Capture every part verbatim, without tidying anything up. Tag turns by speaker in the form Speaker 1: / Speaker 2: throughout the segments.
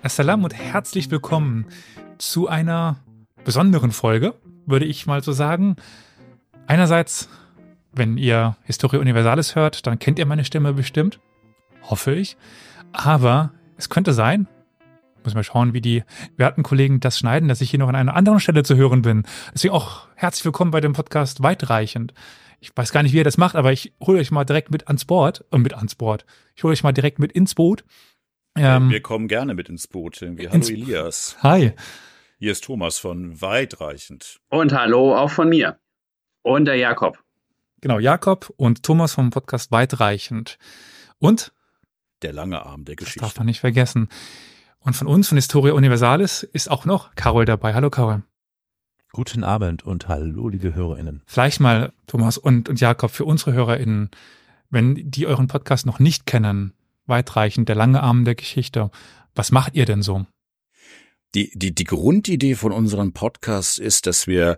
Speaker 1: Assalam und herzlich willkommen zu einer besonderen Folge, würde ich mal so sagen. Einerseits, wenn ihr Historia Universalis hört, dann kennt ihr meine Stimme bestimmt, hoffe ich. Aber es könnte sein, müssen wir schauen, wie die werten Kollegen das schneiden, dass ich hier noch an einer anderen Stelle zu hören bin. Deswegen auch herzlich willkommen bei dem Podcast Weitreichend. Ich weiß gar nicht, wie ihr das macht, aber ich hole euch mal direkt mit ans Board, äh, mit ans Board. Ich hole euch mal direkt mit ins Boot.
Speaker 2: Ähm, wir kommen gerne mit ins Boot. Irgendwie. Hallo Elias.
Speaker 1: Hi.
Speaker 2: Hier ist Thomas von Weitreichend.
Speaker 3: Und hallo auch von mir. Und der Jakob.
Speaker 1: Genau, Jakob und Thomas vom Podcast Weitreichend. Und?
Speaker 2: Der lange Arm der Geschichte.
Speaker 1: Das darf man nicht vergessen. Und von uns, von Historia Universalis, ist auch noch Carol dabei. Hallo Carol.
Speaker 4: Guten Abend und hallo, liebe HörerInnen.
Speaker 1: Vielleicht mal, Thomas und, und Jakob, für unsere HörerInnen, wenn die euren Podcast noch nicht kennen, Weitreichend, der lange Arm der Geschichte. Was macht ihr denn so?
Speaker 2: Die, die, die Grundidee von unserem Podcast ist, dass wir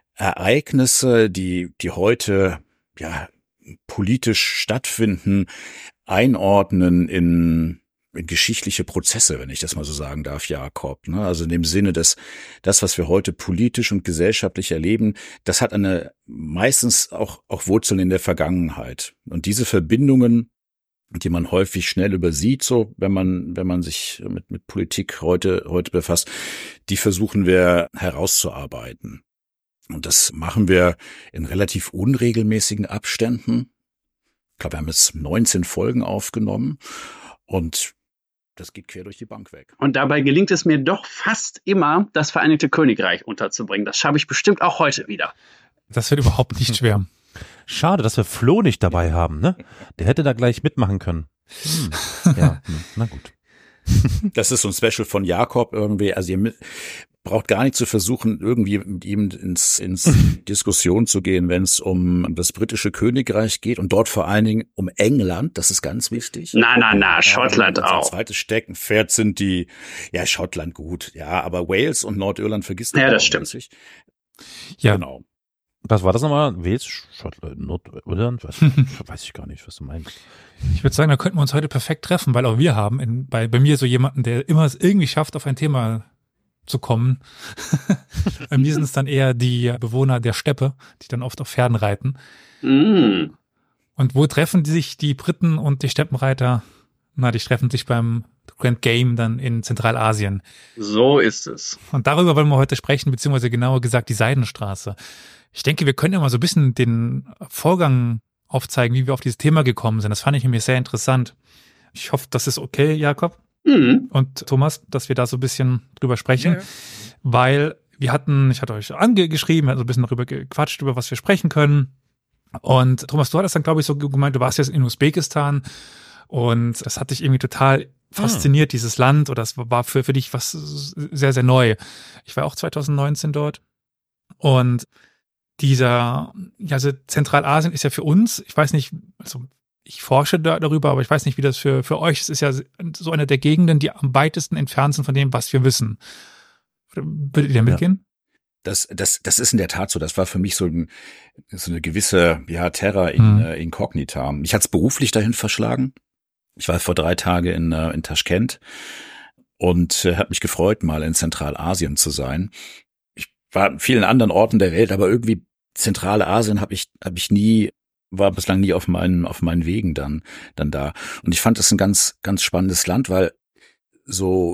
Speaker 2: Ereignisse, die, die heute, ja, politisch stattfinden, einordnen in, in geschichtliche Prozesse, wenn ich das mal so sagen darf, Jakob. Ne? Also in dem Sinne, dass das, was wir heute politisch und gesellschaftlich erleben, das hat eine meistens auch, auch Wurzeln in der Vergangenheit. Und diese Verbindungen, die man häufig schnell übersieht, so wenn man wenn man sich mit mit Politik heute heute befasst, die versuchen wir herauszuarbeiten. Und das machen wir in relativ unregelmäßigen Abständen. Ich glaube, wir haben jetzt neunzehn Folgen aufgenommen und das geht quer durch die Bank weg.
Speaker 3: Und dabei gelingt es mir doch fast immer, das Vereinigte Königreich unterzubringen. Das schaffe ich bestimmt auch heute wieder.
Speaker 1: Das wird überhaupt nicht schwer.
Speaker 4: Schade, dass wir Flo nicht dabei haben, ne? Der hätte da gleich mitmachen können. Hm. Ja, na gut.
Speaker 2: Das ist so ein Special von Jakob irgendwie. Also ihr braucht gar nicht zu versuchen, irgendwie mit ihm ins, ins Diskussion zu gehen, wenn es um das britische Königreich geht und dort vor allen Dingen um England. Das ist ganz wichtig.
Speaker 3: Na, na, na, Schottland ja, auch.
Speaker 2: Ein zweites Steckenpferd sind die, ja, Schottland gut, ja, aber Wales und Nordirland vergisst man.
Speaker 3: Ja, das stimmt.
Speaker 2: Nicht.
Speaker 1: Ja,
Speaker 2: genau.
Speaker 4: Was war das nochmal? Wales, Schottland, Nordirland? Weiß, weiß ich gar nicht, was du meinst.
Speaker 1: Ich würde sagen, da könnten wir uns heute perfekt treffen, weil auch wir haben in, bei, bei mir so jemanden, der immer es irgendwie schafft, auf ein Thema zu kommen. Bei mir sind es dann eher die Bewohner der Steppe, die dann oft auf Pferden reiten.
Speaker 3: Mm.
Speaker 1: Und wo treffen die sich die Briten und die Steppenreiter? Na, die treffen sich beim Grand Game dann in Zentralasien.
Speaker 3: So ist es.
Speaker 1: Und darüber wollen wir heute sprechen, beziehungsweise genauer gesagt die Seidenstraße. Ich denke, wir können ja mal so ein bisschen den Vorgang aufzeigen, wie wir auf dieses Thema gekommen sind. Das fand ich nämlich sehr interessant. Ich hoffe, das ist okay, Jakob
Speaker 3: mhm.
Speaker 1: und Thomas, dass wir da so ein bisschen drüber sprechen,
Speaker 2: Ja, ja.
Speaker 1: weil wir hatten, ich hatte euch angeschrieben, wir hatten so ein bisschen darüber gequatscht, über was wir sprechen können. Und Thomas, du hattest dann, glaube ich, so gemeint, du warst jetzt in Usbekistan und das hat dich irgendwie total fasziniert, mhm. dieses Land, oder das war für, für dich was sehr, sehr neu. Ich war auch zwanzig neunzehn dort und dieser, ja, also Zentralasien ist ja für uns, ich weiß nicht, also ich forsche da, darüber, aber ich weiß nicht, wie das für, für euch ist. Es ist ja so eine der Gegenden, die am weitesten entfernt sind von dem, was wir wissen. Würdet ihr mitgehen?
Speaker 2: Das, das, das ist in der Tat so. Das war für mich so, ein, so eine gewisse, ja, Terra in,
Speaker 1: Mhm.
Speaker 2: äh, incognita. Ich hatte es beruflich dahin verschlagen. Ich war vor drei Tagen in, äh, in Taschkent und äh, habe mich gefreut, mal in Zentralasien zu sein. Ich war an vielen anderen Orten der Welt, aber irgendwie Zentrale Asien habe ich, habe ich nie, war bislang nie auf meinen, auf meinen Wegen dann, dann da. Und ich fand das ein ganz, ganz spannendes Land, weil so,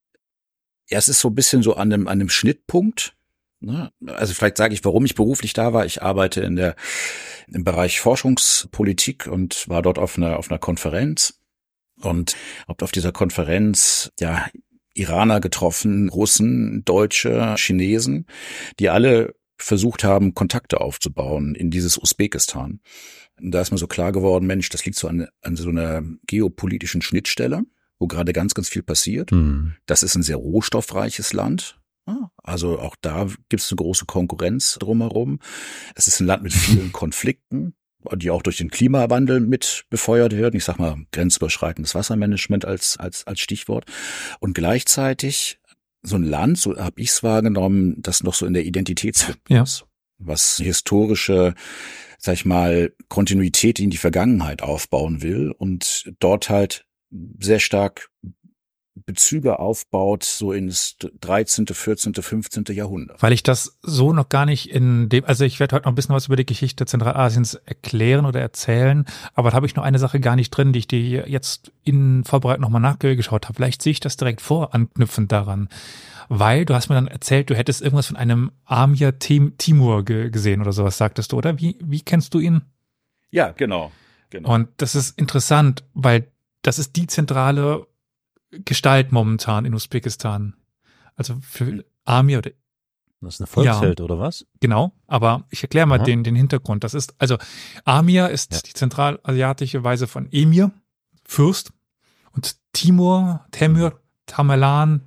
Speaker 2: ja, es ist so ein bisschen so an einem, an einem Schnittpunkt. Ne? Also vielleicht sage ich, warum ich beruflich da war. Ich arbeite in der, im Bereich Forschungspolitik und war dort auf einer, auf einer Konferenz und habe auf dieser Konferenz, ja, Iraner getroffen, Russen, Deutsche, Chinesen, die alle versucht haben, Kontakte aufzubauen in dieses Usbekistan. Und da ist mir so klar geworden, Mensch, das liegt so an, an so einer geopolitischen Schnittstelle, wo gerade ganz, ganz viel passiert.
Speaker 4: Hm.
Speaker 2: Das ist ein sehr rohstoffreiches Land. Also auch da gibt es eine große Konkurrenz drumherum. Es ist ein Land mit vielen Konflikten, die auch durch den Klimawandel mit befeuert werden. Ich sag mal, grenzüberschreitendes Wassermanagement als, als, als Stichwort. Und gleichzeitig so ein Land, so habe ich es wahrgenommen, das noch so in der Identität
Speaker 1: Ja.
Speaker 2: ist, was historische, sag ich mal, Kontinuität in die Vergangenheit aufbauen will und dort halt sehr stark Bezüge aufbaut, so ins dreizehnte, vierzehnte, fünfzehnte Jahrhundert.
Speaker 1: Weil ich das so noch gar nicht in dem, also ich werde heute noch ein bisschen was über die Geschichte Zentralasiens erklären oder erzählen, aber da habe ich noch eine Sache gar nicht drin, die ich dir jetzt in Vorbereitung nochmal nachgeschaut habe. Vielleicht sehe ich das direkt vor, anknüpfend daran. Weil du hast mir dann erzählt, du hättest irgendwas von einem Amir Timur ge- gesehen oder sowas, sagtest du, oder? Wie, wie kennst du ihn?
Speaker 2: Ja, genau, genau.
Speaker 1: Und das ist interessant, weil das ist die zentrale Gestalt momentan in Usbekistan. Also für Amir oder
Speaker 4: Das ist eine Volksheld ja. oder was?
Speaker 1: Genau, aber ich erkläre mal den, den Hintergrund. Das ist, also Amir ist
Speaker 4: ja.
Speaker 1: die zentralasiatische Weise von Emir, Fürst, und Timur, Temür, Tamerlan,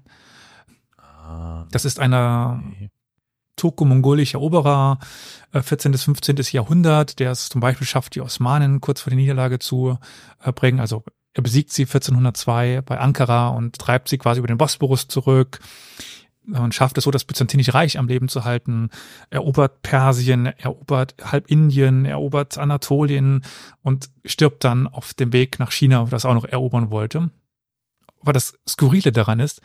Speaker 1: ah, das ist einer okay. turko-mongolischer Eroberer, äh, vierzehntes, fünfzehntes Jahrhundert, der es zum Beispiel schafft, die Osmanen kurz vor der Niederlage zu äh, bringen, also er besiegt sie vierzehnhundertzwei bei Ankara und treibt sie quasi über den Bosporus zurück und schafft es so, das Byzantinische Reich am Leben zu halten, erobert Persien, erobert halb Indien, erobert Anatolien und stirbt dann auf dem Weg nach China, das auch noch erobern wollte. Aber das Skurrile daran ist,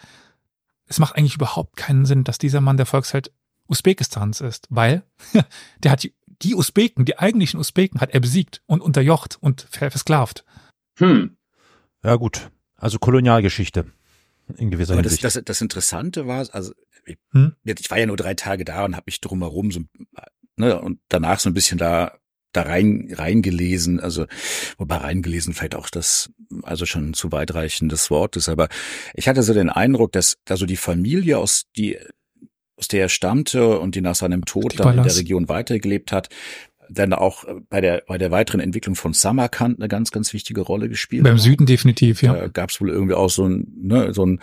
Speaker 1: es macht eigentlich überhaupt keinen Sinn, dass dieser Mann der Volksheld Usbekistans ist, weil der hat die, die Usbeken, die eigentlichen Usbeken hat er besiegt und unterjocht und versklavt.
Speaker 3: Hm.
Speaker 4: Ja gut, also Kolonialgeschichte in gewisser
Speaker 2: Aber das,
Speaker 4: Hinsicht.
Speaker 2: das, das Interessante war, also ich,
Speaker 1: hm?
Speaker 2: ich war ja nur drei Tage da und habe mich drumherum so, ne, und danach so ein bisschen da da rein reingelesen, also wobei reingelesen vielleicht auch das also schon ein zu weitreichendes Wort ist, aber ich hatte so den Eindruck, dass also die Familie, aus die aus der er stammte und die nach seinem Tod dann in der Region weitergelebt hat, dann auch bei der bei der weiteren Entwicklung von Samarkand eine ganz, ganz wichtige Rolle gespielt.
Speaker 1: Beim Süden definitiv, ja.
Speaker 2: Da gab es wohl irgendwie auch so ein, ne, so ein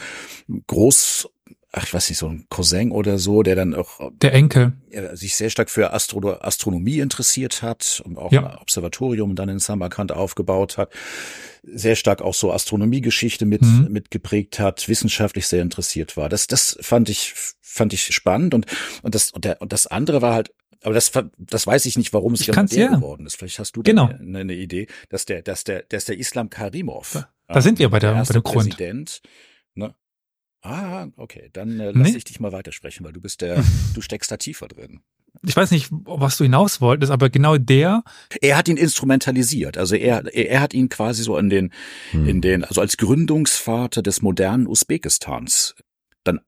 Speaker 2: Groß, ach, ich weiß nicht, so ein Cousin oder so, der dann auch
Speaker 1: der Enkel
Speaker 2: äh, sich sehr stark für Astro- Astronomie interessiert hat und auch
Speaker 1: ja.
Speaker 2: ein Observatorium dann in Samarkand aufgebaut hat. Sehr stark auch so Astronomiegeschichte mit
Speaker 1: mhm.
Speaker 2: mitgeprägt hat, wissenschaftlich sehr interessiert war. Das das fand ich fand ich spannend und und das und, der, und das andere war halt, aber das, das weiß ich nicht, warum es ja der
Speaker 1: ja.
Speaker 2: geworden ist. Vielleicht hast du
Speaker 1: genau.
Speaker 2: da eine, eine Idee, dass der, dass der, dass der Islam Karimov.
Speaker 1: Da, da ähm, sind wir bei der,
Speaker 2: der
Speaker 1: bei dem Grund.
Speaker 2: Präsident, ne? Ah, okay, dann äh, lass nee. ich dich mal weitersprechen, weil du bist der, du steckst da tiefer drin.
Speaker 1: Ich weiß nicht, was du hinaus wolltest, aber genau der.
Speaker 2: Er hat ihn instrumentalisiert, also er, er hat ihn quasi so in den, hm. in den, also als Gründungsvater des modernen Usbekistans dann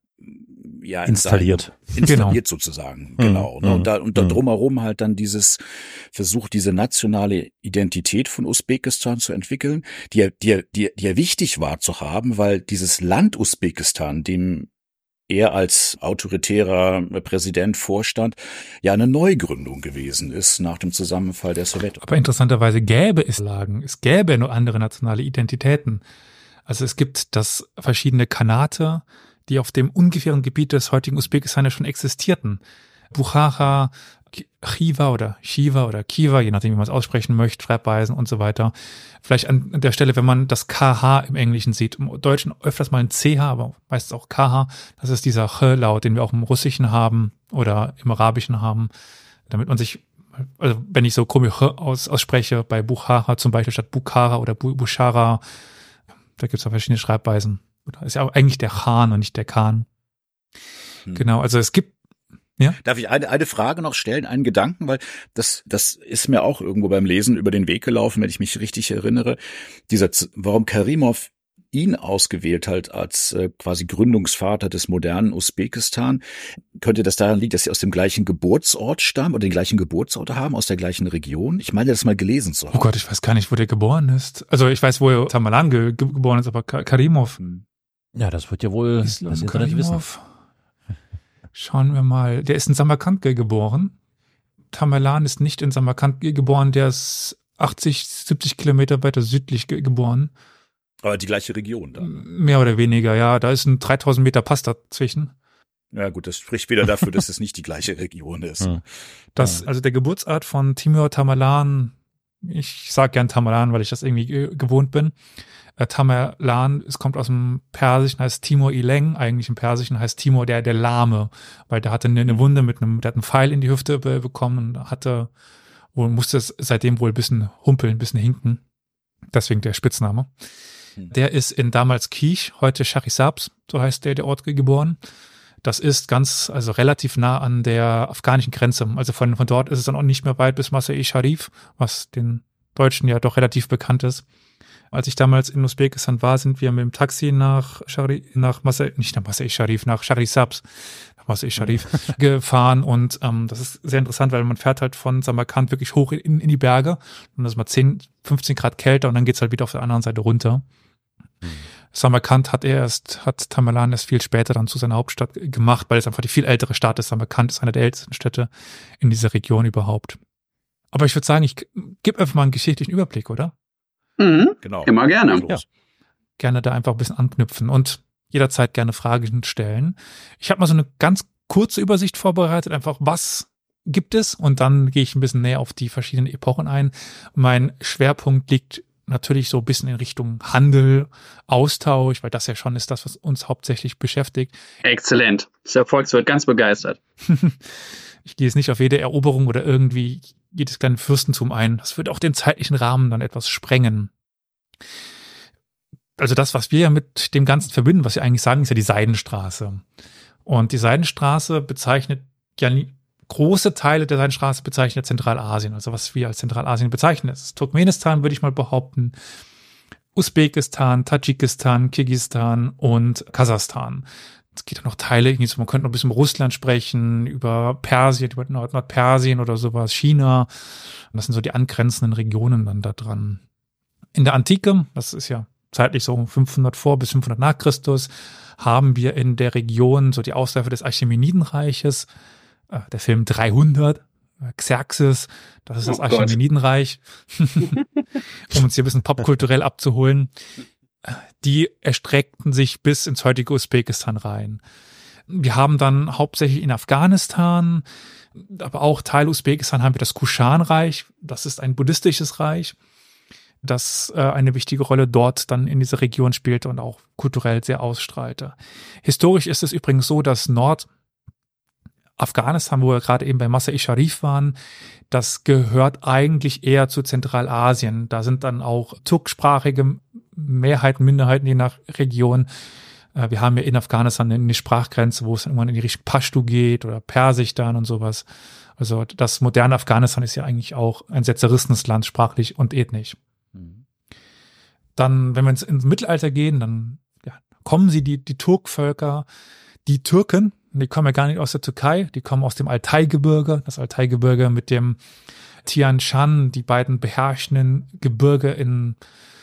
Speaker 2: ja
Speaker 4: installiert,
Speaker 2: in installiert
Speaker 1: genau.
Speaker 2: sozusagen, mhm. genau. Ne? Und da und da drumherum halt dann dieses Versuch, diese nationale Identität von Usbekistan zu entwickeln, die die die die ja wichtig war zu haben, weil dieses Land Usbekistan, dem er als autoritärer Präsident vorstand, ja eine Neugründung gewesen ist nach dem Zusammenfall der Sowjetunion.
Speaker 1: Aber interessanterweise gäbe es Lagen, es gäbe nur andere nationale Identitäten. Also es gibt das verschiedene Khanate, die auf dem ungefähren Gebiet des heutigen Usbekistan ja schon existierten. Bukhara, Khiva oder Shiva oder Kiva, je nachdem, wie man es aussprechen möchte, Schreibweisen und so weiter. Vielleicht an der Stelle, wenn man das K H im Englischen sieht, im Deutschen öfters mal ein C H, aber meistens auch K H, das ist dieser Ch-Laut, den wir auch im Russischen haben oder im Arabischen haben, damit man sich, also wenn ich so komisch aus, ausspreche, bei Bukhara zum Beispiel statt Bukhara oder Bushara, da gibt es auch verschiedene Schreibweisen. Oder ist ja auch eigentlich der Khan und nicht der Khan. Hm. Genau, also es gibt, ja.
Speaker 2: Darf ich eine, eine Frage noch stellen, einen Gedanken, weil das, das ist mir auch irgendwo beim Lesen über den Weg gelaufen, wenn ich mich richtig erinnere. Dieser, warum Karimov ihn ausgewählt hat als äh, quasi Gründungsvater des modernen Usbekistan, könnte das daran liegen, dass sie aus dem gleichen Geburtsort stammen oder den gleichen Geburtsort haben, aus der gleichen Region? Ich meine, das mal gelesen zu haben.
Speaker 1: Oh Gott, ich weiß gar nicht, wo der geboren ist. Also ich weiß, wo er Tamerlan ge- geboren ist, aber Karimov.
Speaker 4: Ja, das wird ja wohl
Speaker 1: Islam
Speaker 4: das Internet wissen.
Speaker 1: Schauen wir mal. Der ist in Samarkand geboren. Tamerlan ist nicht in Samarkand geboren, der ist achtzig, siebzig Kilometer weiter südlich ge- geboren.
Speaker 2: Aber die gleiche Region dann.
Speaker 1: Mehr oder weniger, ja. Da ist ein dreitausend Meter Pass dazwischen.
Speaker 2: Ja gut, das spricht wieder dafür, dass es nicht die gleiche Region ist.
Speaker 4: Hm.
Speaker 1: Das, also der Geburtsort von Timur Tamerlan, ich sag gern Tamerlan, weil ich das irgendwie ge- gewohnt bin. Äh, Tamerlan, es kommt aus dem Persischen, heißt Timur Ileng, eigentlich im Persischen heißt Timur der, der Lahme, weil der hatte eine, eine Wunde mit einem, der hat einen Pfeil in die Hüfte be- bekommen und hatte, wohl musste es seitdem wohl ein bisschen humpeln, ein bisschen hinken. Deswegen der Spitzname. Der ist in damals Kish, heute Charisabs, so heißt der, der Ort, geboren. Das ist ganz, also relativ nah an der afghanischen Grenze. Also von, von dort ist es dann auch nicht mehr weit bis Masai-e-Sharif, was den Deutschen ja doch relativ bekannt ist. Als ich damals in Usbekistan war, sind wir mit dem Taxi nach Shari, nach Masai, nicht nach Masai-e-Sharif, nach Charisabs, nach Masai-e-Sharif gefahren. Und ähm, das ist sehr interessant, weil man fährt halt von Samarkand wirklich hoch in, in die Berge. Und das ist mal zehn, fünfzehn Grad kälter und dann geht's halt wieder auf der anderen Seite runter. Mhm. Samarkand hat er erst, hat Tamerlan erst viel später dann zu seiner Hauptstadt gemacht, weil es einfach die viel ältere Stadt ist. Samarkand ist eine der ältesten Städte in dieser Region überhaupt. Aber ich würde sagen, ich gebe einfach mal einen geschichtlichen Überblick, oder?
Speaker 3: Mhm,
Speaker 2: genau.
Speaker 3: Immer gerne.
Speaker 2: Ja.
Speaker 1: Gerne da einfach ein bisschen anknüpfen und jederzeit gerne Fragen stellen. Ich habe mal so eine ganz kurze Übersicht vorbereitet, einfach was gibt es, und dann gehe ich ein bisschen näher auf die verschiedenen Epochen ein. Mein Schwerpunkt liegt natürlich so ein bisschen in Richtung Handel, Austausch, weil das ja schon ist das, was uns hauptsächlich beschäftigt.
Speaker 3: Exzellent. Der Volkswirt ganz begeistert.
Speaker 1: Ich gehe jetzt nicht auf jede Eroberung oder irgendwie jedes kleine Fürstentum ein. Das wird auch den zeitlichen Rahmen dann etwas sprengen. Also das, was wir ja mit dem Ganzen verbinden, was wir eigentlich sagen, ist ja die Seidenstraße. Und die Seidenstraße bezeichnet ja nie, große Teile der Seidenstraße bezeichnet Zentralasien. Also was wir als Zentralasien bezeichnen, das ist Turkmenistan, würde ich mal behaupten, Usbekistan, Tadschikistan, Kirgisistan und Kasachstan. Es geht ja noch Teile, man könnte noch ein bisschen über Russland sprechen, über Persien, über Nord Nordpersien oder sowas, China. Und das sind so die angrenzenden Regionen dann da dran. In der Antike, das ist ja zeitlich so fünfhundert vor bis fünfhundert nach Christus, haben wir in der Region so die Ausläufer des Achämenidenreiches, äh, der Film dreihundert, äh, Xerxes, das ist das oh Achämenidenreich, um uns hier ein bisschen popkulturell abzuholen. Die erstreckten sich bis ins heutige Usbekistan rein. Wir haben dann hauptsächlich in Afghanistan, aber auch Teil Usbekistan haben wir das Kuschanreich. Das ist ein buddhistisches Reich, das äh, eine wichtige Rolle dort dann in dieser Region spielte und auch kulturell sehr ausstrahlte. Historisch ist es übrigens so, dass Nordafghanistan, wo wir gerade eben bei Masai-e-Sharif waren, das gehört eigentlich eher zu Zentralasien. Da sind dann auch turksprachige Mehrheiten, Minderheiten je nach Region. Wir haben ja in Afghanistan eine Sprachgrenze, wo es dann irgendwann in die Richtung Pashto geht oder Persisch dann und sowas. Also das moderne Afghanistan ist ja eigentlich auch ein sehr zerrissenes Land, sprachlich und ethnisch. Mhm. Dann, wenn wir ins, ins Mittelalter gehen, dann ja, kommen sie, die, die Turkvölker, die Türken, die kommen ja gar nicht aus der Türkei, die kommen aus dem Altai-Gebirge, das Altai-Gebirge mit dem Tian Shan, die beiden beherrschenden Gebirge in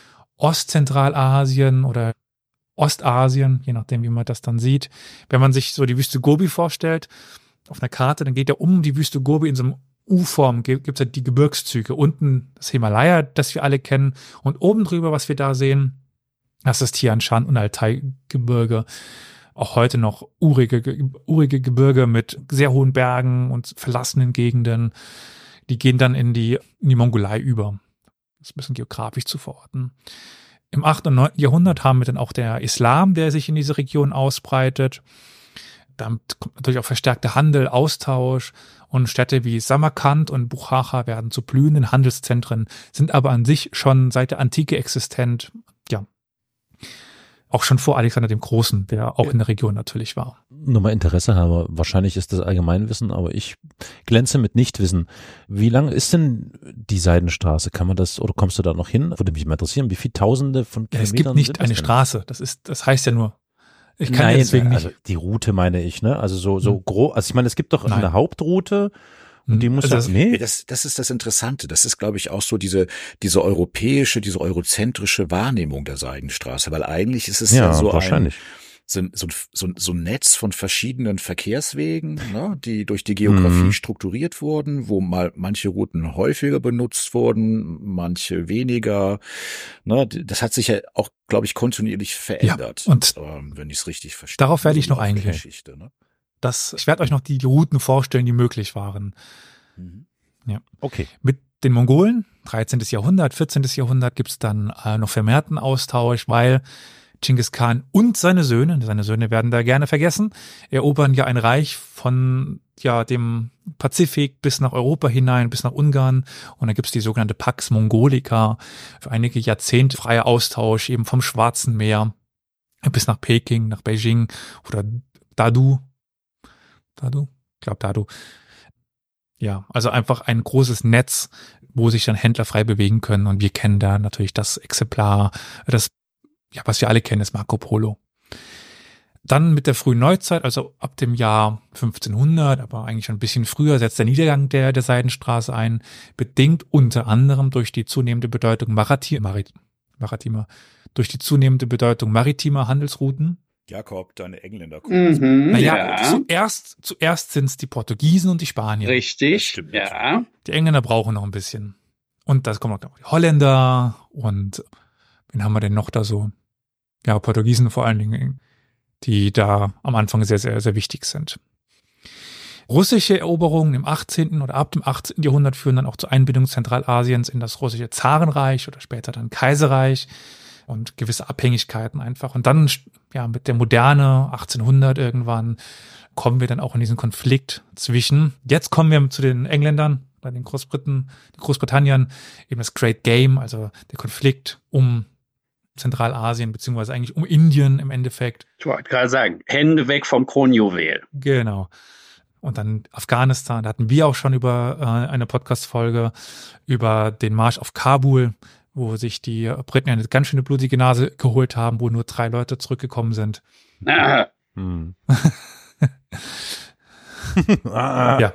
Speaker 1: Ostzentralasien oder Ostasien, je nachdem, wie man das dann sieht. Wenn man sich so die Wüste Gobi vorstellt, auf einer Karte, dann geht ja um die Wüste Gobi in so einem U-Form, gibt es ja die Gebirgszüge. Unten das Himalaya, das wir alle kennen, und oben drüber, was wir da sehen, das ist Tian Shan und Altai-Gebirge. Auch heute noch urige, urige Gebirge mit sehr hohen Bergen und verlassenen Gegenden. Die gehen dann in die, in die Mongolei über. Das ist ein bisschen geografisch zu verorten. Im achten und neunten Jahrhundert haben wir dann auch der Islam, der sich in diese Region ausbreitet. Damit kommt natürlich auch verstärkter Handel, Austausch, und Städte wie Samarkand und Bukhara werden zu blühenden Handelszentren, sind aber an sich schon seit der Antike existent, ja. Auch schon vor Alexander dem Großen, der auch in der Region natürlich war.
Speaker 4: Nur mal Interesse habe, wahrscheinlich ist das Allgemeinwissen, aber ich glänze mit Nichtwissen. Wie lang ist denn die Seidenstraße? Kann man das, oder kommst du da noch hin? Würde mich mal interessieren, wie viele Tausende von
Speaker 1: ja,
Speaker 4: Kilometern
Speaker 1: es gibt nicht eine
Speaker 4: denn?
Speaker 1: Straße, das ist, das heißt ja nur, ich kann
Speaker 4: Nein,
Speaker 1: ja deswegen nicht.
Speaker 4: Also die Route meine ich, ne? Also so, so hm. grob, also ich meine, es gibt doch
Speaker 1: Nein.
Speaker 4: eine Hauptroute. Und die muss
Speaker 1: also
Speaker 4: das,
Speaker 1: das,
Speaker 4: nee.
Speaker 2: Das, das ist das Interessante. Das ist, glaube ich, auch so diese, diese europäische, diese eurozentrische Wahrnehmung der Seidenstraße, weil eigentlich ist es ja, ja so
Speaker 4: wahrscheinlich.
Speaker 2: ein, so, so, so ein Netz von verschiedenen Verkehrswegen, ne, die durch die Geografie mhm. strukturiert wurden, wo mal manche Routen häufiger benutzt wurden, manche weniger. Ne, das hat sich ja auch, glaube ich, kontinuierlich verändert.
Speaker 1: Ja, und
Speaker 2: ähm, wenn ich es richtig verstehe.
Speaker 1: Darauf werde ich noch eingehen.
Speaker 2: Geschichte, ne?
Speaker 1: Das, ich werde euch noch die, die Routen vorstellen, die möglich waren.
Speaker 2: Mhm.
Speaker 1: Ja.
Speaker 4: Okay.
Speaker 1: Mit den Mongolen, dreizehntes Jahrhundert, vierzehntes Jahrhundert, gibt es dann äh, noch vermehrten Austausch, weil Genghis Khan und seine Söhne, seine Söhne werden da gerne vergessen, erobern ja ein Reich von ja dem Pazifik bis nach Europa hinein, bis nach Ungarn. Und dann gibt's die sogenannte Pax Mongolica, für einige Jahrzehnte freier Austausch eben vom Schwarzen Meer bis nach Peking, nach Beijing oder Dadu. Dadu? Ich glaube Dadu. Ja, also einfach ein großes Netz, wo sich dann Händler frei bewegen können. Und wir kennen da natürlich das Exemplar, das, ja, was wir alle kennen, ist Marco Polo. Dann mit der frühen Neuzeit, also ab dem Jahr fünfzehnhundert, aber eigentlich schon ein bisschen früher, setzt der Niedergang der, der Seidenstraße ein, bedingt unter anderem durch die zunehmende Bedeutung Marati- Marit- maritimer, durch die zunehmende Bedeutung maritimer Handelsrouten.
Speaker 2: Jakob, deine Engländer.
Speaker 3: Mhm,
Speaker 1: naja,
Speaker 3: ja.
Speaker 1: zuerst, zuerst sind es die Portugiesen und die Spanier.
Speaker 3: Richtig, ja.
Speaker 1: Die Engländer brauchen noch ein bisschen. Und da kommen noch die Holländer und wen haben wir denn noch da so? Ja, Portugiesen vor allen Dingen, die da am Anfang sehr, sehr, sehr wichtig sind. Russische Eroberungen im achtzehnten oder ab dem achtzehnten Jahrhundert führen dann auch zur Einbindung Zentralasiens in das russische Zarenreich oder später dann Kaiserreich und gewisse Abhängigkeiten einfach. Und dann, ja, mit der Moderne, achtzehnhundert irgendwann, kommen wir dann auch in diesen Konflikt zwischen, jetzt kommen wir zu den Engländern, bei den Großbriten, Großbritannien, eben das Great Game, also der Konflikt um Zentralasien, beziehungsweise eigentlich um Indien im Endeffekt.
Speaker 3: Ich wollte gerade sagen, Hände weg vom Kronjuwel.
Speaker 1: Genau. Und dann Afghanistan, da hatten wir auch schon über äh, eine Podcast-Folge über den Marsch auf Kabul, wo sich die Briten eine ganz schöne blutige Nase geholt haben, wo nur drei Leute zurückgekommen sind.
Speaker 3: Ah.
Speaker 4: Hm.
Speaker 1: Ja.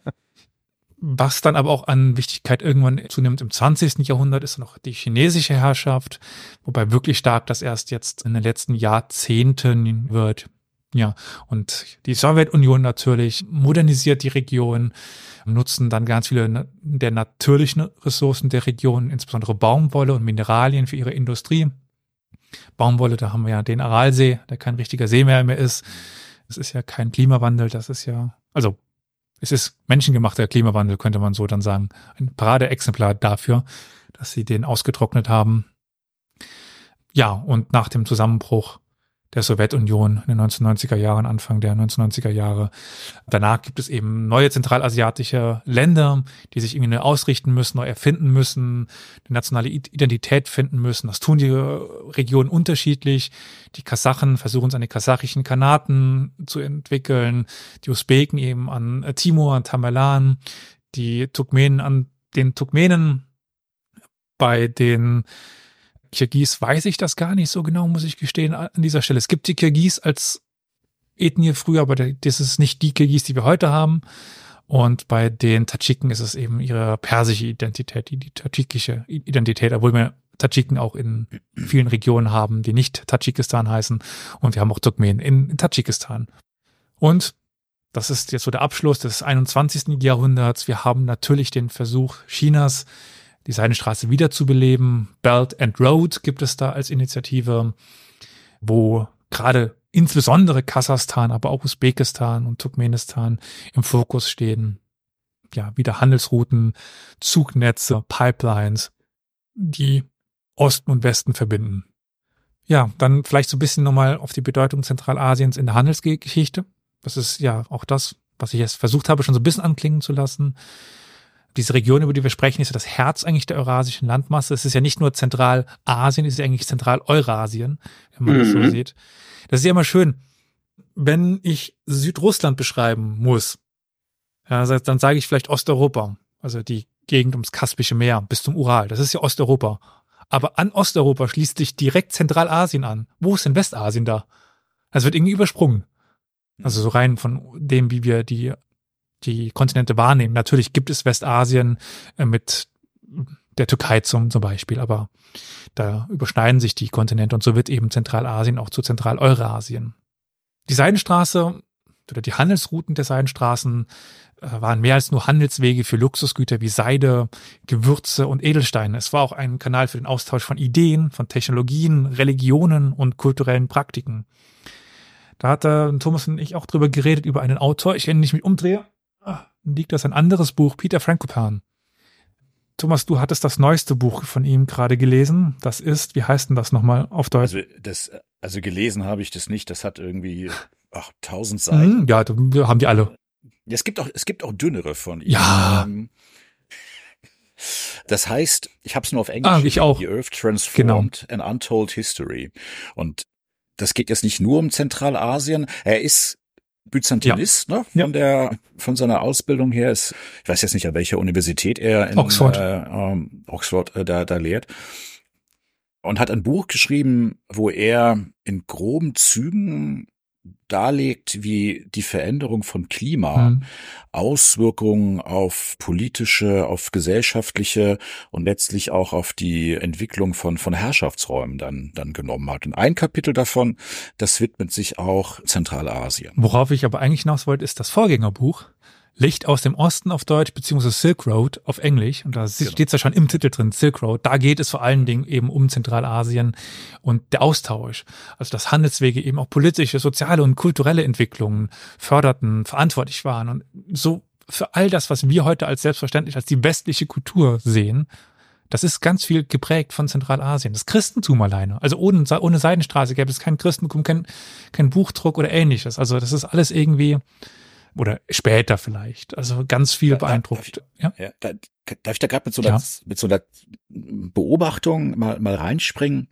Speaker 1: Was dann aber auch an Wichtigkeit irgendwann zunimmt im zwanzigsten Jahrhundert, ist noch die chinesische Herrschaft, wobei wirklich stark das erst jetzt in den letzten Jahrzehnten wird. Ja, und die Sowjetunion natürlich modernisiert die Region, nutzen dann ganz viele der natürlichen Ressourcen der Region, insbesondere Baumwolle und Mineralien für ihre Industrie. Baumwolle, da haben wir ja den Aralsee, der kein richtiger See mehr, mehr ist. Das ist ja kein Klimawandel, das ist ja, also es ist menschengemachter Klimawandel, könnte man so dann sagen. Ein Paradeexemplar dafür, dass sie den ausgetrocknet haben. Ja, und nach dem Zusammenbruch der Sowjetunion in den neunzehnhundertneunziger Jahren, Anfang der neunzehnhundertneunziger Jahre. Danach gibt es eben neue zentralasiatische Länder, die sich irgendwie neu ausrichten müssen, neu erfinden müssen, eine nationale Identität finden müssen. Das tun die Regionen unterschiedlich. Die Kasachen versuchen es an den kasachischen Kanaten zu entwickeln, die Usbeken eben an Timor, an Tamerlan, die Turkmenen an den Turkmenen. Bei den Kirgis weiß ich das gar nicht so genau, muss ich gestehen, an dieser Stelle. Es gibt die Kirgis als Ethnie früher, aber das ist nicht die Kirgis, die wir heute haben. Und bei den Tadschiken ist es eben ihre persische Identität, die, die tadschikische Identität, obwohl wir Tadschiken auch in vielen Regionen haben, die nicht Tadschikistan heißen. Und wir haben auch Turkmenen in, in Tadschikistan. Und das ist jetzt so der Abschluss des einundzwanzigsten Jahrhunderts. Wir haben natürlich den Versuch Chinas, die Seidenstraße wiederzubeleben. Belt and Road gibt es da als Initiative, wo gerade insbesondere Kasachstan, aber auch Usbekistan und Turkmenistan im Fokus stehen. Ja, wieder Handelsrouten, Zugnetze, Pipelines, die Osten und Westen verbinden. Ja, dann vielleicht so ein bisschen nochmal auf die Bedeutung Zentralasiens in der Handelsgeschichte. Das ist ja auch das, was ich jetzt versucht habe, schon so ein bisschen anklingen zu lassen. Diese Region, über die wir sprechen, ist ja das Herz eigentlich der eurasischen Landmasse. Es ist ja nicht nur Zentralasien, es ist ja eigentlich Zentraleurasien, wenn man mhm. das so sieht. Das ist ja immer schön, wenn ich Südrussland beschreiben muss, ja, dann sage ich vielleicht Osteuropa, also die Gegend ums Kaspische Meer bis zum Ural. Das ist ja Osteuropa. Aber an Osteuropa schließt sich direkt Zentralasien an. Wo ist denn Westasien da? Das wird irgendwie übersprungen. Also so rein von dem, wie wir die die Kontinente wahrnehmen. Natürlich gibt es Westasien äh, mit der Türkei zum, zum Beispiel, aber da überschneiden sich die Kontinente und so wird eben Zentralasien auch zu Zentraleurasien. Die Seidenstraße oder die Handelsrouten der Seidenstraßen äh, waren mehr als nur Handelswege für Luxusgüter wie Seide, Gewürze und Edelsteine. Es war auch ein Kanal für den Austausch von Ideen, von Technologien, Religionen und kulturellen Praktiken. Da hat äh, Thomas und ich auch drüber geredet, über einen Autor, ich wenn ich mich umdrehe, liegt das ein anderes Buch, Peter Frankopan. Thomas, du hattest das neueste Buch von ihm gerade gelesen. Das ist, wie heißt denn das nochmal auf Deutsch?
Speaker 2: Also, das, also gelesen habe ich das nicht. Das hat irgendwie ach, tausend Seiten.
Speaker 1: Mhm, ja, haben die alle.
Speaker 2: Ja, es gibt auch, es gibt auch dünnere von ihm.
Speaker 1: Ja.
Speaker 2: Ähm, das heißt, ich habe es nur auf Englisch.
Speaker 1: Ah, ich auch.
Speaker 2: The Earth Transformed, genau. An Untold History. Und das geht jetzt nicht nur um Zentralasien. Er ist Byzantinist, ja. ne? Von ja. der, von seiner Ausbildung her ist, ich weiß jetzt nicht, an welcher Universität er in
Speaker 1: Oxford,
Speaker 2: äh, ähm, Oxford äh, da, da lehrt. Und hat ein Buch geschrieben, wo er in groben Zügen darlegt, wie die Veränderung von Klima mhm. Auswirkungen auf politische, auf gesellschaftliche und letztlich auch auf die Entwicklung von von Herrschaftsräumen dann dann genommen hat. Und ein Kapitel davon, das widmet sich auch Zentralasien.
Speaker 1: Worauf ich aber eigentlich hinaus wollte, ist das Vorgängerbuch Licht aus dem Osten auf Deutsch, beziehungsweise Silk Road auf Englisch. Und da genau. steht es ja schon im Titel drin, Silk Road. Da geht es vor allen Dingen eben um Zentralasien und der Austausch. Also dass Handelswege eben auch politische, soziale und kulturelle Entwicklungen förderten, verantwortlich waren. Und so für all das, was wir heute als selbstverständlich als die westliche Kultur sehen, das ist ganz viel geprägt von Zentralasien. Das Christentum alleine. Also ohne, ohne Seidenstraße gäbe es kein Christentum, kein, kein Buchdruck oder ähnliches. Also das ist alles irgendwie... Oder später vielleicht. Also ganz viel da, beeindruckt.
Speaker 2: Darf ich, ja? Ja, da, darf ich da gerade mit so einer, ja. mit so einer Beobachtung mal, mal reinspringen?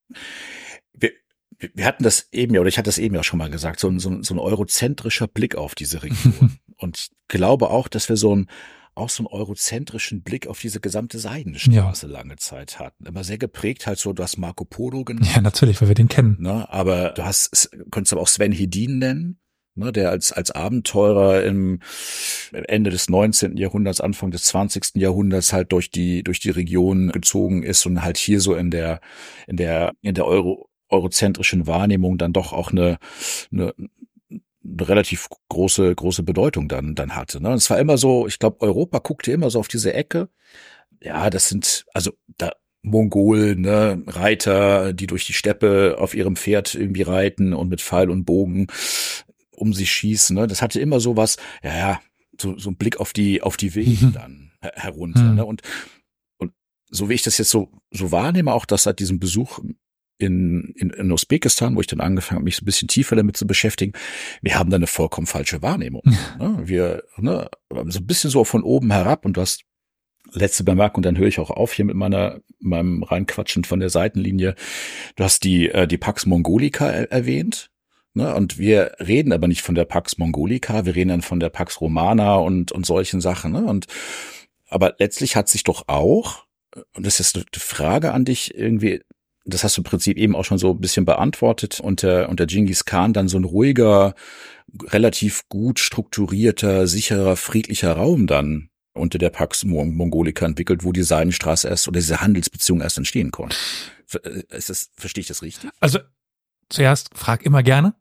Speaker 2: Wir, wir hatten das eben ja, oder ich hatte das eben ja schon mal gesagt, so ein, so ein, so ein eurozentrischer Blick auf diese Region. Und ich glaube auch, dass wir so ein, auch so einen eurozentrischen Blick auf diese gesamte Seidenstraße ja. lange Zeit hatten. Immer sehr geprägt halt so, du hast Marco Polo genannt.
Speaker 1: Ja, natürlich, weil wir den kennen.
Speaker 2: Ne, aber du hast, könntest aber auch Sven Hedin nennen. Ne, der als als Abenteurer im Ende des neunzehnten Jahrhunderts, Anfang des zwanzigsten Jahrhunderts halt durch die durch die Region gezogen ist und halt hier so in der in der in der Euro, eurozentrischen Wahrnehmung dann doch auch eine eine, eine relativ große große Bedeutung dann dann hatte. Ne? Es war immer so, ich glaube, Europa guckte immer so auf diese Ecke. Ja, das sind also da Mongolen, ne, Reiter, die durch die Steppe auf ihrem Pferd irgendwie reiten und mit Pfeil und Bogen um sich schießen, ne? Das hatte immer so was, ja, ja, so, so ein Blick auf die, auf die Wege mhm. dann her- herunter, mhm. ne? Und, und so wie ich das jetzt so, so wahrnehme, auch das seit diesem Besuch in, in, in Usbekistan, wo ich dann angefangen habe, mich so ein bisschen tiefer damit zu beschäftigen, wir haben da eine vollkommen falsche Wahrnehmung, ne? Wir, ne, so ein bisschen so von oben herab und du hast letzte Bemerkung, dann höre ich auch auf hier mit meiner, meinem Reinquatschen von der Seitenlinie. Du hast die, äh, die Pax Mongolica er- erwähnt. Ne, und wir reden aber nicht von der Pax Mongolica, wir reden dann von der Pax Romana und und solchen Sachen. Ne? Und aber letztlich hat sich doch auch, und das ist eine Frage an dich irgendwie, das hast du im Prinzip eben auch schon so ein bisschen beantwortet, unter unter Genghis Khan dann so ein ruhiger, relativ gut strukturierter, sicherer, friedlicher Raum dann unter der Pax Mongolica entwickelt, wo die Seidenstraße erst oder diese Handelsbeziehung erst entstehen konnte. Ist das, verstehe ich das richtig?
Speaker 1: Also zuerst, frag immer gerne.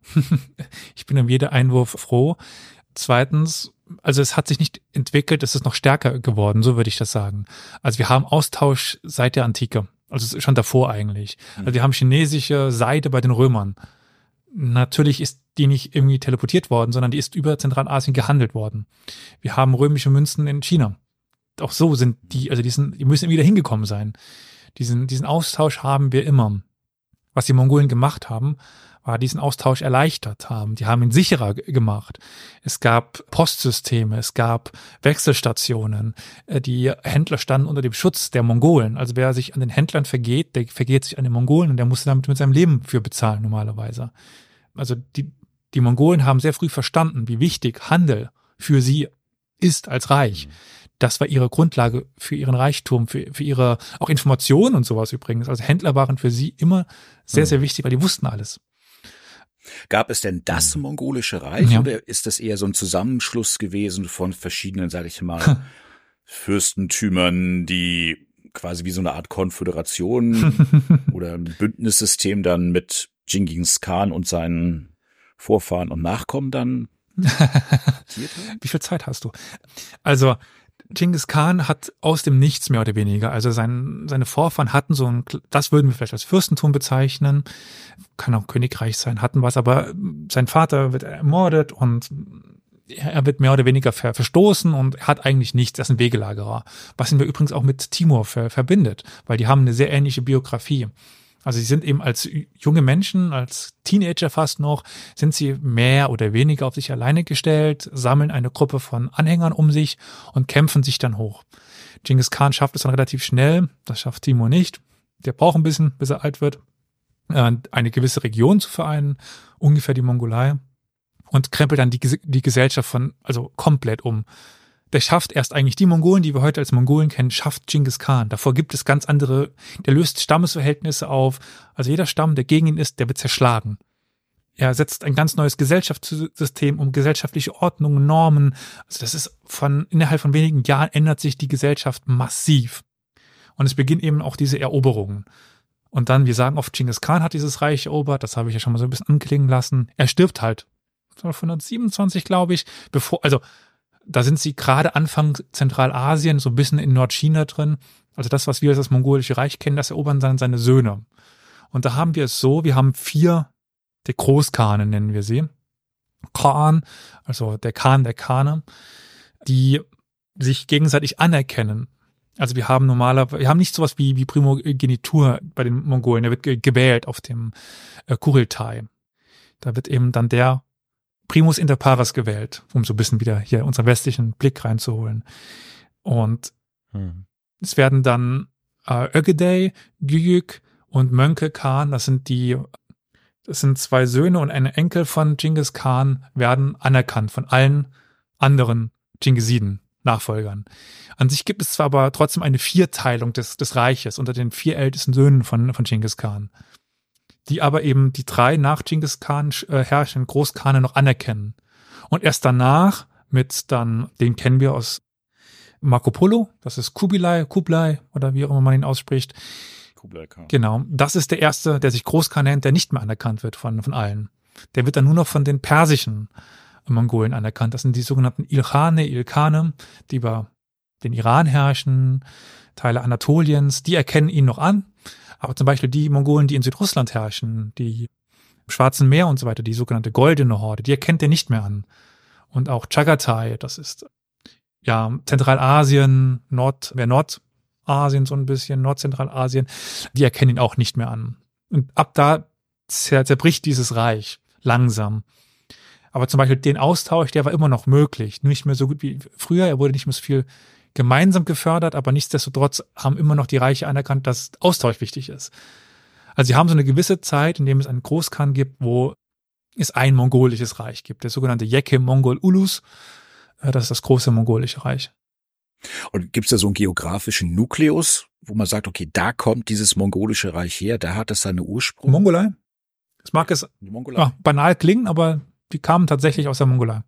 Speaker 1: Ich bin um jeden Einwurf froh. Zweitens, also es hat sich nicht entwickelt, es ist noch stärker geworden, so würde ich das sagen. Also wir haben Austausch seit der Antike, also schon davor eigentlich. Also wir haben chinesische Seide bei den Römern. Natürlich ist die nicht irgendwie teleportiert worden, sondern die ist über Zentralasien gehandelt worden. Wir haben römische Münzen in China. Auch so sind die, also die, sind, die müssen wieder hingekommen sein. Diesen, diesen Austausch haben wir immer. Was die Mongolen gemacht haben, war diesen Austausch erleichtert haben. Die haben ihn sicherer g- gemacht. Es gab Postsysteme, es gab Wechselstationen. Die Händler standen unter dem Schutz der Mongolen. Also wer sich an den Händlern vergeht, der vergeht sich an den Mongolen und der muss damit mit seinem Leben für bezahlen normalerweise. Also die, die Mongolen haben sehr früh verstanden, wie wichtig Handel für sie ist als Reich. Das war ihre Grundlage für ihren Reichtum, für, für ihre auch Informationen und sowas übrigens. Also Händler waren für sie immer sehr, sehr wichtig, weil die wussten alles.
Speaker 2: Gab es denn das mongolische Reich
Speaker 1: Ja.
Speaker 2: oder ist das eher so ein Zusammenschluss gewesen von verschiedenen, sage ich mal, Fürstentümern, die quasi wie so eine Art Konföderation oder ein Bündnissystem dann mit Genghis Khan und seinen Vorfahren und Nachkommen dann?
Speaker 1: Wie viel Zeit hast du? Also Genghis Khan hat aus dem Nichts mehr oder weniger, also sein, seine Vorfahren hatten so ein, das würden wir vielleicht als Fürstentum bezeichnen, kann auch Königreich sein, hatten was, aber sein Vater wird ermordet und er wird mehr oder weniger ver, verstoßen und er hat eigentlich nichts, er ist ein Wegelagerer, was ihn übrigens auch mit Timur ver, verbindet, weil die haben eine sehr ähnliche Biografie. Also sie sind eben als junge Menschen, als Teenager fast noch, sind sie mehr oder weniger auf sich alleine gestellt, sammeln eine Gruppe von Anhängern um sich und kämpfen sich dann hoch. Genghis Khan schafft es dann relativ schnell, das schafft Timur nicht. Der braucht ein bisschen, bis er alt wird, eine gewisse Region zu vereinen, ungefähr die Mongolei, und krempelt dann die, die Gesellschaft von, also komplett um. Der schafft erst eigentlich die Mongolen, die wir heute als Mongolen kennen, schafft Genghis Khan. Davor gibt es ganz andere, der löst Stammesverhältnisse auf. Also jeder Stamm, der gegen ihn ist, der wird zerschlagen. Er setzt ein ganz neues Gesellschaftssystem um, gesellschaftliche Ordnungen, Normen. Also das ist von, innerhalb von wenigen Jahren ändert sich die Gesellschaft massiv. Und es beginnen eben auch diese Eroberungen. Und dann, wir sagen oft, Genghis Khan hat dieses Reich erobert, das habe ich ja schon mal so ein bisschen anklingen lassen. Er stirbt halt. zwölfhundertsiebenundzwanzig, glaube ich, bevor, also, da sind sie gerade Anfang Zentralasien, so ein bisschen in Nordchina drin. Also das, was wir als das mongolische Reich kennen, das erobern dann seine Söhne. Und da haben wir es so, wir haben vier, der Großkhane nennen wir sie. Khan, also der Khan der Khane, die sich gegenseitig anerkennen. Also wir haben normalerweise, wir haben nicht sowas wie, wie Primogenitur bei den Mongolen. Da wird ge- gewählt auf dem äh, Kurultai. Da wird eben dann der Primus inter pares gewählt, um so ein bisschen wieder hier unseren westlichen Blick reinzuholen. Und hm. es werden dann äh, Ögedei, Güyük und Möngke Khan, das sind die, das sind zwei Söhne und ein Enkel von Genghis Khan, werden anerkannt von allen anderen Dschingisiden, Nachfolgern. An sich gibt es zwar aber trotzdem eine Vierteilung des, des Reiches unter den vier ältesten Söhnen von, von Genghis Khan, die aber eben die drei nach Genghis Khan äh, herrschenden Großkhane noch anerkennen. Und erst danach mit dann, den kennen wir aus Marco Polo, das ist Kubilai, Kublai oder wie auch immer man ihn ausspricht.
Speaker 2: Kublai Khan.
Speaker 1: Genau, das ist der erste, der sich Großkhan nennt, der nicht mehr anerkannt wird von, von allen. Der wird dann nur noch von den persischen Mongolen anerkannt. Das sind die sogenannten Ilkhane, Ilkhane, die über den Iran herrschen, Teile Anatoliens, die erkennen ihn noch an. Aber zum Beispiel die Mongolen, die in Südrussland herrschen, die im Schwarzen Meer und so weiter, die sogenannte Goldene Horde, die erkennt er nicht mehr an. Und auch Chagatai, das ist ja Zentralasien, Nord, wer Nordasien so ein bisschen, Nordzentralasien, die erkennen ihn auch nicht mehr an. Und ab da zer- zerbricht dieses Reich langsam. Aber zum Beispiel den Austausch, der war immer noch möglich. Nicht mehr so gut wie früher, er wurde nicht mehr so viel gemeinsam gefördert, aber nichtsdestotrotz haben immer noch die Reiche anerkannt, dass Austausch wichtig ist. Also sie haben so eine gewisse Zeit, in dem es einen Großkhan gibt, wo es ein mongolisches Reich gibt, der sogenannte Yeke-Mongol-Ulus, das ist das große mongolische Reich.
Speaker 2: Und gibt es da so einen geografischen Nukleus, wo man sagt, okay, da kommt dieses mongolische Reich her, da hat es seine Ursprung?
Speaker 1: Mongolei? Das mag es ja, banal klingen, aber die kamen tatsächlich aus der Mongolei.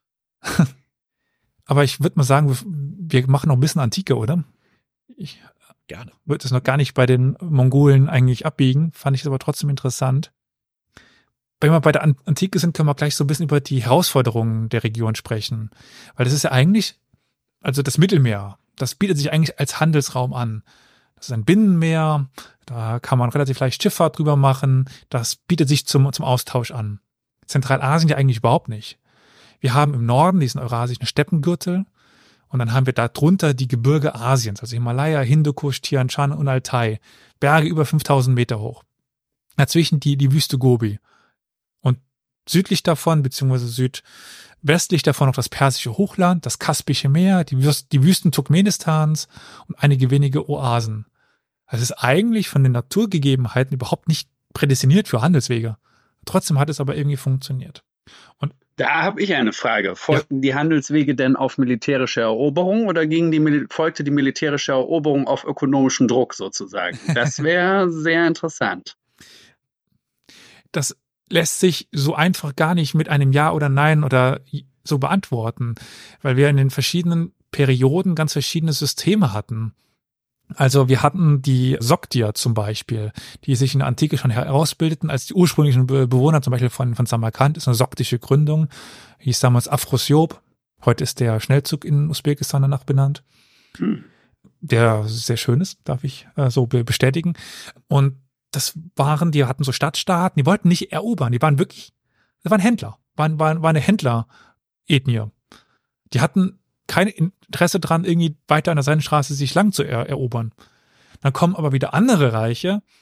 Speaker 1: Aber ich würde mal sagen, wir machen noch ein bisschen Antike, oder? Ich
Speaker 2: Gerne.
Speaker 1: würde es noch gar nicht bei den Mongolen eigentlich abbiegen, fand ich es aber trotzdem interessant. Wenn wir bei der Antike sind, können wir gleich so ein bisschen über die Herausforderungen der Region sprechen. Weil das ist ja eigentlich, also das Mittelmeer, das bietet sich eigentlich als Handelsraum an. Das ist ein Binnenmeer, da kann man relativ leicht Schifffahrt drüber machen, das bietet sich zum, zum Austausch an. Zentralasien ja eigentlich überhaupt nicht. Wir haben im Norden diesen eurasischen Steppengürtel und dann haben wir da drunter die Gebirge Asiens, also Himalaya, Hindukusch, Tian Shan und Altai. Berge über fünftausend Meter hoch. Dazwischen die, die Wüste Gobi. Und südlich davon, beziehungsweise südwestlich davon noch das persische Hochland, das Kaspische Meer, die, Wüst, die Wüsten Turkmenistans und einige wenige Oasen. Das ist eigentlich von den Naturgegebenheiten überhaupt nicht prädestiniert für Handelswege. Trotzdem hat es aber irgendwie funktioniert. Und
Speaker 3: da habe ich eine Frage. Folgten ja. die Handelswege denn auf militärische Eroberung oder ging die, folgte die militärische Eroberung auf ökonomischen Druck sozusagen? Das wäre sehr interessant.
Speaker 1: Das lässt sich so einfach gar nicht mit einem Ja oder Nein oder so beantworten, weil wir in den verschiedenen Perioden ganz verschiedene Systeme hatten. Also wir hatten die Sogdier zum Beispiel, die sich in der Antike schon herausbildeten als die ursprünglichen Bewohner, zum Beispiel von, von Samarkand, ist eine sogdische Gründung, hieß damals Afrosiab, heute ist der Schnellzug in Usbekistan danach benannt, hm. der sehr schön ist, darf ich äh, so be- bestätigen. Und das waren, die hatten so Stadtstaaten, die wollten nicht erobern, die waren wirklich, das waren Händler, waren, waren, waren eine Händler-Ethnie. Die hatten kein Interesse dran, irgendwie weiter an der Seidenstraße sich lang zu er- erobern. Dann kommen aber wieder andere Reiche,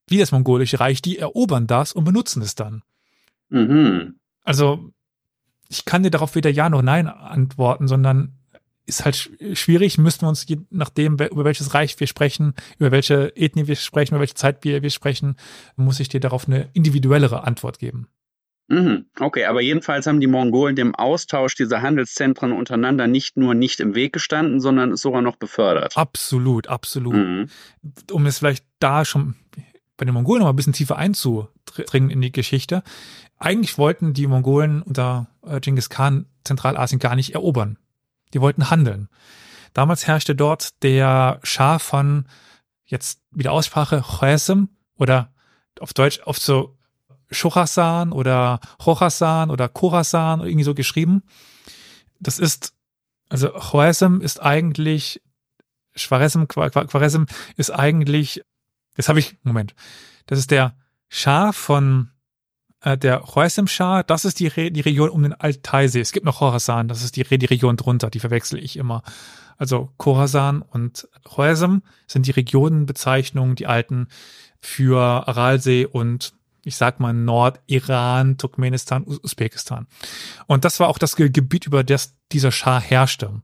Speaker 1: wie das mongolische Reich, die erobern das und benutzen es dann.
Speaker 3: Mhm.
Speaker 1: Also ich kann dir darauf weder Ja noch Nein antworten, sondern ist halt schwierig, müssten wir uns je nachdem, über welches Reich wir sprechen, über welche Ethnie wir sprechen, über welche Zeit wir, wir sprechen, muss ich dir darauf eine individuellere Antwort geben.
Speaker 3: Mhm. Okay, aber jedenfalls haben die Mongolen dem Austausch dieser Handelszentren untereinander nicht nur nicht im Weg gestanden, sondern es sogar noch befördert.
Speaker 1: Absolut, absolut.
Speaker 3: Mhm.
Speaker 1: Um es vielleicht da schon bei den Mongolen noch mal ein bisschen tiefer einzudringen in die Geschichte. Eigentlich wollten die Mongolen unter Genghis Khan Zentralasien gar nicht erobern. Die wollten handeln. Damals herrschte dort der Schah von, jetzt wieder Aussprache, Khwarezm oder auf Deutsch oft so Chorasan oder Chorasan oder Khorasan oder irgendwie so geschrieben. Das ist, also Khwarezm ist eigentlich, Khwarezm, Khwarezm ist eigentlich, das habe ich, Moment, das ist der Schah von, äh, der Khwarezm-Schah, das ist die, Re- die Region um den Altaisee. Es gibt noch Khorasan, das ist die, Re- die Region drunter, die verwechsel ich immer. Also Khorasan und Khwarezm sind die Regionenbezeichnungen, die alten, für Aralsee und ich sag mal Nordiran, Turkmenistan, Usbekistan. Und das war auch das Ge- Gebiet, über das dieser Schah herrschte.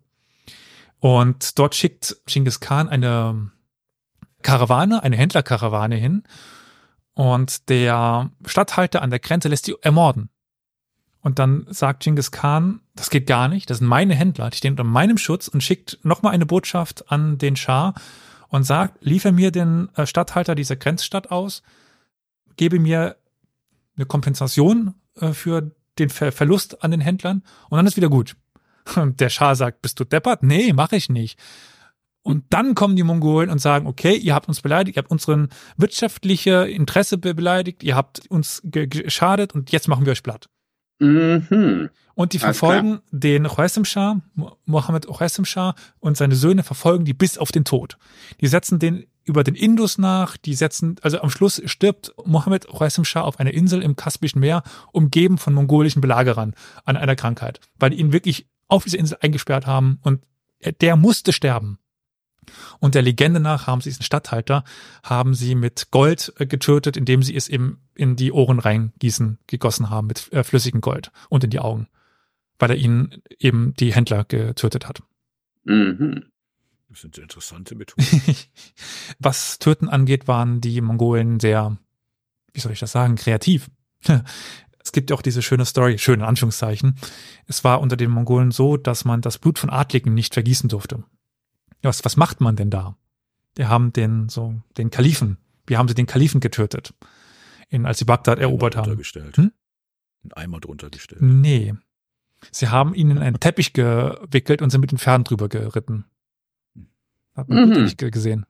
Speaker 1: Und dort schickt Genghis Khan eine Karawane, eine Händlerkarawane hin. Und der Statthalter an der Grenze lässt die ermorden. Und dann sagt Genghis Khan, das geht gar nicht, das sind meine Händler, die stehen unter meinem Schutz und schickt nochmal eine Botschaft an den Schah und sagt, liefer mir den Statthalter dieser Grenzstadt aus, gebe mir eine Kompensation äh, für den Ver- Verlust an den Händlern und dann ist wieder gut. Und der Schah sagt, bist du deppert? Nee, mache ich nicht. Und dann kommen die Mongolen und sagen, okay, ihr habt uns beleidigt, ihr habt unseren wirtschaftliche Interesse be- beleidigt, ihr habt uns ge- geschadet und jetzt machen wir euch platt.
Speaker 3: Mhm.
Speaker 1: Und die
Speaker 3: Alles
Speaker 1: verfolgen den Khwarezm-Schah, Mohammed Khwarezm-Schah und seine Söhne verfolgen die bis auf den Tod. Die setzen den über den Indus nach, die setzen, also am Schluss stirbt Mohammed Khwarezm-Schah auf einer Insel im Kaspischen Meer, umgeben von mongolischen Belagerern an einer Krankheit, weil die ihn wirklich auf diese Insel eingesperrt haben und der musste sterben. Und der Legende nach haben sie diesen Statthalter, haben sie mit Gold äh, getötet, indem sie es eben in die Ohren reingießen, gegossen haben mit äh, flüssigem Gold und in die Augen, weil er ihnen eben die Händler getötet hat.
Speaker 3: Mhm.
Speaker 2: Das sind interessante Methoden.
Speaker 1: Was Töten angeht, waren die Mongolen sehr, wie soll ich das sagen, kreativ. Es gibt ja auch diese schöne Story, schön in Anführungszeichen. Es war unter den Mongolen so, dass man das Blut von Adligen nicht vergießen durfte. Was, was macht man denn da? Die haben den, so, den Kalifen, wie haben sie den Kalifen getötet, in, als sie Bagdad erobert haben?
Speaker 2: Gestellt.
Speaker 1: Hm?
Speaker 2: Einen Eimer drunter gestellt.
Speaker 1: Nee. Sie haben ihn in einen Teppich gewickelt und sind mit den Pferden drüber geritten. Hat man
Speaker 3: Mhm.
Speaker 1: nicht gesehen.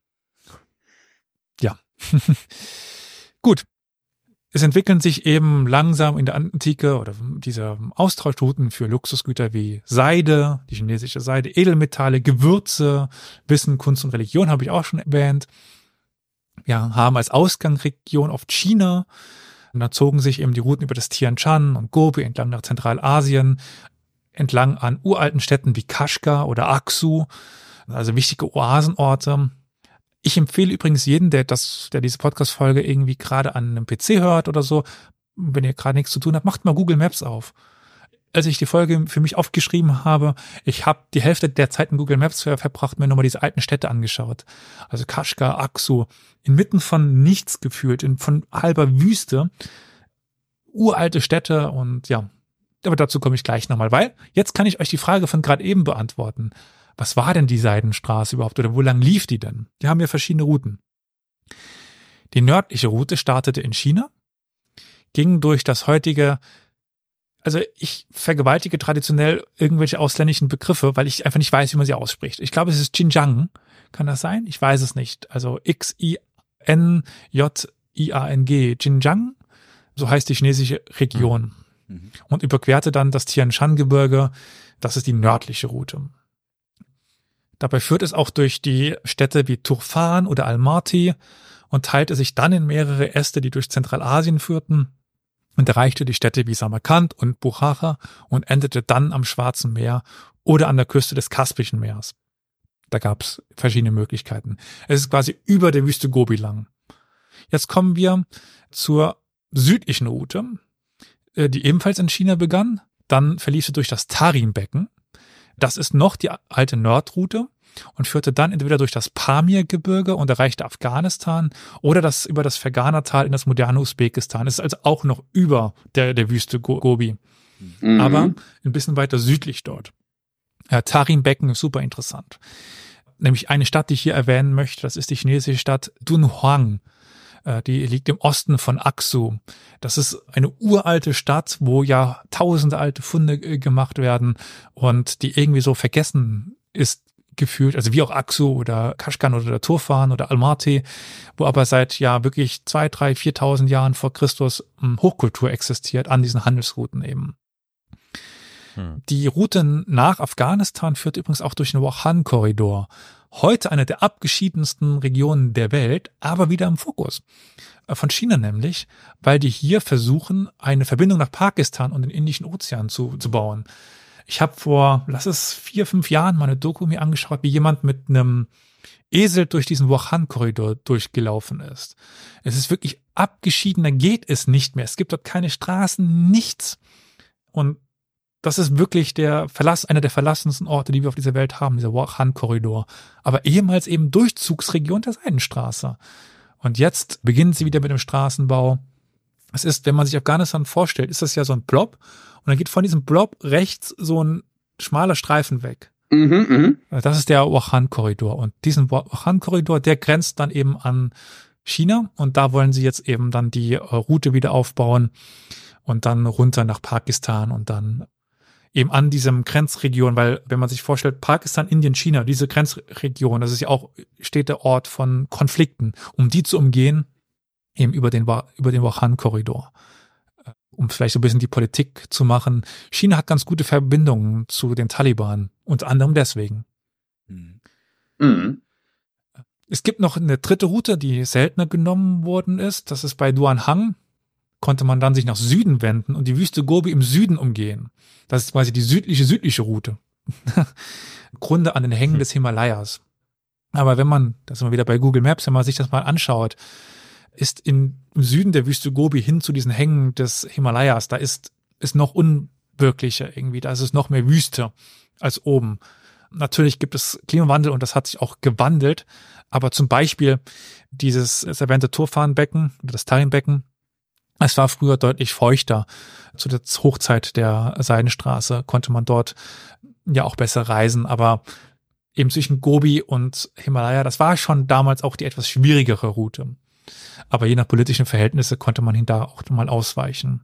Speaker 1: Ja. Gut. Es entwickeln sich eben langsam in der Antike oder diese Austauschrouten für Luxusgüter wie Seide, die chinesische Seide, Edelmetalle, Gewürze, Wissen, Kunst und Religion habe ich auch schon erwähnt. Wir haben als Ausgangsregion oft China. Und da zogen sich eben die Routen über das Tian Shan und Gobi entlang nach Zentralasien, entlang an uralten Städten wie Kashgar oder Aksu, also wichtige Oasenorte. Ich empfehle übrigens jeden, der das, der diese Podcast-Folge irgendwie gerade an einem P C hört oder so, wenn ihr gerade nichts zu tun habt, macht mal Google Maps auf. Als ich die Folge für mich aufgeschrieben habe, ich habe die Hälfte der Zeit in Google Maps verbracht, mir nochmal diese alten Städte angeschaut. Also Kashgar, Aksu, inmitten von nichts gefühlt, in, von halber Wüste, uralte Städte und ja, aber dazu komme ich gleich nochmal, weil jetzt kann ich euch die Frage von gerade eben beantworten. Was war denn die Seidenstraße überhaupt oder wo lang lief die denn? Die haben ja verschiedene Routen. Die nördliche Route startete in China, ging durch das heutige, also ich vergewaltige traditionell irgendwelche ausländischen Begriffe, weil ich einfach nicht weiß, wie man sie ausspricht. Ich glaube, es ist Xinjiang. Kann das sein? Ich weiß es nicht. Also X I N J I A N G. Xinjiang, so heißt die chinesische Region.
Speaker 2: Mhm.
Speaker 1: Und überquerte dann das Tian-Shan-Gebirge. Das ist die nördliche Route. Dabei führt es auch durch die Städte wie Turfan oder Almaty und teilte sich dann in mehrere Äste, die durch Zentralasien führten und erreichte die Städte wie Samarkand und Bukhara und endete dann am Schwarzen Meer oder an der Küste des Kaspischen Meeres. Da gab es verschiedene Möglichkeiten. Es ist quasi über der Wüste Gobi lang. Jetzt kommen wir zur südlichen Route, die ebenfalls in China begann. Dann verlief sie durch das Tarim-Becken. Das ist noch die alte Nordroute und führte dann entweder durch das Pamir-Gebirge und erreichte Afghanistan oder das über das Ferghana-Tal in das moderne Usbekistan. Es ist also auch noch über der, der Wüste Gobi, mhm. aber ein bisschen weiter südlich dort. Ja, Tarim-Becken ist super interessant. Nämlich eine Stadt, die ich hier erwähnen möchte, das ist die chinesische Stadt Dunhuang. Die liegt im Osten von Aksu. Das ist eine uralte Stadt, wo ja tausende alte Funde gemacht werden und die irgendwie so vergessen ist gefühlt, also wie auch Aksu oder Kashgan oder der Turfan oder Almaty, wo aber seit ja wirklich zwei, drei, viertausend Jahren vor Christus Hochkultur existiert an diesen Handelsrouten eben. Hm. Die Route nach Afghanistan führt übrigens auch durch den Wakhan-Korridor. Heute eine der abgeschiedensten Regionen der Welt, aber wieder im Fokus. Von China nämlich, weil die hier versuchen, eine Verbindung nach Pakistan und den Indischen Ozean zu, zu bauen. Ich habe vor, lass es vier, fünf Jahren mal eine Doku mir angeschaut, wie jemand mit einem Esel durch diesen Wakhan-Korridor durchgelaufen ist. Es ist wirklich abgeschiedener, geht es nicht mehr. Es gibt dort keine Straßen, nichts. Und das ist wirklich der Verlass, einer der verlassensten Orte, die wir auf dieser Welt haben, dieser Wakhan-Korridor. Aber ehemals eben Durchzugsregion der Seidenstraße. Und jetzt beginnen sie wieder mit dem Straßenbau. Es ist, wenn man sich Afghanistan vorstellt, ist das ja so ein Blob. Und dann geht von diesem Blob rechts so ein schmaler Streifen weg. Mhm, mh. Das ist der Wakhan-Korridor. Und diesen Wakhan-Korridor, der grenzt dann eben an China. Und da wollen sie jetzt eben dann die Route wieder aufbauen und dann runter nach Pakistan und dann eben an diesem Grenzregion, weil wenn man sich vorstellt, Pakistan, Indien, China, diese Grenzregion, das ist ja auch Städteort von Konflikten, um die zu umgehen, eben über den, über den Wakhan-Korridor, um vielleicht so ein bisschen die Politik zu machen. China hat ganz gute Verbindungen zu den Taliban, unter anderem deswegen. Mhm. Es gibt noch eine dritte Route, die seltener genommen worden ist, das ist bei Duanhang. Konnte man dann sich nach Süden wenden und die Wüste Gobi im Süden umgehen. Das ist quasi die südliche, südliche Route. Im Grunde an den Hängen des Himalayas. Aber wenn man, das sind wir wieder bei Google Maps, wenn man sich das mal anschaut, ist in, im Süden der Wüste Gobi hin zu diesen Hängen des Himalayas, da ist es noch unwirklicher irgendwie, da ist es noch mehr Wüste als oben. Natürlich gibt es Klimawandel und das hat sich auch gewandelt, aber zum Beispiel dieses das erwähnte Turfan-Becken, das Tarim-Becken, es war früher deutlich feuchter. Zu der Hochzeit der Seidenstraße konnte man dort ja auch besser reisen, aber eben zwischen Gobi und Himalaya, das war schon damals auch die etwas schwierigere Route. Aber je nach politischen Verhältnisse konnte man hin da auch mal ausweichen.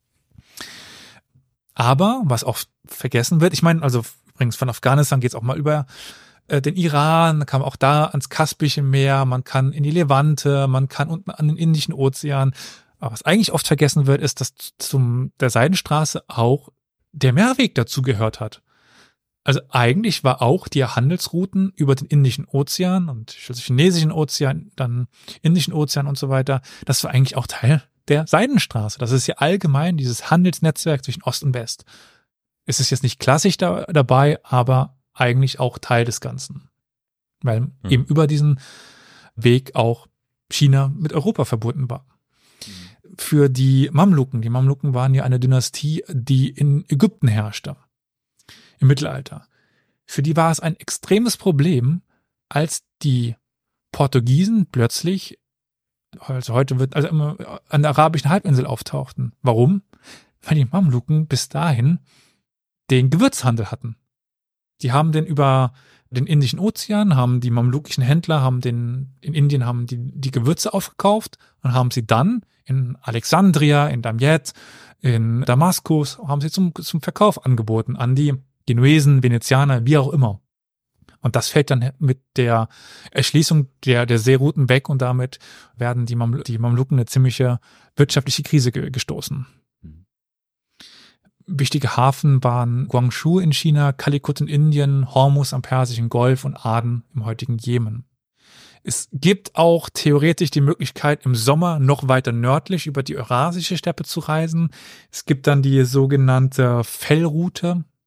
Speaker 1: Aber, was oft vergessen wird, ich meine, also übrigens von Afghanistan geht es auch mal über äh, den Iran, kann man auch da ans Kaspische Meer, man kann in die Levante, man kann unten an den Indischen Ozean. Aber was eigentlich oft vergessen wird, ist, dass zum der Seidenstraße auch der Meerweg dazu gehört hat. Also eigentlich war auch die Handelsrouten über den Indischen Ozean und chinesischen Ozean, dann Indischen Ozean und so weiter, das war eigentlich auch Teil der Seidenstraße. Das ist ja allgemein dieses Handelsnetzwerk zwischen Ost und West. Es ist jetzt nicht klassisch da, dabei, aber eigentlich auch Teil des Ganzen. Weil hm. eben über diesen Weg auch China mit Europa verbunden war. Für die Mamluken. Die Mamluken waren ja eine Dynastie, die in Ägypten herrschte. Im Mittelalter. Für die war es ein extremes Problem, als die Portugiesen plötzlich, also heute wird, also immer an der arabischen Halbinsel auftauchten. Warum? Weil die Mamluken bis dahin den Gewürzhandel hatten. Die haben den über den Indischen Ozean, haben die mamlukischen Händler, haben den, in Indien haben die, die Gewürze aufgekauft und haben sie dann in Alexandria, in Damiette, in Damaskus, haben sie zum, zum Verkauf angeboten an die Genuesen, Venezianer, wie auch immer. Und das fällt dann mit der Erschließung der, der Seerouten weg und damit werden die, Maml- die Mamluken eine ziemliche wirtschaftliche Krise ge- gestoßen. Mhm. Wichtige Hafen waren Guangzhou in China, Calicut in Indien, Hormuz am Persischen Golf und Aden im heutigen Jemen. Es gibt auch theoretisch die Möglichkeit, im Sommer noch weiter nördlich über die Eurasische Steppe zu reisen. Es gibt dann die sogenannte Fellroute.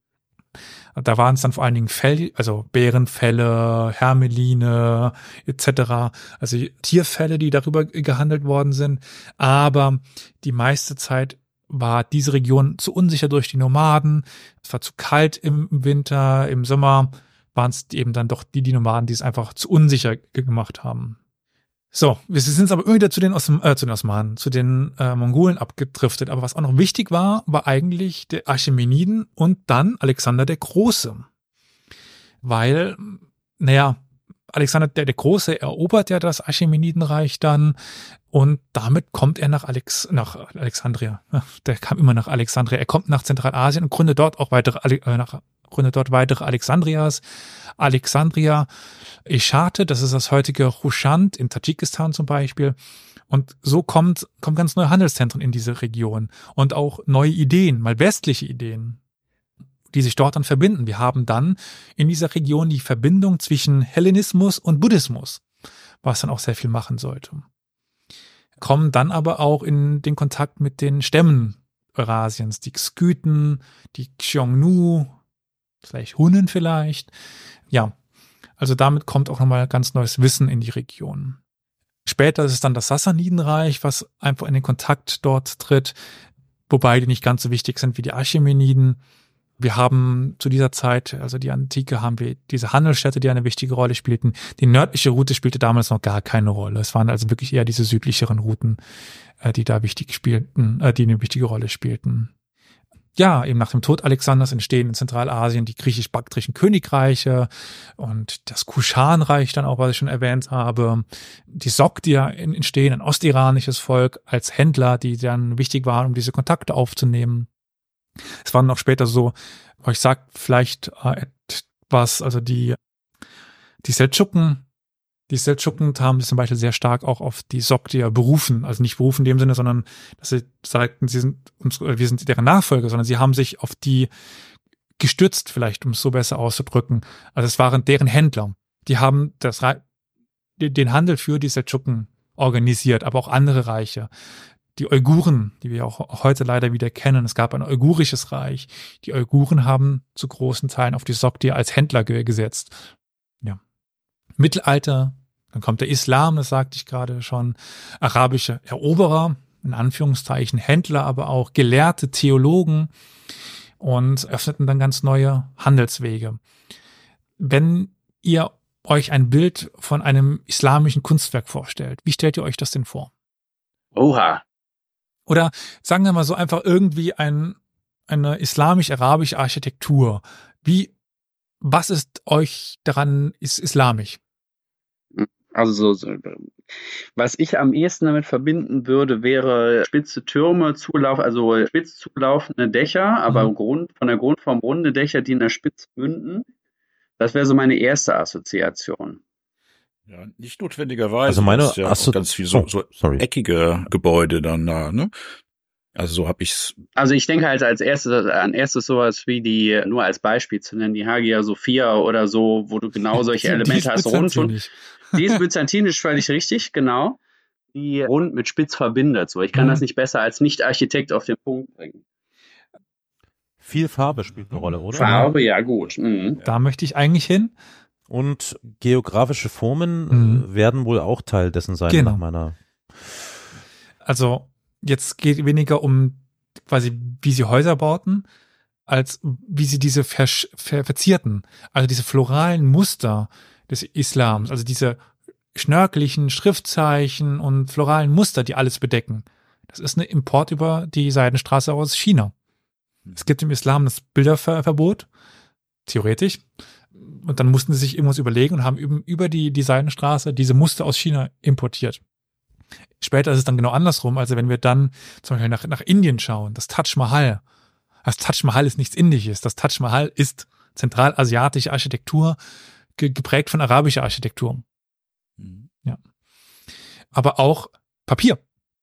Speaker 1: Da waren es dann vor allen Dingen Fell, also Bärenfelle, Hermeline et cetera, also Tierfelle, die darüber gehandelt worden sind. Aber die meiste Zeit war diese Region zu unsicher durch die Nomaden. Es war zu kalt im Winter, im Sommer waren es eben dann doch die, die Nomaden, die es einfach zu unsicher gemacht haben. So, wir sind aber irgendwie zu den, Osm- äh, zu den Osmanen, zu den äh, Mongolen abgedriftet. Aber was auch noch wichtig war, war eigentlich der Achämeniden und dann Alexander der Große. Weil, naja, Alexander der, der Große erobert ja das Achämenidenreich dann und damit kommt er nach Alex, nach Alexandria. Der kam immer nach Alexandria. Er kommt nach Zentralasien und gründet dort auch weitere, äh, nach, gründet dort weitere Alexandrias. Alexandria, Eshate, das ist das heutige Rushand in Tadschikistan zum Beispiel. Und so kommt, kommen ganz neue Handelszentren in diese Region und auch neue Ideen, mal westliche Ideen, die sich dort dann verbinden. Wir haben dann in dieser Region die Verbindung zwischen Hellenismus und Buddhismus, was dann auch sehr viel machen sollte. Kommen dann aber auch in den Kontakt mit den Stämmen Eurasiens, die Skythen, die Xiongnu, vielleicht Hunnen vielleicht. Ja, also damit kommt auch nochmal ganz neues Wissen in die Region. Später ist es dann das Sassanidenreich, was einfach in den Kontakt dort tritt, wobei die nicht ganz so wichtig sind wie die Achämeniden. Wir haben zu dieser Zeit, also die Antike, haben wir diese Handelsstädte, die eine wichtige Rolle spielten. Die nördliche Route spielte damals noch gar keine Rolle. Es waren also wirklich eher diese südlicheren Routen, die da wichtig spielten, die eine wichtige Rolle spielten. Ja, eben nach dem Tod Alexanders entstehen in Zentralasien die griechisch-baktrischen Königreiche und das Kuschanreich dann auch, was ich schon erwähnt habe. Die Sogdier entstehen, ein ostiranisches Volk als Händler, die dann wichtig waren, um diese Kontakte aufzunehmen. Es war noch später so, ich sag vielleicht äh, etwas, also die, die Seldschuken, die Seldschuken haben sich zum Beispiel sehr stark auch auf die Sogdier berufen, also nicht berufen in dem Sinne, sondern dass sie sagten, sie sind uns, wir sind deren Nachfolger, sondern sie haben sich auf die gestützt, vielleicht, um es so besser auszudrücken. Also es waren deren Händler. Die haben das, den Handel für die Seldschuken organisiert, aber auch andere Reiche. Die Uiguren, die wir auch heute leider wieder kennen, es gab ein uigurisches Reich. Die Uiguren haben zu großen Teilen auf die Sogdier als Händler ge- gesetzt. Ja. Mittelalter, dann kommt der Islam, das sagte ich gerade schon, arabische Eroberer, in Anführungszeichen Händler, aber auch gelehrte Theologen und öffneten dann ganz neue Handelswege. Wenn ihr euch ein Bild von einem islamischen Kunstwerk vorstellt, wie stellt ihr euch das denn vor?
Speaker 3: Oha.
Speaker 1: Oder sagen wir mal so einfach irgendwie ein, eine islamisch-arabische Architektur. Wie, was ist euch daran ist islamisch?
Speaker 3: Also so, so, was ich am ehesten damit verbinden würde, wäre spitze Türme, Zulauf, also spitz zulaufende Dächer, aber
Speaker 1: Mhm.
Speaker 3: Grund, von der Grundform runde Dächer, die in der Spitze münden. Das wäre so meine erste Assoziation.
Speaker 2: Ja, nicht notwendigerweise.
Speaker 4: Also meine
Speaker 2: Das ist ja auch
Speaker 4: Assozi-
Speaker 2: ganz viel so,
Speaker 4: oh,
Speaker 2: so
Speaker 4: sorry.
Speaker 2: eckige Gebäude dann da, ne? Also so habe ich's.
Speaker 3: Also ich denke halt als erstes an erstes sowas wie die, nur als Beispiel zu nennen, die Hagia Sophia oder so, wo du genau solche
Speaker 1: Die- die
Speaker 3: Elemente
Speaker 1: ist
Speaker 3: hast. Rund und,
Speaker 1: byzantinisch.
Speaker 3: die ist byzantinisch, völlig richtig, genau. Die rund mit spitz verbindet. So, ich kann
Speaker 1: Mhm.
Speaker 3: das nicht besser als Nicht-Architekt auf den Punkt bringen.
Speaker 4: Viel Farbe spielt eine Rolle, oder?
Speaker 3: Farbe, ja gut. Mhm.
Speaker 1: Da möchte ich eigentlich hin.
Speaker 4: Und geografische Formen
Speaker 1: Mhm.
Speaker 4: äh, werden wohl auch Teil dessen sein,
Speaker 1: Genau.
Speaker 4: nach meiner.
Speaker 1: Also jetzt geht weniger um quasi, wie sie Häuser bauten, als wie sie diese versch- ver- verzierten, also diese floralen Muster des Islams, also diese schnörklichen Schriftzeichen und floralen Muster, die alles bedecken. Das ist ein Import über die Seidenstraße aus China. Es gibt im Islam das Bilderverbot, theoretisch. Und dann mussten sie sich irgendwas überlegen und haben eben über die, die Seidenstraße diese Muster aus China importiert. Später ist es dann genau andersrum. Also wenn wir dann zum Beispiel nach, nach Indien schauen, das Taj Mahal. Das Taj Mahal ist nichts Indisches. Das Taj Mahal ist zentralasiatische Architektur, ge- geprägt von arabischer Architektur.
Speaker 2: Mhm.
Speaker 1: Ja. Aber auch Papier.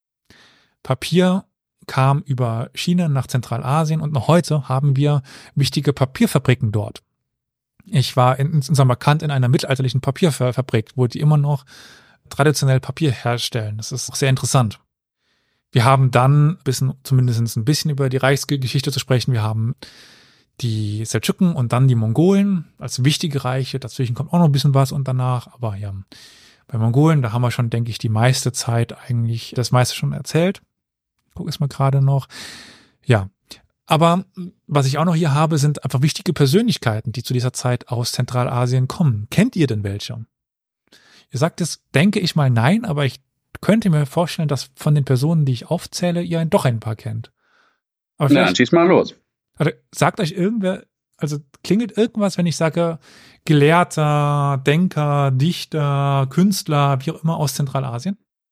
Speaker 1: Papier kam über China nach Zentralasien und noch heute haben wir wichtige Papierfabriken dort. Ich war in, in Samarkand in einer mittelalterlichen Papierfabrik, wo die immer noch traditionell Papier herstellen. Das ist auch sehr interessant. Wir haben dann, ein bisschen, zumindest ein bisschen über die Reichsgeschichte zu sprechen, wir haben die Seldschuken und dann die Mongolen als wichtige Reiche. Dazwischen kommt auch noch ein bisschen was und danach. Aber ja, bei Mongolen, da haben wir schon, denke ich, die meiste Zeit eigentlich das meiste schon erzählt. Guck es mal gerade noch. Ja, aber was ich auch noch hier habe, sind einfach wichtige Persönlichkeiten, die zu dieser Zeit aus Zentralasien kommen. Kennt ihr denn welche? Ihr sagt es, denke ich mal nein, aber ich könnte mir vorstellen, dass von den Personen, die ich aufzähle, ihr doch ein paar kennt. Aber
Speaker 3: ja, dann schieß mal los.
Speaker 1: Also sagt euch irgendwer, also klingelt irgendwas, wenn ich sage Gelehrter, Denker, Dichter, Künstler, wie auch immer aus Zentralasien?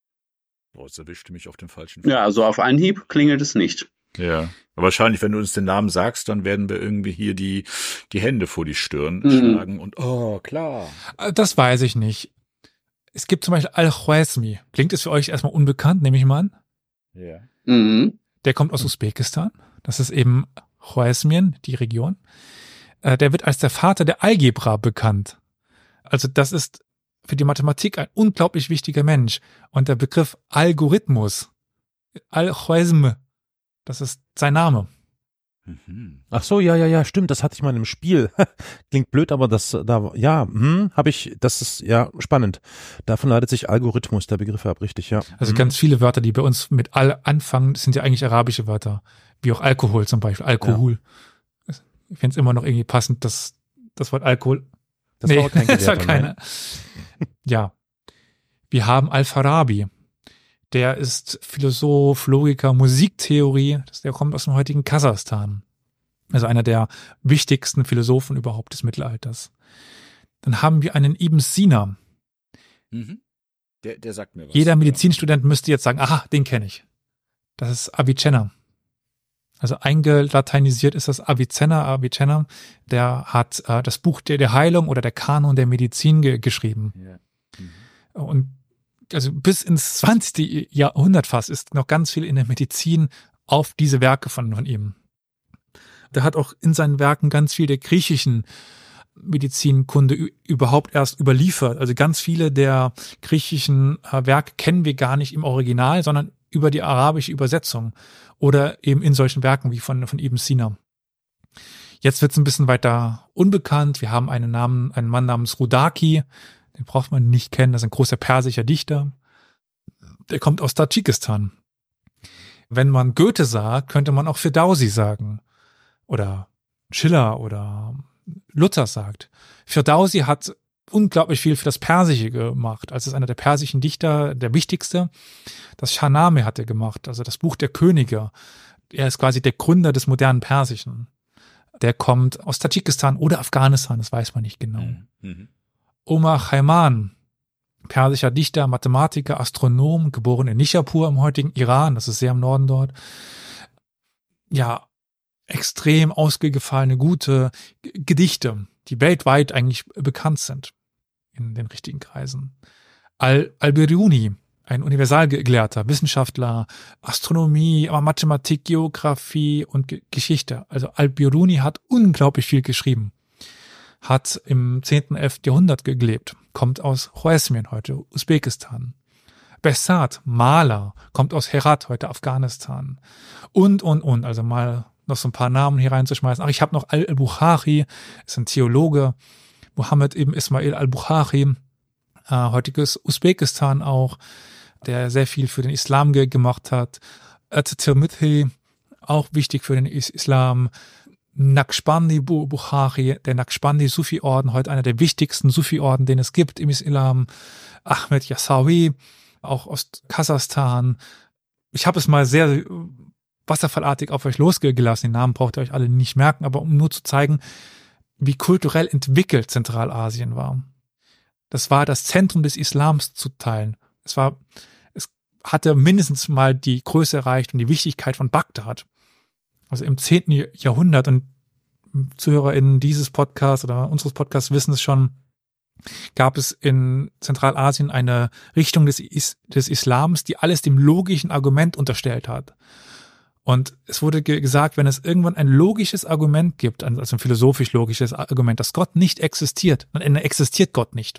Speaker 2: Oh, das erwischte mich auf den falschen Fall.
Speaker 3: Ja, also auf Anhieb klingelt es nicht.
Speaker 2: Ja, aber wahrscheinlich, wenn du uns den Namen sagst, dann werden wir irgendwie hier die, die Hände vor die Stirn
Speaker 3: Mhm.
Speaker 2: schlagen und oh, klar.
Speaker 1: Das weiß ich nicht. Es gibt zum Beispiel Al-Khwarizmi. Klingt es für euch erstmal unbekannt, nehme ich mal an.
Speaker 2: Ja.
Speaker 3: Mhm.
Speaker 1: Der kommt aus Usbekistan. Das ist eben Khwarezmien, die Region. Äh, der wird als der Vater der Algebra bekannt. Also das ist für die Mathematik ein unglaublich wichtiger Mensch. Und der Begriff Algorithmus, Al-Khwarizm, das ist sein Name.
Speaker 2: Mhm.
Speaker 4: Ach so, ja, ja, ja, stimmt, das hatte ich mal in einem Spiel. Klingt blöd, aber das, da, ja, hm, habe ich, das ist, ja, spannend. Davon leitet sich Algorithmus, der Begriff ab, richtig, ja.
Speaker 1: Also
Speaker 4: Mhm.
Speaker 1: ganz viele Wörter, die bei uns mit Al anfangen, das sind ja eigentlich arabische Wörter. Wie auch Alkohol zum Beispiel, Alkohol. Ich finde es immer noch irgendwie passend, dass das Wort Alkohol.
Speaker 4: Das war auch kein
Speaker 1: das war
Speaker 4: Gelehrter,
Speaker 1: keine.
Speaker 4: nein.
Speaker 1: Ja. Wir haben Al-Farabi. Der ist Philosoph, Logiker, Musiktheorie. Das- Der kommt aus dem heutigen Kasachstan. Also einer der wichtigsten Philosophen überhaupt des Mittelalters. Dann haben wir einen Ibn Sina.
Speaker 2: Mhm. Der, der sagt mir was.
Speaker 1: Jeder
Speaker 2: Ja.
Speaker 1: Medizinstudent müsste jetzt sagen, aha, den kenne ich. Das ist Avicenna. Also eingelateinisiert ist das Avicenna. Avicenna, der hat äh, das Buch der, der Heilung oder der Kanon der Medizin ge geschrieben.
Speaker 2: Ja. Mhm.
Speaker 1: Und also bis ins zwanzigste Jahrhundert fast ist noch ganz viel in der Medizin auf diese Werke von, von ihm. Der hat auch in seinen Werken ganz viel der griechischen Medizinkunde ü- überhaupt erst überliefert. Also ganz viele der griechischen äh, Werke kennen wir gar nicht im Original, sondern über die arabische Übersetzung oder eben in solchen Werken wie von, von Ibn Sina. Jetzt wird es ein bisschen weiter unbekannt. Wir haben einen Namen, einen Mann namens Rudaki. Den braucht man nicht kennen. Das ist ein großer persischer Dichter. Der kommt aus Tadschikistan. Wenn man Goethe sagt, könnte man auch Firdausi sagen. Oder Schiller oder Luther sagt. Firdausi hat unglaublich viel für das Persische gemacht. Also ist einer der persischen Dichter, der wichtigste. Das Shahnameh hat er gemacht, also das Buch der Könige. Er ist quasi der Gründer des modernen Persischen. Der kommt aus Tadschikistan oder Afghanistan, das weiß man nicht genau.
Speaker 2: Mhm.
Speaker 1: Omar Khayyam, persischer Dichter, Mathematiker, Astronom, geboren in Nishapur im heutigen Iran, das ist sehr im Norden dort. Ja, extrem ausgefallene, gute G- Gedichte, die weltweit eigentlich bekannt sind in den richtigen Kreisen. Al- Al-Biruni, ein Universalgelehrter, Wissenschaftler, Astronomie, aber Mathematik, Geografie und Ge- Geschichte. Also Al-Biruni hat unglaublich viel geschrieben. Hat im zehnten, elften Jahrhundert ge- gelebt, kommt aus Khwarezmien, heute Usbekistan. Behzad, Maler, kommt aus Herat, heute Afghanistan. Und, und, und, also mal noch so ein paar Namen hier reinzuschmeißen. Ach, ich habe noch Al-Bukhari, ist ein Theologe. Mohammed ibn Ismail al-Bukhari, äh, heutiges Usbekistan auch, der sehr viel für den Islam ge gemacht hat. At-Tirmidhi, auch wichtig für den Is Islam. Naqshbandi Bukhari, der Naqshbandi Sufi-Orden, heute einer der wichtigsten Sufi-Orden, den es gibt im Islam. Ahmed Yassawi, auch aus Kasachstan. Ich habe es mal sehr wasserfallartig auf euch losgelassen. Den Namen braucht ihr euch alle nicht merken, aber um nur zu zeigen, wie kulturell entwickelt Zentralasien war. Das war das Zentrum des Islams zu teilen. Es war, es hatte mindestens mal die Größe erreicht und die Wichtigkeit von Bagdad. Also im zehnten Jahrhundert, und ZuhörerInnen dieses Podcasts oder unseres Podcasts wissen es schon, gab es in Zentralasien eine Richtung des, Is des Islams, die alles dem logischen Argument unterstellt hat. Und es wurde ge gesagt, wenn es irgendwann ein logisches Argument gibt, also ein philosophisch-logisches Argument, dass Gott nicht existiert, dann existiert Gott nicht.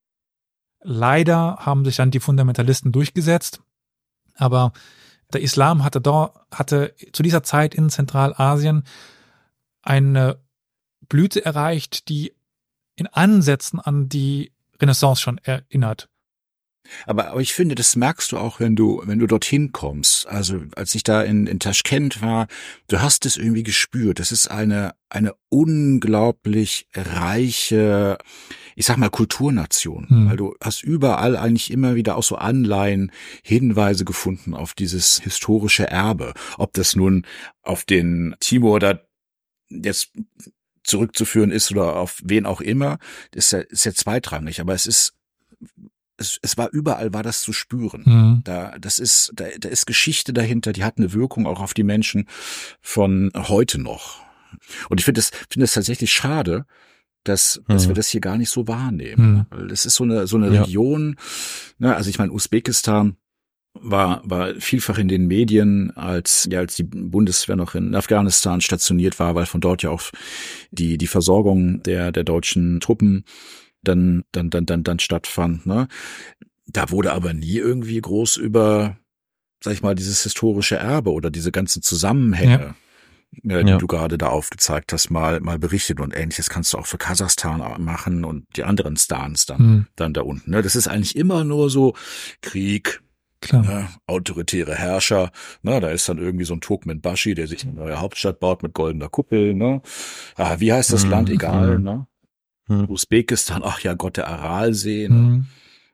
Speaker 1: Leider haben sich dann die Fundamentalisten durchgesetzt, aber der Islam hatte, da, hatte zu dieser Zeit in Zentralasien eine Blüte erreicht, die in Ansätzen an die Renaissance schon erinnert.
Speaker 2: Aber, aber ich finde, das merkst du auch, wenn du, wenn du dorthin kommst. Also, als ich da in, in Taschkent war, du hast es irgendwie gespürt. Das ist eine, eine unglaublich reiche, ich sag mal, Kulturnation. Hm. Weil du hast überall eigentlich immer wieder auch so Anleihen, Hinweise gefunden auf dieses historische Erbe. Ob das nun auf den Timur da jetzt zurückzuführen ist oder auf wen auch immer, ist ja, ist ja zweitrangig. Aber es ist, Es, es war überall, war das zu spüren. Mhm. Da, das ist, da, da ist Geschichte dahinter, die hat eine Wirkung auch auf die Menschen von heute noch. Und ich finde es, finde es tatsächlich schade, dass, mhm. dass wir das hier gar nicht so wahrnehmen. Mhm. Das ist so eine, so eine ja. Region, ne, also ich meine, Usbekistan war, war vielfach in den Medien, als, ja, als die Bundeswehr noch in Afghanistan stationiert war, weil von dort ja auch die, die Versorgung der, der deutschen Truppen dann dann dann dann dann stattfand, ne? Da wurde aber nie irgendwie groß über, sag ich mal, dieses historische Erbe oder diese ganzen Zusammenhänge, ja. äh, die ja. du gerade da aufgezeigt hast, mal mal berichtet. Und Ähnliches kannst du auch für Kasachstan machen und die anderen Stans dann mhm. dann da unten, ne? Das ist eigentlich immer nur so Krieg, klar, ne? Autoritäre Herrscher, ne? Da ist dann irgendwie so ein Turkmenbashi, der sich eine neue Hauptstadt baut mit goldener Kuppel, ne? Ah, wie heißt das mhm. Land? Egal, mhm. ne? Hm. Usbekistan, ach ja Gott, der Aralsee. Ne?
Speaker 3: Hm.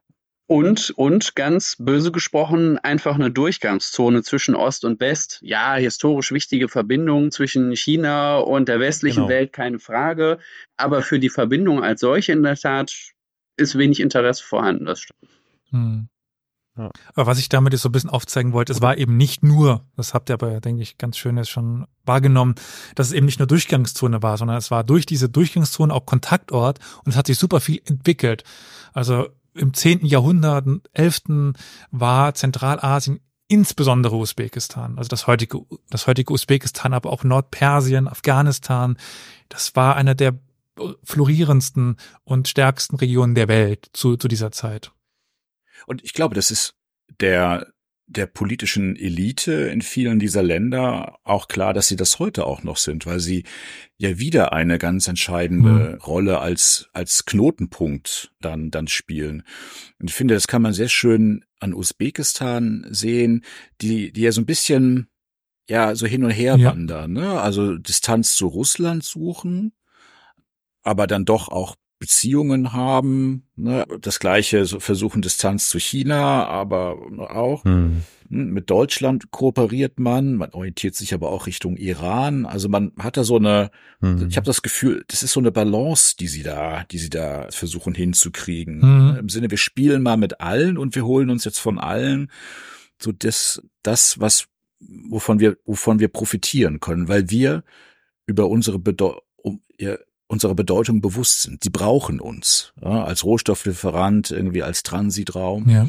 Speaker 3: Und, und ganz böse gesprochen, einfach eine Durchgangszone zwischen Ost und West. Ja, historisch wichtige Verbindungen zwischen China und der westlichen genau. Welt, keine Frage. Aber für die Verbindung als solche in der Tat ist wenig Interesse vorhanden, das stimmt.
Speaker 1: Hm. Ja. Aber was ich damit jetzt so ein bisschen aufzeigen wollte, es war eben nicht nur, das habt ihr aber, denke ich, ganz schön jetzt schon wahrgenommen, dass es eben nicht nur Durchgangszone war, sondern es war durch diese Durchgangszone auch Kontaktort und es hat sich super viel entwickelt. Also im zehnten Jahrhundert, elften war Zentralasien insbesondere Usbekistan, also das heutige, das heutige Usbekistan, aber auch Nordpersien, Afghanistan, das war eine der florierendsten und stärksten Regionen der Welt zu, zu dieser Zeit.
Speaker 2: Und ich glaube, das ist der der politischen Elite in vielen dieser Länder auch klar, dass sie das heute auch noch sind, weil sie ja wieder eine ganz entscheidende mhm. Rolle als als Knotenpunkt dann dann spielen. Und ich finde, das kann man sehr schön an Usbekistan sehen, die die ja so ein bisschen ja so hin und her ja. wandern, ne? Also Distanz zu Russland suchen, aber dann doch auch Beziehungen haben, ne, das Gleiche, so versuchen Distanz zu China, aber auch hm. mit Deutschland kooperiert man, man orientiert sich aber auch Richtung Iran, also man hat da so eine, hm. ich habe das Gefühl, das ist so eine Balance, die sie da, die sie da versuchen hinzukriegen, hm. im Sinne, wir spielen mal mit allen und wir holen uns jetzt von allen so das, das, was, wovon wir, wovon wir profitieren können, weil wir über unsere Bedeutung, um, ja, unserer Bedeutung bewusst sind. Die brauchen uns, ja, als Rohstofflieferant, irgendwie als Transitraum.
Speaker 1: Ja.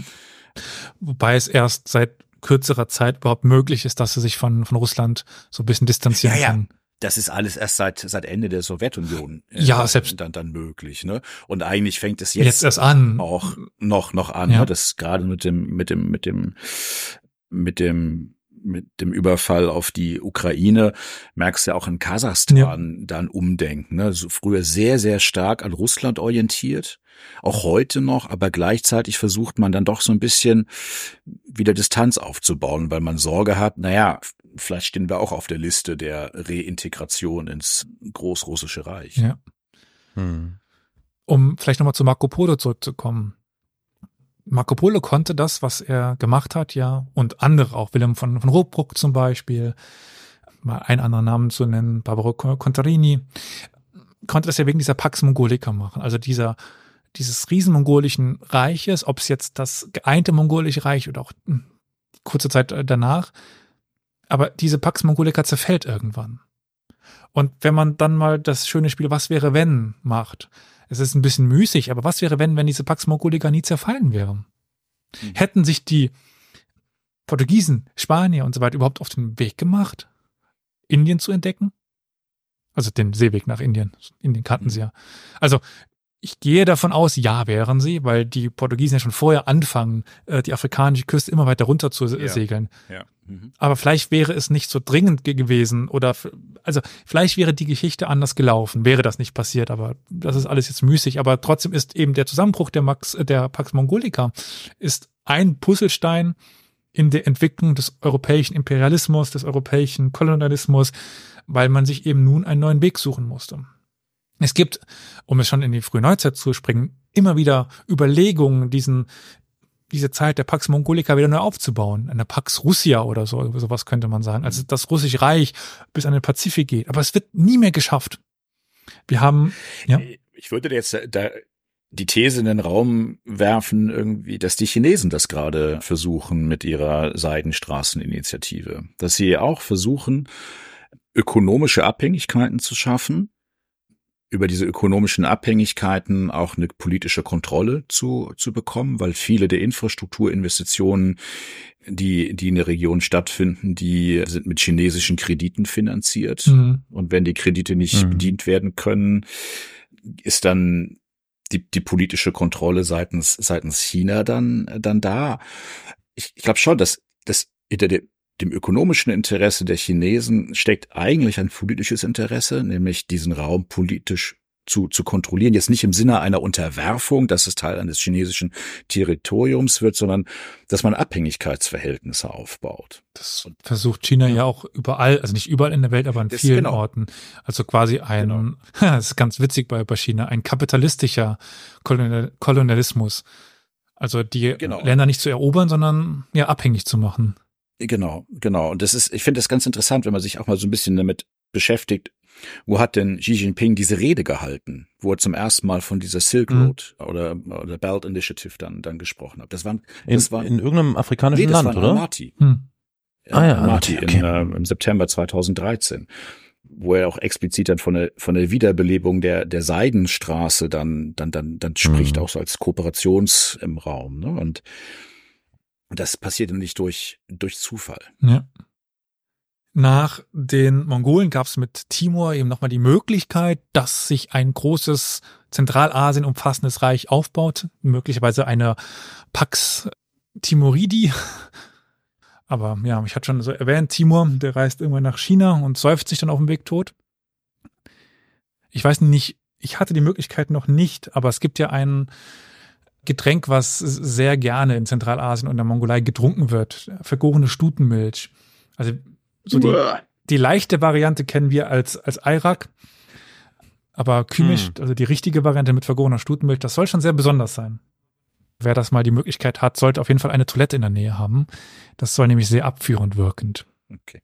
Speaker 1: Wobei es erst seit kürzerer Zeit überhaupt möglich ist, dass sie sich von, von Russland so ein bisschen distanzieren
Speaker 2: ja, ja.
Speaker 1: kann.
Speaker 2: Das ist alles erst seit seit Ende der Sowjetunion
Speaker 1: äh, ja, selbst
Speaker 2: dann dann möglich, ne? Und eigentlich fängt es jetzt,
Speaker 1: jetzt erst an.
Speaker 2: auch noch noch an, ja. ne? Das gerade mit dem mit dem mit dem mit dem mit dem Überfall auf die Ukraine merkst du ja auch in Kasachstan ja. dann Umdenken, ne? So früher sehr, sehr stark an Russland orientiert, auch heute noch, aber gleichzeitig versucht man dann doch so ein bisschen wieder Distanz aufzubauen, weil man Sorge hat, naja, vielleicht stehen wir auch auf der Liste der Reintegration ins Großrussische Reich.
Speaker 1: Ja. Hm. Um vielleicht nochmal zu Marco Polo zurückzukommen. Marco Polo konnte das, was er gemacht hat, ja, und andere auch, Wilhelm von, von Ruppruck zum Beispiel, mal einen anderen Namen zu nennen, Barbaro Contarini, konnte das ja wegen dieser Pax Mongolica machen, also dieser, dieses riesenmongolischen Reiches, ob es jetzt das geeinte mongolische Reich oder auch kurze Zeit danach, aber diese Pax Mongolica zerfällt irgendwann. Und wenn man dann mal das schöne Spiel Was wäre wenn macht, es ist ein bisschen müßig, aber was wäre, wenn, wenn diese Pax Mongolica nie zerfallen wären? Mhm. Hätten sich die Portugiesen, Spanier und so weiter überhaupt auf den Weg gemacht, Indien zu entdecken? Also den Seeweg nach Indien. Indien kannten mhm. sie ja. Also Ich gehe davon aus, ja, wären sie, weil die Portugiesen ja schon vorher anfangen, die afrikanische Küste immer weiter runter zu ja. segeln.
Speaker 2: Ja. Mhm.
Speaker 1: Aber vielleicht wäre es nicht so dringend gewesen oder, also vielleicht wäre die Geschichte anders gelaufen, wäre das nicht passiert, aber das ist alles jetzt müßig. Aber trotzdem ist eben der Zusammenbruch der, Max, der Pax Mongolica ist ein Puzzlestein in der Entwicklung des europäischen Imperialismus, des europäischen Kolonialismus, weil man sich eben nun einen neuen Weg suchen musste. Es gibt, um es schon in die frühe Neuzeit zu springen, immer wieder Überlegungen, diesen, diese Zeit der Pax Mongolica wieder neu aufzubauen. Eine Pax Russia oder so, sowas könnte man sagen. Also das Russische Reich bis an den Pazifik geht. Aber es wird nie mehr geschafft. Wir haben, ja.
Speaker 2: Ich würde jetzt da die These in den Raum werfen, irgendwie, dass die Chinesen das gerade versuchen mit ihrer Seidenstraßeninitiative. Dass sie auch versuchen, ökonomische Abhängigkeiten zu schaffen, über diese ökonomischen Abhängigkeiten auch eine politische Kontrolle zu zu bekommen, weil viele der Infrastrukturinvestitionen, die die in der Region stattfinden, die sind mit chinesischen Krediten finanziert. Mhm. Und wenn die Kredite nicht mhm. bedient werden können, ist dann die die politische Kontrolle seitens seitens China dann dann da. Ich, ich glaube schon, dass das hinter der dem ökonomischen Interesse der Chinesen steckt eigentlich ein politisches Interesse, nämlich diesen Raum politisch zu, zu kontrollieren. Jetzt nicht im Sinne einer Unterwerfung, dass es Teil eines chinesischen Territoriums wird, sondern dass man Abhängigkeitsverhältnisse aufbaut.
Speaker 1: Das versucht China ja auch überall, also nicht überall in der Welt, aber an das vielen genau. Orten. Also quasi ein, genau. das ist ganz witzig bei, bei China, ein kapitalistischer Kolonial, Kolonialismus. Also die genau. Länder nicht zu erobern, sondern ja abhängig zu machen.
Speaker 2: Genau, genau. Und das ist, ich finde das ganz interessant, wenn man sich auch mal so ein bisschen damit beschäftigt. Wo hat denn Xi Jinping diese Rede gehalten, wo er zum ersten Mal von dieser Silk Road mhm. oder, oder Belt Initiative dann, dann gesprochen hat? Das war, das
Speaker 4: in, war in irgendeinem afrikanischen nee, das Land,
Speaker 2: war
Speaker 4: oder?
Speaker 2: Almaty.
Speaker 1: Hm.
Speaker 4: Ah ja,
Speaker 2: Almaty
Speaker 4: okay.
Speaker 2: in, äh, im September zweitausenddreizehn, wo er auch explizit dann von der, von der Wiederbelebung der, der Seidenstraße dann, dann, dann, dann spricht, mhm. auch so als Kooperations im Raum, ne? Und das passiert nicht durch, durch Zufall.
Speaker 1: Ja. Nach den Mongolen gab es mit Timur eben nochmal die Möglichkeit, dass sich ein großes Zentralasien umfassendes Reich aufbaut. Möglicherweise eine Pax Timuridi. Aber ja, ich hatte schon so erwähnt, Timur, der reist irgendwann nach China und säuft sich dann auf dem Weg tot. Ich weiß nicht, ich hatte die Möglichkeit noch nicht, aber es gibt ja einen Getränk, was sehr gerne in Zentralasien und der Mongolei getrunken wird. Vergorene Stutenmilch. Also so die, die leichte Variante kennen wir als als Ayrak. Aber Kümisch, hm. also die richtige Variante mit vergorener Stutenmilch, das soll schon sehr besonders sein. Wer das mal die Möglichkeit hat, sollte auf jeden Fall eine Toilette in der Nähe haben. Das soll nämlich sehr abführend wirkend.
Speaker 2: Okay.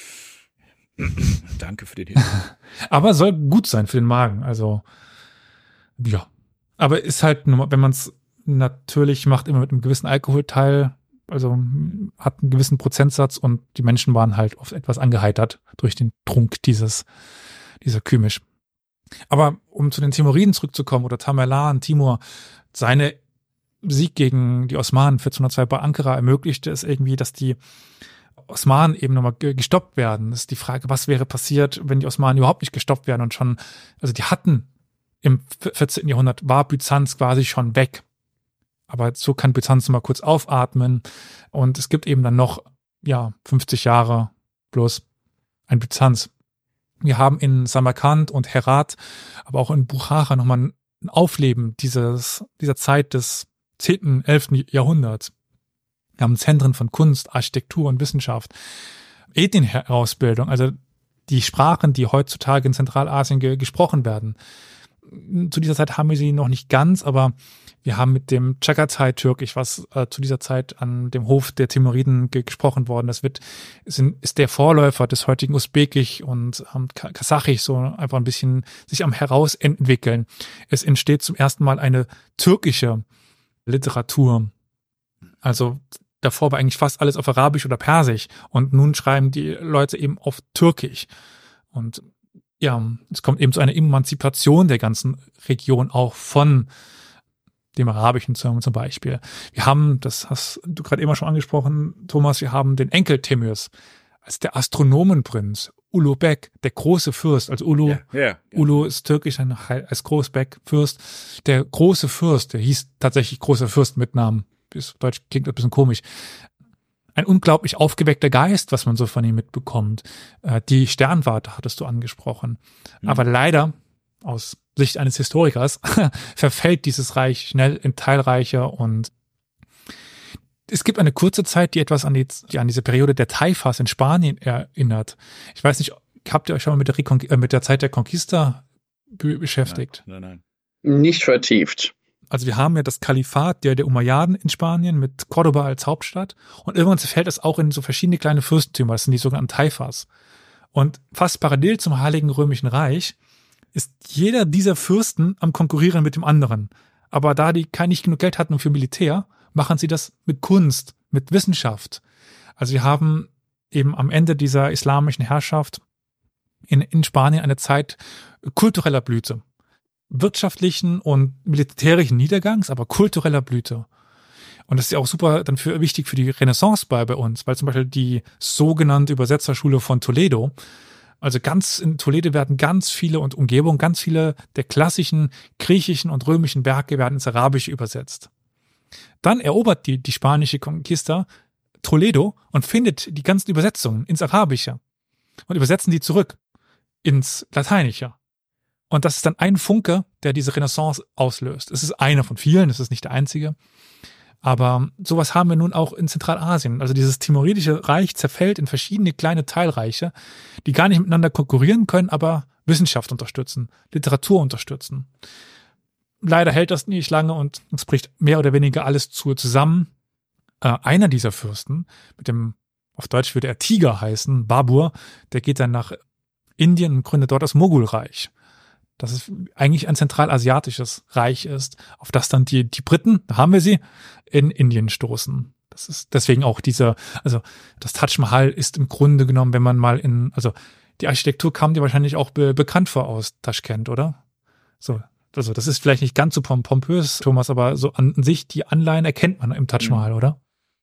Speaker 2: Danke für den Hinweis.
Speaker 1: Aber soll gut sein für den Magen. Also ja. Aber ist halt, wenn man es natürlich macht, immer mit einem gewissen Alkoholteil, also hat einen gewissen Prozentsatz und die Menschen waren halt oft etwas angeheitert durch den Trunk dieses, dieser Kümisch. Aber um zu den Timuriden zurückzukommen oder Tamerlan, Timur, seine Sieg gegen die Osmanen vierzehnhundertzwei bei Ankara ermöglichte es irgendwie, dass die Osmanen eben nochmal gestoppt werden. Das ist die Frage, was wäre passiert, wenn die Osmanen überhaupt nicht gestoppt werden und schon, also die hatten im vierzehnten Jahrhundert war Byzanz quasi schon weg. Aber so kann Byzanz mal kurz aufatmen. Und es gibt eben dann noch, ja, fünfzig Jahre plus ein Byzanz. Wir haben in Samarkand und Herat, aber auch in Buchara nochmal ein Aufleben dieses, dieser Zeit des zehnten, elften Jahrhunderts. Wir haben Zentren von Kunst, Architektur und Wissenschaft, Ethnien-Herausbildung, also die Sprachen, die heutzutage in Zentralasien ge- gesprochen werden. Zu dieser Zeit haben wir sie noch nicht ganz, aber wir haben mit dem Chagatai-Türkisch, was äh, zu dieser Zeit an dem Hof der Timuriden ge- gesprochen worden. Das wird sind, ist der Vorläufer des heutigen Usbekisch und ähm, Kasachisch so einfach ein bisschen sich am herausentwickeln. Es entsteht zum ersten Mal eine türkische Literatur. Also davor war eigentlich fast alles auf Arabisch oder Persisch und nun schreiben die Leute eben auf Türkisch. Und ja, es kommt eben zu einer Emanzipation der ganzen Region auch von dem Arabischen zum Beispiel. Wir haben, das hast du gerade immer schon angesprochen, Thomas, wir haben den Enkel Timurs als der Astronomenprinz, Ulu Bek, der große Fürst, also Ulu,
Speaker 2: ja, ja, ja.
Speaker 1: Ulu ist türkisch als Großbek, Fürst. Der große Fürst, der hieß tatsächlich großer Fürst mit Namen. Ist, Deutsch klingt ein bisschen komisch. Ein unglaublich aufgeweckter Geist, was man so von ihm mitbekommt. Die Sternwarte hattest du angesprochen. Mhm. Aber leider, aus Sicht eines Historikers, verfällt dieses Reich schnell in Teilreiche und es gibt eine kurze Zeit, die etwas an, die, die an diese Periode der Taifas in Spanien erinnert. Ich weiß nicht, habt ihr euch schon mal mit der, Recon- äh, mit der Zeit der Conquista be- beschäftigt?
Speaker 2: Nein, nein,
Speaker 3: nein. Nicht vertieft.
Speaker 1: Also wir haben ja das Kalifat der, der Umayyaden in Spanien mit Cordoba als Hauptstadt und irgendwann zerfällt es auch in so verschiedene kleine Fürstentümer, das sind die sogenannten Taifas. Und fast parallel zum Heiligen Römischen Reich ist jeder dieser Fürsten am Konkurrieren mit dem anderen. Aber da die kein, nicht genug Geld hatten für Militär, machen sie das mit Kunst, mit Wissenschaft. Also wir haben eben am Ende dieser islamischen Herrschaft in, in Spanien eine Zeit kultureller Blüte. Wirtschaftlichen und militärischen Niedergangs, aber kultureller Blüte. Und das ist ja auch super dann für, wichtig für die Renaissance bei, bei uns, weil zum Beispiel die sogenannte Übersetzerschule von Toledo, also ganz in Toledo werden ganz viele und Umgebung, ganz viele der klassischen griechischen und römischen Werke werden ins Arabische übersetzt. Dann erobert die, die spanische Conquista Toledo und findet die ganzen Übersetzungen ins Arabische und übersetzen die zurück ins Lateinische. Und das ist dann ein Funke, der diese Renaissance auslöst. Es ist einer von vielen, es ist nicht der einzige. Aber sowas haben wir nun auch in Zentralasien. Also dieses timoridische Reich zerfällt in verschiedene kleine Teilreiche, die gar nicht miteinander konkurrieren können, aber Wissenschaft unterstützen, Literatur unterstützen. Leider hält das nicht lange und es bricht mehr oder weniger alles zu zusammen. Äh, einer dieser Fürsten, mit dem, auf Deutsch würde er Tiger heißen, Babur, der geht dann nach Indien und gründet dort das Mogulreich. Das ist eigentlich ein zentralasiatisches Reich ist, auf das dann die, die Briten, da haben wir sie, in Indien stoßen. Das ist deswegen auch dieser, also das Taj Mahal ist im Grunde genommen, wenn man mal in, also die Architektur kam dir wahrscheinlich auch be, bekannt vor aus Taschkent, oder? So. Also das ist vielleicht nicht ganz so pompös, Thomas, aber so an sich, die Anleihen erkennt man im Taj Mahal, oder?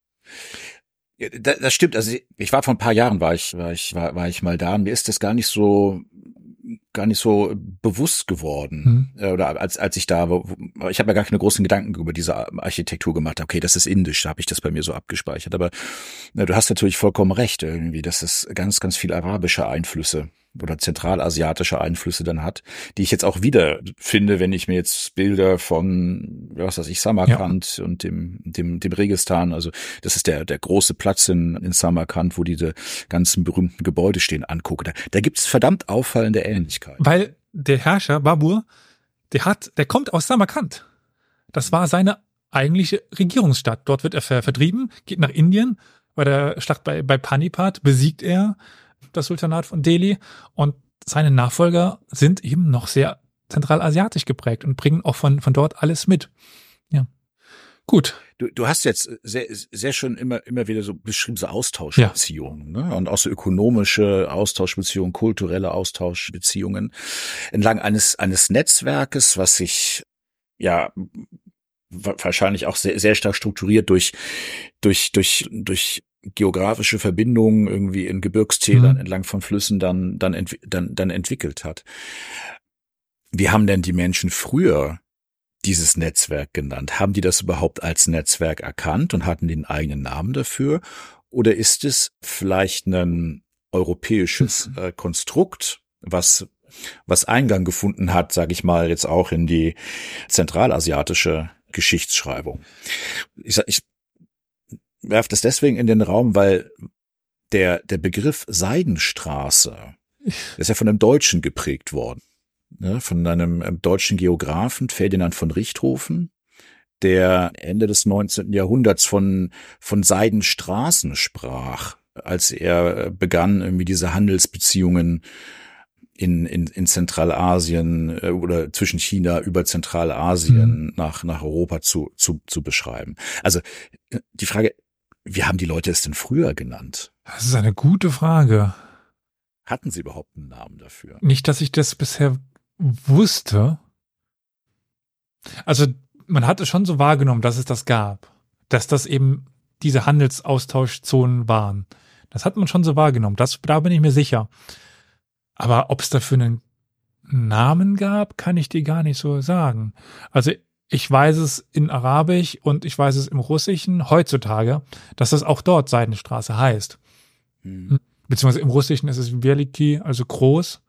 Speaker 2: Ja, das stimmt. Also ich war vor ein paar Jahren, war ich, war ich, war, war ich mal da und mir ist das gar nicht so, gar nicht so bewusst geworden. Hm. Oder als, als ich da war, ich habe mir gar keine großen Gedanken über diese Architektur gemacht. Okay, das ist indisch, da habe ich das bei mir so abgespeichert. Aber na, du hast natürlich vollkommen recht irgendwie, dass es ganz, ganz viel arabische Einflüsse oder zentralasiatische Einflüsse dann hat, die ich jetzt auch wieder finde, wenn ich mir jetzt Bilder von, was weiß ich, Samarkand ja. und dem, dem, dem Registan, also das ist der, der große Platz in, in Samarkand, wo diese ganzen berühmten Gebäude stehen, angucke. Da, da gibt's verdammt auffallende Ähnlichkeiten.
Speaker 1: Weil der Herrscher Babur, der hat, der kommt aus Samarkand. Das war seine eigentliche Regierungsstadt. Dort wird er ver- vertrieben, geht nach Indien, bei der Schlacht bei, bei Panipat besiegt er das Sultanat von Delhi und seine Nachfolger sind eben noch sehr zentralasiatisch geprägt und bringen auch von von dort alles mit. Ja, gut.
Speaker 2: Du, du hast jetzt sehr sehr schön immer immer wieder so beschrieben, so Austauschbeziehungen, ja. Ne? Und auch so ökonomische Austauschbeziehungen, kulturelle Austauschbeziehungen entlang eines eines Netzwerkes, was sich ja wahrscheinlich auch sehr sehr stark strukturiert durch durch durch durch geografische Verbindungen irgendwie in Gebirgstälern mhm. entlang von Flüssen dann dann ent, dann dann entwickelt hat. Wie haben denn die Menschen früher dieses Netzwerk genannt? Haben die das überhaupt als Netzwerk erkannt und hatten den eigenen Namen dafür? Oder ist es vielleicht ein europäisches mhm. äh, Konstrukt, was was Eingang gefunden hat, sage ich mal, jetzt auch in die zentralasiatische Geschichtsschreibung? Ich, ich werfe das deswegen in den Raum, weil der der Begriff Seidenstraße ist ja von einem Deutschen geprägt worden, ne, von einem deutschen Geografen Ferdinand von Richthofen, der Ende des neunzehnten Jahrhunderts von von Seidenstraßen sprach, als er begann, irgendwie diese Handelsbeziehungen in in in Zentralasien oder zwischen China über Zentralasien mhm. nach nach Europa zu zu zu beschreiben. Also die Frage, wie haben die Leute es denn früher genannt?
Speaker 1: Das ist eine gute Frage.
Speaker 2: Hatten sie überhaupt einen Namen dafür?
Speaker 1: Nicht, dass ich das bisher wusste. Also man hatte schon so wahrgenommen, dass es das gab. Dass das eben diese Handelsaustauschzonen waren. Das hat man schon so wahrgenommen. Das, da bin ich mir sicher. Aber ob es dafür einen Namen gab, kann ich dir gar nicht so sagen. Also ich weiß es in Arabisch und ich weiß es im Russischen heutzutage, dass das auch dort Seidenstraße heißt. Mhm. Beziehungsweise im Russischen ist es Veliki, also groß.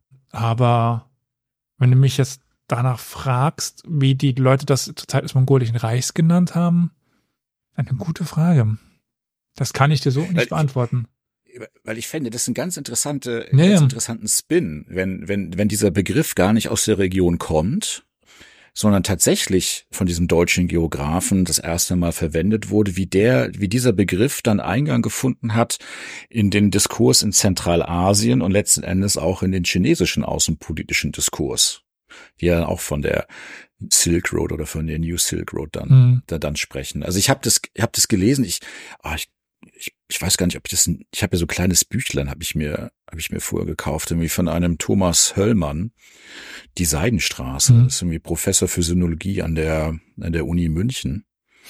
Speaker 1: Aber wenn du mich jetzt danach fragst, wie die Leute das zur Zeit des Mongolischen Reichs genannt haben, eine gute Frage. Das kann ich dir so nicht weil beantworten.
Speaker 2: Ich, weil ich fände, das ist ein ganz interessante,
Speaker 1: ja,
Speaker 2: ganz
Speaker 1: ja.
Speaker 2: interessanten Spin, wenn, wenn, wenn dieser Begriff gar nicht aus der Region kommt, sondern tatsächlich von diesem deutschen Geografen das erste Mal verwendet wurde, wie der, wie dieser Begriff dann Eingang gefunden hat in den Diskurs in Zentralasien und letzten Endes auch in den chinesischen außenpolitischen Diskurs, die ja auch von der Silk Road oder von der New Silk Road dann, mhm. da dann sprechen. Also ich habe das, ich habe das gelesen. Ich, ah, ich, ich, ich weiß gar nicht, ob ich das. Ich habe ja so ein kleines Büchlein, habe ich mir, habe ich mir vorher gekauft, irgendwie von einem Thomas Höllmann, die Seidenstraße. Mhm. Das ist irgendwie Professor für Sinologie an der an der Uni München.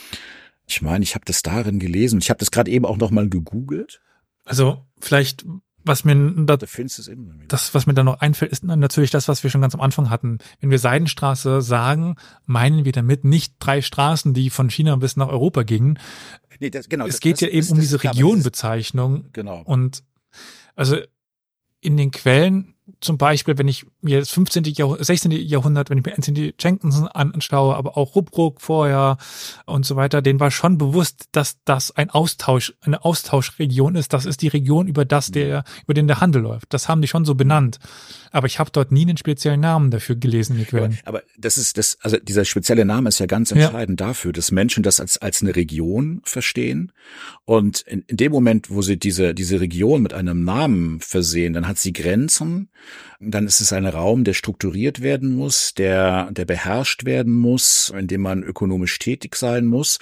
Speaker 2: Ich meine, ich habe das darin gelesen. Ich habe das gerade eben auch noch mal gegoogelt.
Speaker 1: Also vielleicht. Was mir da,
Speaker 2: da findest du es immer wieder.
Speaker 1: Das, was mir da noch einfällt, ist natürlich das, was wir schon ganz am Anfang hatten. Wenn wir Seidenstraße sagen, meinen wir damit nicht drei Straßen, die von China bis nach Europa gingen.
Speaker 2: Nee, das, genau,
Speaker 1: es
Speaker 2: das,
Speaker 1: geht
Speaker 2: das,
Speaker 1: ja
Speaker 2: das,
Speaker 1: eben
Speaker 2: das,
Speaker 1: um diese
Speaker 2: das,
Speaker 1: Regionbezeichnung.
Speaker 2: Genau.
Speaker 1: Und also in den Quellen, zum Beispiel, wenn ich mir das fünfzehnten. Jahrhundert, sechzehnten. Jahrhundert, wenn ich mir Anthony Jenkinson anschaue, aber auch Ruppruck vorher und so weiter, denen war schon bewusst, dass das ein Austausch, eine Austauschregion ist. Das ist die Region, über das der, über den der Handel läuft. Das haben die schon so benannt. Aber ich habe dort nie einen speziellen Namen dafür gelesen in den Quellen.
Speaker 2: Aber, aber das ist das, also dieser spezielle Name ist ja ganz entscheidend ja. dafür, dass Menschen das als als eine Region verstehen. Und in, in dem Moment, wo sie diese diese Region mit einem Namen versehen, dann hat sie Grenzen. Dann ist es ein Raum, der strukturiert werden muss, der der beherrscht werden muss, in dem man ökonomisch tätig sein muss.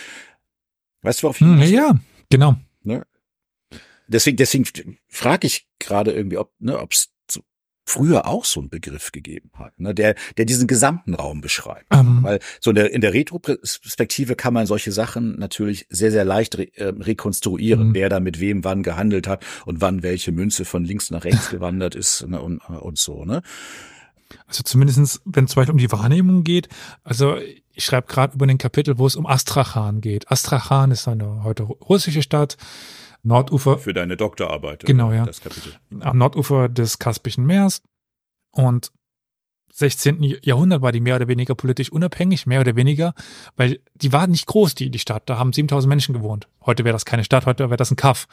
Speaker 2: Weißt du, auf
Speaker 1: jeden Fall? Ja, genau.
Speaker 2: Ne? Deswegen deswegen frage ich gerade irgendwie, ob ne, ob es früher auch so einen Begriff gegeben hat, ne, der der diesen gesamten Raum beschreibt. Um. Weil so in der, in der Retroperspektive kann man solche Sachen natürlich sehr, sehr leicht re, äh, rekonstruieren, mhm. wer da mit wem wann gehandelt hat und wann welche Münze von links nach rechts gewandert ist, ne, und, und so. Ne?
Speaker 1: Also zumindestens, wenn es zum Beispiel um die Wahrnehmung geht, also ich schreibe gerade über den Kapitel, wo es um Astrachan geht. Astrachan ist eine heute russische Stadt, Nordufer.
Speaker 2: Für deine Doktorarbeit.
Speaker 1: Genau, ja. Das Kapitel. Am Nordufer des Kaspischen Meers. Und sechzehnten. Jahrhundert war die mehr oder weniger politisch unabhängig, mehr oder weniger, weil die war nicht groß, die, die Stadt. Da haben siebentausend Menschen gewohnt. Heute wäre das keine Stadt, heute wäre das ein Kaff.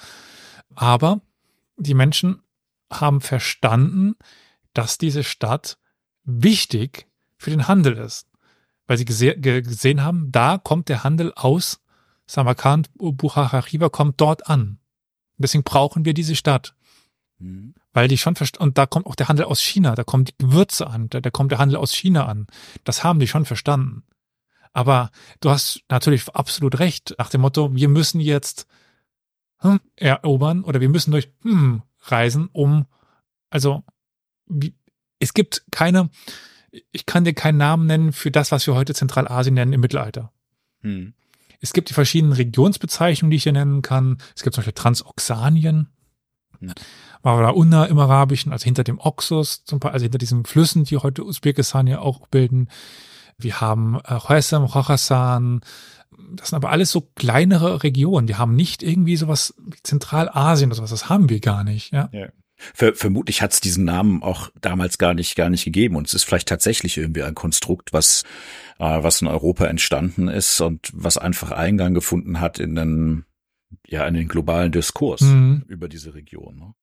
Speaker 1: Aber die Menschen haben verstanden, dass diese Stadt wichtig für den Handel ist. Weil sie gese- gesehen haben, da kommt der Handel aus Samarkand, Bukhara, Khiva kommt dort an. Deswegen brauchen wir diese Stadt. Mhm. Weil die schon verstanden, und da kommt auch der Handel aus China, da kommen die Gewürze an, da, da kommt der Handel aus China an. Das haben die schon verstanden. Aber du hast natürlich absolut recht, nach dem Motto, wir müssen jetzt hm, erobern oder wir müssen durch hm, reisen, um, also, wie, es gibt keine, ich kann dir keinen Namen nennen für das, was wir heute Zentralasien nennen im Mittelalter. Mhm. Es gibt die verschiedenen Regionsbezeichnungen, die ich hier nennen kann. Es gibt zum Beispiel Transoxanien, mhm. Mawla-Unna im Arabischen, also hinter dem Oxus, zum Beispiel, also hinter diesen Flüssen, die heute Usbekistan ja auch bilden. Wir haben äh, Khorasan, Khorasan. Das sind aber alles so kleinere Regionen. Die haben nicht irgendwie sowas wie Zentralasien oder sowas. Das haben wir gar nicht. Ja.
Speaker 2: ja. Ver- vermutlich hat es diesen Namen auch damals gar nicht gar nicht gegeben und es ist vielleicht tatsächlich irgendwie ein Konstrukt, was äh, was in Europa entstanden ist und was einfach Eingang gefunden hat in den ja in den globalen Diskurs mhm. über diese Region. Ne?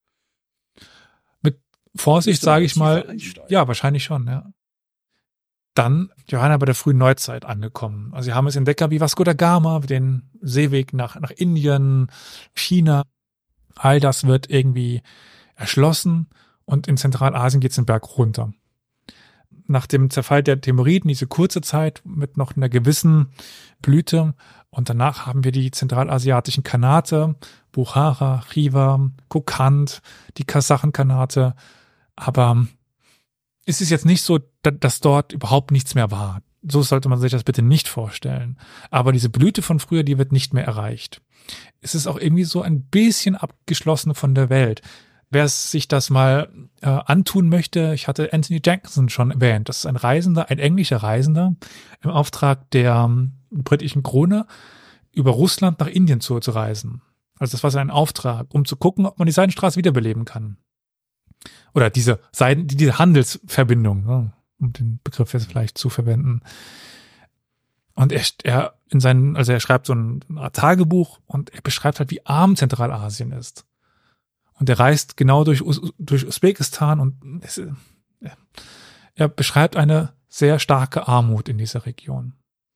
Speaker 1: Mit Vorsicht sage ich mal, ja wahrscheinlich schon. Ja. Dann Johanna bei der frühen Neuzeit angekommen. Also sie haben es Entdecker wie Vasco da Gama, den Seeweg nach nach Indien, China. All das wird irgendwie erschlossen und in Zentralasien geht es den Berg runter. Nach dem Zerfall der Timuriden, diese kurze Zeit mit noch einer gewissen Blüte und danach haben wir die zentralasiatischen Khanate, Bukhara, Khiva, Kokand, die Kasachen-Khanate, aber es ist jetzt nicht so, dass dort überhaupt nichts mehr war. So sollte man sich das bitte nicht vorstellen. Aber diese Blüte von früher, die wird nicht mehr erreicht. Es ist auch irgendwie so ein bisschen abgeschlossen von der Welt. wer sich das mal äh, antun möchte, ich hatte Anthony Jackson schon erwähnt. Das ist ein Reisender, ein englischer Reisender im Auftrag der ähm, britischen Krone über Russland nach Indien zu, zu reisen. Also das war sein Auftrag, um zu gucken, ob man die Seidenstraße wiederbeleben kann. Oder diese Seiden, diese Handelsverbindung, ne, um den Begriff jetzt vielleicht zu verwenden. Und er, er in seinen, also er schreibt so ein, ein Tagebuch und er beschreibt halt, wie arm Zentralasien ist. Und er reist genau durch, durch Usbekistan und es, er beschreibt eine sehr starke Armut in dieser Region.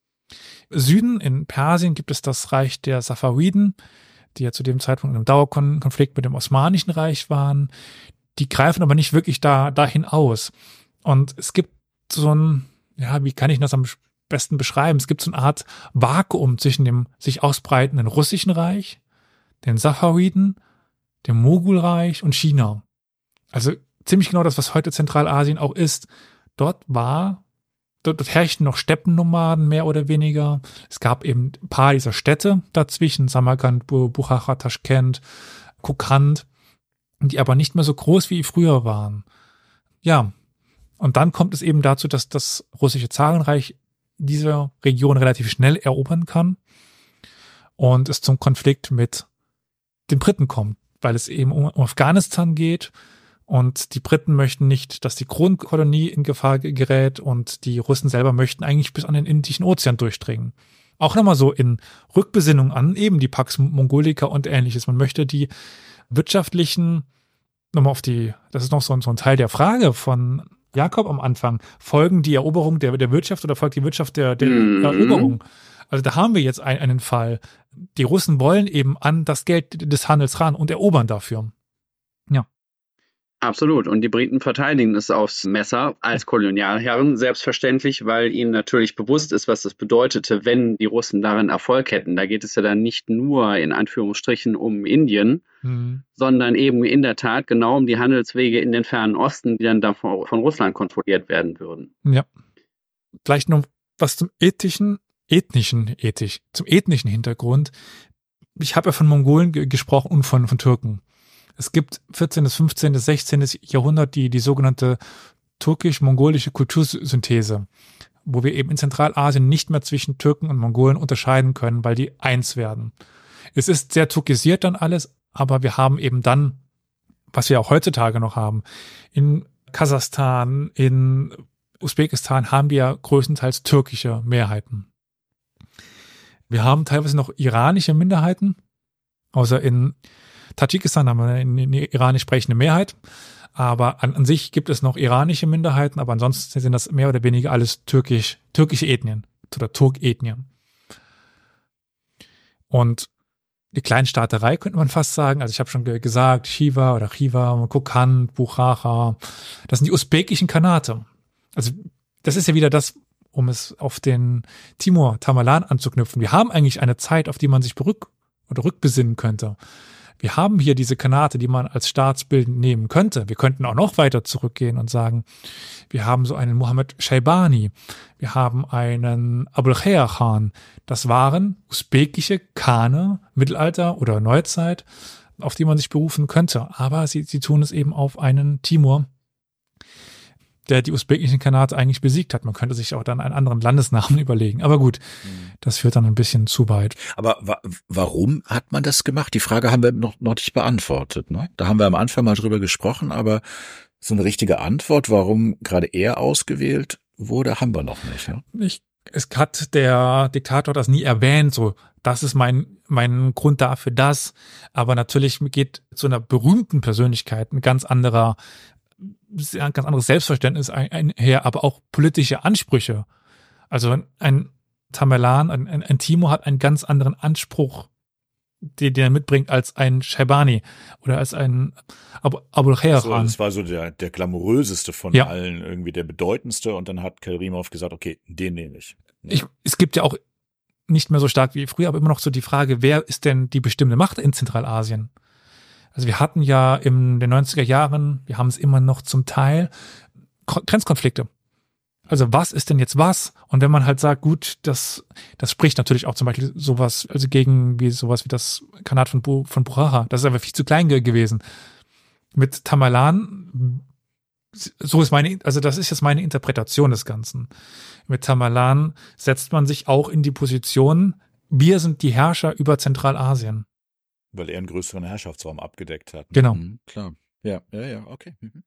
Speaker 1: Im Süden, in Persien, gibt es das Reich der Safawiden, die ja zu dem Zeitpunkt in einem Dauerkonflikt mit dem Osmanischen Reich waren. Die greifen aber nicht wirklich da dahin aus. Und es gibt so ein, ja, wie kann ich das am besten beschreiben? Es gibt so eine Art Vakuum zwischen dem sich ausbreitenden russischen Reich, den Safawiden, dem Mogulreich und China. Also ziemlich genau das, was heute Zentralasien auch ist. Dort war, dort, dort herrschten noch Steppennomaden mehr oder weniger. Es gab eben ein paar dieser Städte dazwischen, Samarkand, Bukhara, Taschkent, Kokand, die aber nicht mehr so groß wie früher waren. Ja, und dann kommt es eben dazu, dass das russische Zarenreich diese Region relativ schnell erobern kann und es zum Konflikt mit den Briten kommt, weil es eben um Afghanistan geht und die Briten möchten nicht, dass die Kronkolonie in Gefahr gerät und die Russen selber möchten eigentlich bis an den Indischen Ozean durchdringen. Auch nochmal so in Rückbesinnung an eben die Pax Mongolica und Ähnliches. Man möchte die wirtschaftlichen, nochmal auf die, das ist noch so ein, so ein Teil der Frage von Jakob am Anfang, folgen die Eroberung der, der Wirtschaft oder folgt die Wirtschaft der, der mhm. Eroberung? Also da haben wir jetzt ein, einen Fall. Die Russen wollen eben an das Geld des Handels ran und erobern dafür. Ja.
Speaker 3: Absolut. Und die Briten verteidigen es aufs Messer als Kolonialherren, selbstverständlich, weil ihnen natürlich bewusst ist, was das bedeutete, wenn die Russen darin Erfolg hätten. Da geht es ja dann nicht nur in Anführungsstrichen um Indien, mhm. sondern eben in der Tat genau um die Handelswege in den fernen Osten, die dann da von, von Russland kontrolliert werden würden.
Speaker 1: Ja. Vielleicht noch was zum ethischen, ethnischen, ethisch, zum ethnischen Hintergrund. Ich habe ja von Mongolen ge- gesprochen und von, von Türken. Es gibt vierzehnten, fünfzehnten, sechzehnten Jahrhundert die, die sogenannte türkisch-mongolische Kultursynthese, wo wir eben in Zentralasien nicht mehr zwischen Türken und Mongolen unterscheiden können, weil die eins werden. Es ist sehr türkisiert dann alles, aber wir haben eben dann, was wir auch heutzutage noch haben, in Kasachstan, in Usbekistan haben wir größtenteils türkische Mehrheiten. Wir haben teilweise noch iranische Minderheiten, außer in Tadschikistan haben wir eine, eine iranisch sprechende Mehrheit, aber an, an sich gibt es noch iranische Minderheiten, aber ansonsten sind das mehr oder weniger alles türkisch, türkische Ethnien oder Turkethnien. Und die Kleinstaaterei könnte man fast sagen, also ich habe schon gesagt, Khiva oder Khiva, Kokand, Bukhara, das sind die usbekischen Khanate. Also das ist ja wieder das, um es auf den Timur Tamerlan anzuknüpfen. Wir haben eigentlich eine Zeit, auf die man sich berück- oder rückbesinnen könnte. Wir haben hier diese Khanate, die man als staatsbildend nehmen könnte. Wir könnten auch noch weiter zurückgehen und sagen, wir haben so einen Mohammed Shaybani, wir haben einen Abul Khair Khan. Das waren usbekische Khane, Mittelalter oder Neuzeit, auf die man sich berufen könnte. Aber sie, sie tun es eben auf einen Timur, der die usbekischen Khanate eigentlich besiegt hat. Man könnte sich auch dann einen anderen Landesnamen überlegen. Aber gut, das führt dann ein bisschen zu weit.
Speaker 2: Aber wa- warum hat man das gemacht? Die Frage haben wir noch, noch nicht beantwortet. Ne? Da haben wir am Anfang mal drüber gesprochen, aber so eine richtige Antwort, warum gerade er ausgewählt wurde, haben wir noch nicht. Ne?
Speaker 1: Ich, es hat der Diktator das nie erwähnt, so, das ist mein, mein Grund dafür, das. Aber natürlich geht zu einer berühmten Persönlichkeit ein ganz anderer ein ganz anderes Selbstverständnis einher, aber auch politische Ansprüche. Also ein Tamerlan, ein, ein, ein Timur hat einen ganz anderen Anspruch, den, den er mitbringt, als ein Shaybani oder als ein Ab- Abul Khair Khan.
Speaker 2: So, das war so der, der glamouröseste von ja. allen, irgendwie der bedeutendste, und dann hat Kerimov gesagt, okay, den nehme ich.
Speaker 1: ich. Es gibt ja auch nicht mehr so stark wie früher, aber immer noch so die Frage, wer ist denn die bestimmende Macht in Zentralasien? Also wir hatten ja in den neunziger Jahren, wir haben es immer noch zum Teil, Grenzkonflikte. Also was ist denn jetzt was? Und wenn man halt sagt, gut, das das spricht natürlich auch zum Beispiel sowas, also gegen wie sowas wie das Khanat von, Bu, von Bukhara, das ist aber viel zu klein ge- gewesen. mit Tamerlan, so ist meine, also das ist jetzt meine Interpretation des Ganzen. Mit Tamerlan setzt man sich auch in die Position, wir sind die Herrscher über Zentralasien.
Speaker 2: Weil er einen größeren Herrschaftsraum abgedeckt hat.
Speaker 1: Genau.
Speaker 2: Mhm, klar. Ja, ja, ja, okay. Mhm.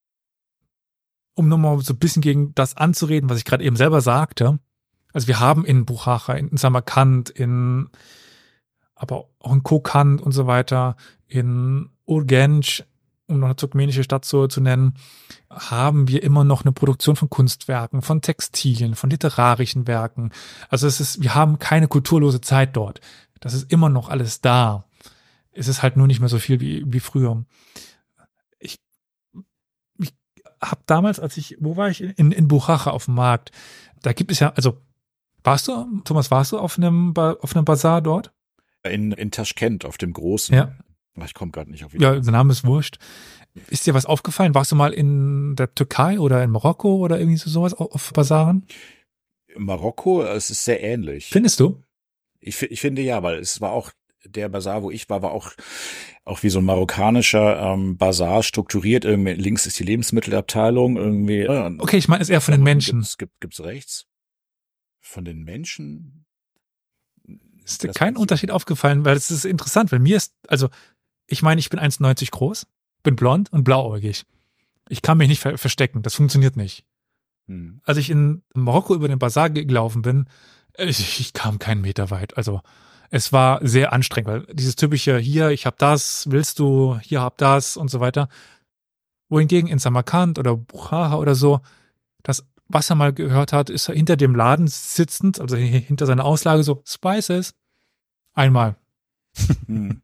Speaker 1: Um nochmal so ein bisschen gegen das anzureden, was ich gerade eben selber sagte. Also wir haben in Buchacha, in Samarkand, in, aber auch in Kokand und so weiter, in Urgench, um noch eine turkmenische Stadt so zu nennen, haben wir immer noch eine Produktion von Kunstwerken, von Textilien, von literarischen Werken. Also es ist, wir haben keine kulturlose Zeit dort. Das ist immer noch alles da. Es ist halt nur nicht mehr so viel wie, wie früher. Ich, ich habe damals, als ich, wo war ich? In, in Buchacha auf dem Markt. Da gibt es ja, also, warst du, Thomas, warst du auf einem, auf einem Bazar dort?
Speaker 2: In, in Taschkent, auf dem großen.
Speaker 1: Ja.
Speaker 2: Ich komme gerade nicht auf ihn.
Speaker 1: Ja, der Name ist wurscht. Ist dir was aufgefallen? Warst du mal in der Türkei oder in Marokko oder irgendwie so sowas auf Bazaren?
Speaker 2: In Marokko, es ist sehr ähnlich.
Speaker 1: Findest du?
Speaker 2: Ich, ich finde ja, weil es war auch, der Bazar, wo ich war, war auch, auch wie so ein marokkanischer ähm, Bazar strukturiert. Irgendwie links ist die Lebensmittelabteilung, irgendwie. Äh,
Speaker 1: okay, ich meine es eher von den Menschen.
Speaker 2: Gibt's, gibt, gibt's rechts? Von den Menschen?
Speaker 1: Ist dir kein Unterschied aufgefallen, weil es ist interessant, weil mir ist, also ich meine, ich bin eins Komma neunzig groß, bin blond und blauäugig. Ich kann mich nicht ver- verstecken, das funktioniert nicht. Hm. Als ich in Marokko über den Bazar gelaufen bin, ich, ich kam keinen Meter weit. Also es war sehr anstrengend, weil dieses typische hier, ich hab das, willst du, hier hab das und so weiter. Wohingegen in Samarkand oder Buchacha oder so, das, was er mal gehört hat, ist er hinter dem Laden sitzend, also hinter seiner Auslage so, Spices, einmal.
Speaker 2: Hm.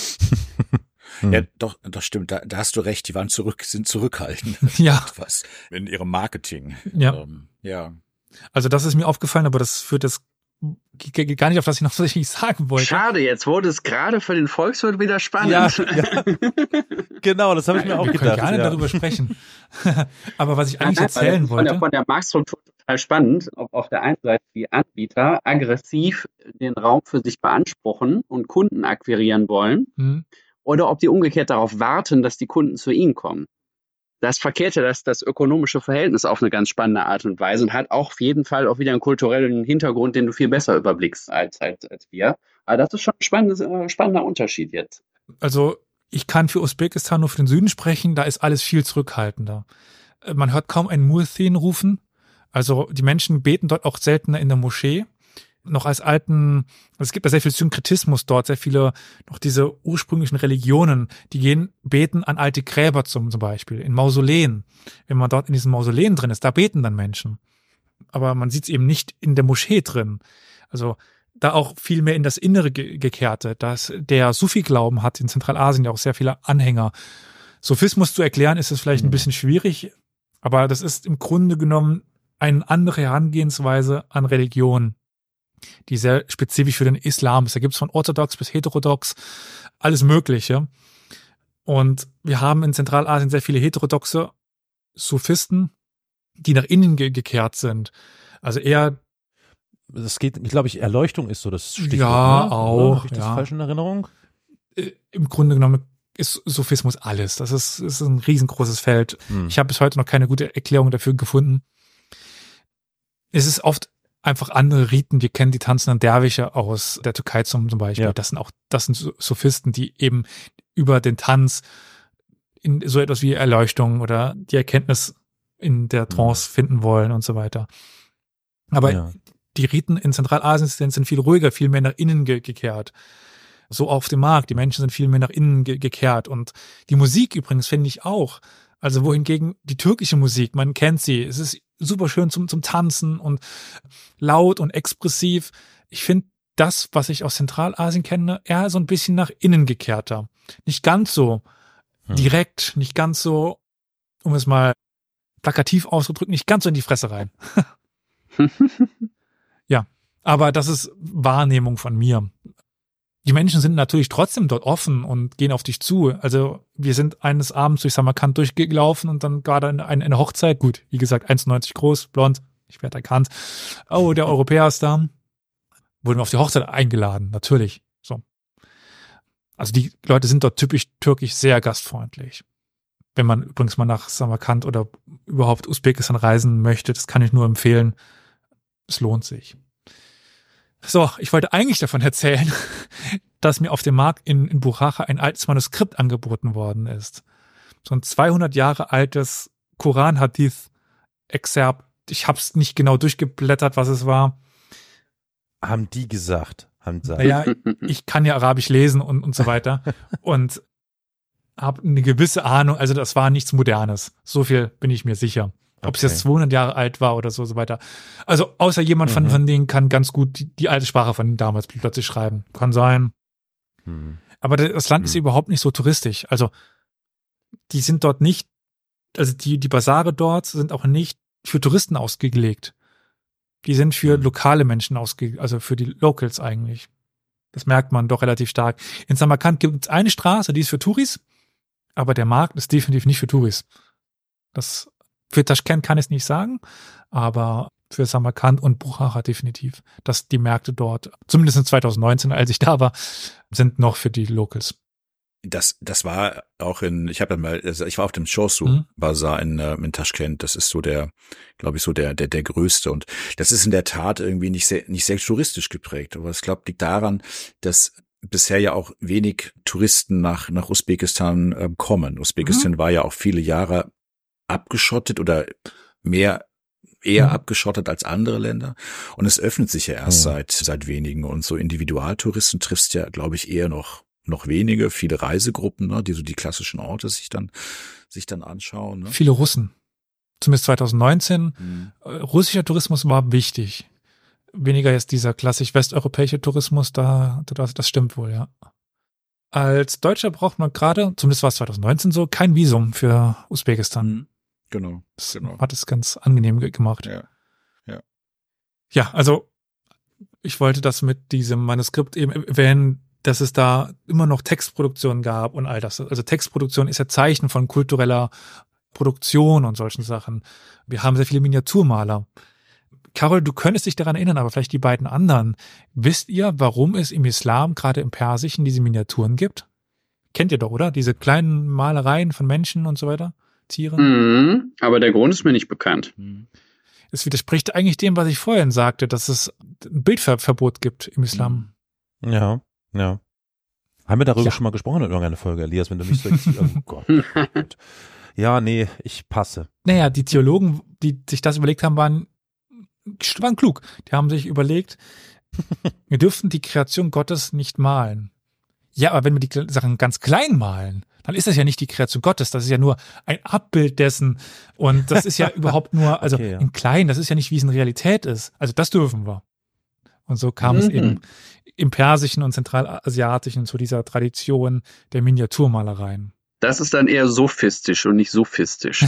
Speaker 2: Ja, doch, das stimmt, da, da hast du recht, die waren zurück, sind zurückhaltend.
Speaker 1: Ja.
Speaker 2: Was in ihrem Marketing.
Speaker 1: Ja.
Speaker 2: Ähm, ja.
Speaker 1: Also das ist mir aufgefallen, aber das führt jetzt gar nicht auf das hinaus, was ich sagen wollte.
Speaker 3: Schade, jetzt wurde es gerade für den Volkswirt wieder spannend.
Speaker 4: Ja, ja. Genau, das habe ich mir auch
Speaker 1: Wir
Speaker 4: gedacht.
Speaker 1: können gerne
Speaker 4: ja.
Speaker 1: darüber sprechen. Aber was ich eigentlich
Speaker 3: Nein,
Speaker 1: erzählen
Speaker 3: von
Speaker 1: wollte.
Speaker 3: der, von der Marktstruktur total spannend, ob auf der einen Seite die Anbieter aggressiv den Raum für sich beanspruchen und Kunden akquirieren wollen,
Speaker 1: Hm.
Speaker 3: oder ob die umgekehrt darauf warten, dass die Kunden zu ihnen kommen. Das verkehrt ja das, das ökonomische Verhältnis auf eine ganz spannende Art und Weise und hat auch auf jeden Fall auch wieder einen kulturellen Hintergrund, den du viel besser überblickst als, als, als wir. Aber das ist schon ein spannender, spannender Unterschied jetzt.
Speaker 1: Also ich kann für Usbekistan nur für den Süden sprechen, da ist alles viel zurückhaltender. Man hört kaum einen Muezzin rufen. Also die Menschen beten dort auch seltener in der Moschee. Noch als alten, es gibt ja sehr viel Synkretismus dort, sehr viele noch diese ursprünglichen Religionen, die gehen beten an alte Gräber zum, zum Beispiel, in Mausoleen. Wenn man dort in diesen Mausoleen drin ist, da beten dann Menschen. Aber man sieht es eben nicht in der Moschee drin. Also da auch viel mehr in das Innere ge- gekehrte, dass der Sufi-Glauben hat in Zentralasien ja auch sehr viele Anhänger. Sophismus zu erklären ist es vielleicht ein bisschen schwierig, aber das ist im Grunde genommen eine andere Herangehensweise an Religion, die sehr spezifisch für den Islam ist. Da gibt es von orthodox bis heterodox alles Mögliche. Und wir haben in Zentralasien sehr viele heterodoxe Sufisten, die nach innen ge- gekehrt sind. Also eher.
Speaker 4: Das geht, glaube ich, Erleuchtung ist so das Stichwort.
Speaker 1: Ja,
Speaker 4: ne?
Speaker 1: auch.
Speaker 4: Habe ich das
Speaker 1: ja.
Speaker 4: falsch in Erinnerung?
Speaker 1: Äh, Im Grunde genommen ist Sufismus alles. Das ist, ist ein riesengroßes Feld.
Speaker 4: Hm.
Speaker 1: Ich habe bis heute noch keine gute Erklärung dafür gefunden. Es ist oft einfach andere Riten. Wir kennen die tanzenden Derwische aus der Türkei zum, zum Beispiel.
Speaker 4: Ja.
Speaker 1: Das sind auch, das sind Sophisten, die eben über den Tanz in so etwas wie Erleuchtung oder die Erkenntnis in der Trance finden wollen und so weiter. Aber
Speaker 4: Ja.
Speaker 1: die Riten in Zentralasien sind, sind viel ruhiger, viel mehr nach innen ge- gekehrt. So auf dem Markt. Die Menschen sind viel mehr nach innen ge- gekehrt. Und die Musik übrigens finde ich auch. Also wohingegen die türkische Musik, man kennt sie, es ist super schön zum, zum Tanzen und laut und expressiv. Ich finde das, was ich aus Zentralasien kenne, eher so ein bisschen nach innen gekehrter. Nicht ganz so
Speaker 4: Hm.
Speaker 1: direkt, nicht ganz so, um es mal plakativ auszudrücken, nicht ganz so in die Fresse rein. Ja, aber das ist Wahrnehmung von mir. Die Menschen sind natürlich trotzdem dort offen und gehen auf dich zu. Also wir sind eines Abends durch Samarkand durchgelaufen und dann gerade eine, eine Hochzeit. Gut, wie gesagt, eins Komma neunzig groß, blond, ich werde erkannt. Oh, der Europäer ist da. Wurden wir auf die Hochzeit eingeladen, natürlich. So. Also die Leute sind dort typisch türkisch sehr gastfreundlich. Wenn man übrigens mal nach Samarkand oder überhaupt Usbekistan reisen möchte, das kann ich nur empfehlen. Es lohnt sich. So, ich wollte eigentlich davon erzählen, dass mir auf dem Markt in, in Buchacha ein altes Manuskript angeboten worden ist. So ein zweihundert Jahre altes Koran-Hadith-Exerpt. Ich habe es nicht genau durchgeblättert, was es war.
Speaker 4: Haben die gesagt? Haben gesagt.
Speaker 1: Naja, ich kann ja Arabisch lesen und, und so weiter. Und habe eine gewisse Ahnung, also das war nichts Modernes. So viel bin ich mir sicher. Ob es
Speaker 4: Okay.
Speaker 1: jetzt zweihundert Jahre alt war oder so, so weiter. Also außer jemand von,
Speaker 4: Mhm.
Speaker 1: von denen kann ganz gut die, die alte Sprache von damals plötzlich schreiben. Kann sein.
Speaker 4: Hm.
Speaker 1: Aber das Land ist
Speaker 4: Hm.
Speaker 1: überhaupt nicht so touristisch. Also die sind dort nicht, also die, die Basare dort sind auch nicht für Touristen ausgelegt. Die sind für
Speaker 4: Hm.
Speaker 1: lokale Menschen ausgelegt, also für die Locals eigentlich. Das merkt man doch relativ stark. In Samarkand gibt es eine Straße, die ist für Touris, aber der Markt ist definitiv nicht für Touris. Das für Taschkent kann ich es nicht sagen, aber für Samarkand und Buchacha definitiv, dass die Märkte dort, zumindest in zwanzig neunzehn, als ich da war, sind noch für die Locals.
Speaker 2: Das, das war auch in, ich habe ja mal, also ich war auf dem Chosu
Speaker 1: Mhm.
Speaker 2: Bazar in, äh, in Taschkent. Das ist so der, glaube ich, so der, der, der größte. Und das ist in der Tat irgendwie nicht sehr, nicht sehr touristisch geprägt. Aber ich glaube, liegt daran, dass bisher ja auch wenig Touristen nach, nach Usbekistan äh, kommen. Usbekistan
Speaker 1: Mhm.
Speaker 2: war ja auch viele Jahre abgeschottet oder mehr, eher
Speaker 1: Mhm.
Speaker 2: abgeschottet als andere Länder. Und es öffnet sich ja erst
Speaker 4: Mhm.
Speaker 2: seit, seit wenigen. Und so Individualtouristen triffst ja, glaube ich, eher noch noch wenige, viele Reisegruppen, ne, die so die klassischen Orte sich dann sich dann anschauen. Ne?
Speaker 1: Viele Russen. Zumindest zwanzig neunzehn.
Speaker 2: Mhm.
Speaker 1: Äh, Russischer Tourismus war wichtig. Weniger jetzt dieser klassisch westeuropäische Tourismus, da, das, das stimmt wohl, ja. Als Deutscher braucht man gerade, zumindest war es zwanzig neunzehn so, kein Visum für Usbekistan.
Speaker 2: Mhm. Genau,
Speaker 1: Das
Speaker 2: genau.
Speaker 1: hat es ganz angenehm ge- gemacht.
Speaker 2: Ja, ja.
Speaker 1: Ja, also ich wollte das mit diesem Manuskript eben erwähnen, dass es da immer noch Textproduktion gab und all das. Also Textproduktion ist ja Zeichen von kultureller Produktion und solchen Sachen. Wir haben sehr viele Miniaturmaler. Carol, du könntest dich daran erinnern, aber vielleicht die beiden anderen. Wisst ihr, warum es im Islam, gerade im Persischen, diese Miniaturen gibt? Kennt ihr doch, oder? Diese kleinen Malereien von Menschen und so weiter, Tieren.
Speaker 3: Mhm, aber der Grund ist mir nicht bekannt.
Speaker 2: Mhm.
Speaker 1: Es widerspricht eigentlich dem, was ich vorhin sagte, dass es ein Bildverbot gibt im Islam.
Speaker 4: Ja, ja. Haben wir darüber
Speaker 1: Ja.
Speaker 4: schon mal gesprochen in irgendeiner Folge, Elias, wenn du mich so jetzt, oh Gott, oh Gott. Ja, nee, ich passe.
Speaker 1: Naja, die Theologen, die sich das überlegt haben, waren, waren klug. Die haben sich überlegt, wir dürften die Kreation Gottes nicht malen. Ja, aber wenn wir die Sachen ganz klein malen, dann ist das ja nicht die Kreation Gottes, das ist ja nur ein Abbild dessen. Und das ist ja überhaupt nur, also
Speaker 4: Okay, ja.
Speaker 1: in klein, das ist ja nicht, wie es in Realität ist. Also das dürfen wir. Und so kam es
Speaker 3: Mhm.
Speaker 1: eben im Persischen und Zentralasiatischen zu dieser Tradition der Miniaturmalereien.
Speaker 3: Das ist dann eher sophistisch und nicht sophistisch.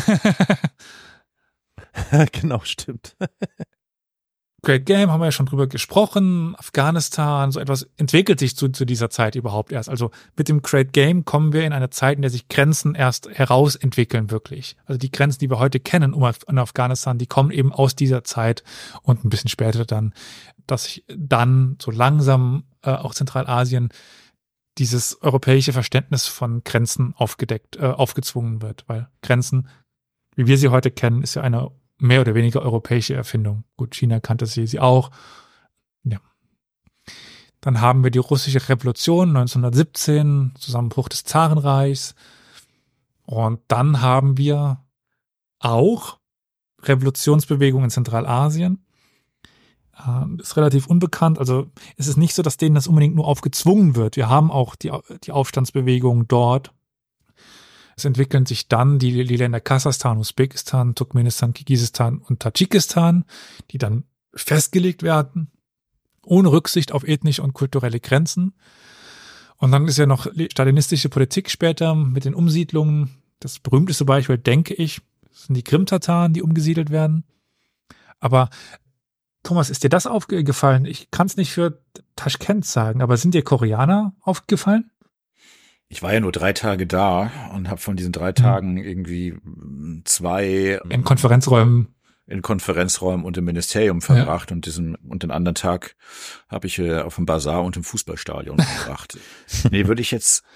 Speaker 4: Genau, stimmt.
Speaker 1: Great Game haben wir ja schon drüber gesprochen, Afghanistan, so etwas entwickelt sich zu, zu dieser Zeit überhaupt erst. Also mit dem Great Game kommen wir in eine Zeit, in der sich Grenzen erst herausentwickeln wirklich. Also die Grenzen, die wir heute kennen um in Afghanistan, die kommen eben aus dieser Zeit und ein bisschen später dann, dass sich dann so langsam äh, auch Zentralasien dieses europäische Verständnis von Grenzen aufgedeckt, äh, aufgezwungen wird, weil Grenzen, wie wir sie heute kennen, ist ja eine mehr oder weniger europäische Erfindung. Gut, China kannte sie, sie auch. Ja. Dann haben wir die russische Revolution neunzehnhundertsiebzehn, Zusammenbruch des Zarenreichs. Und dann haben wir auch Revolutionsbewegungen in Zentralasien. Ähm, ist relativ unbekannt. Also es ist nicht so, dass denen das unbedingt nur aufgezwungen wird. Wir haben auch die, die Aufstandsbewegungen dort. Es entwickeln sich dann die, die Länder Kasachstan, Usbekistan, Turkmenistan, Kirgisistan und Tadschikistan, die dann festgelegt werden, ohne Rücksicht auf ethnische und kulturelle Grenzen. Und dann ist ja noch stalinistische Politik später mit den Umsiedlungen. Das berühmteste Beispiel, denke ich, sind die Krim-Tataren, die umgesiedelt werden. Aber Thomas, ist dir das aufgefallen? Ich kann es nicht für Taschkent sagen, aber sind dir Koreaner aufgefallen?
Speaker 2: Ich war ja nur drei Tage da und habe von diesen drei Tagen irgendwie zwei
Speaker 1: In Konferenzräumen.
Speaker 2: in Konferenzräumen und im Ministerium verbracht und diesen und den anderen Tag habe ich äh, auf dem Bazar und im Fußballstadion verbracht. Nee, würde ich jetzt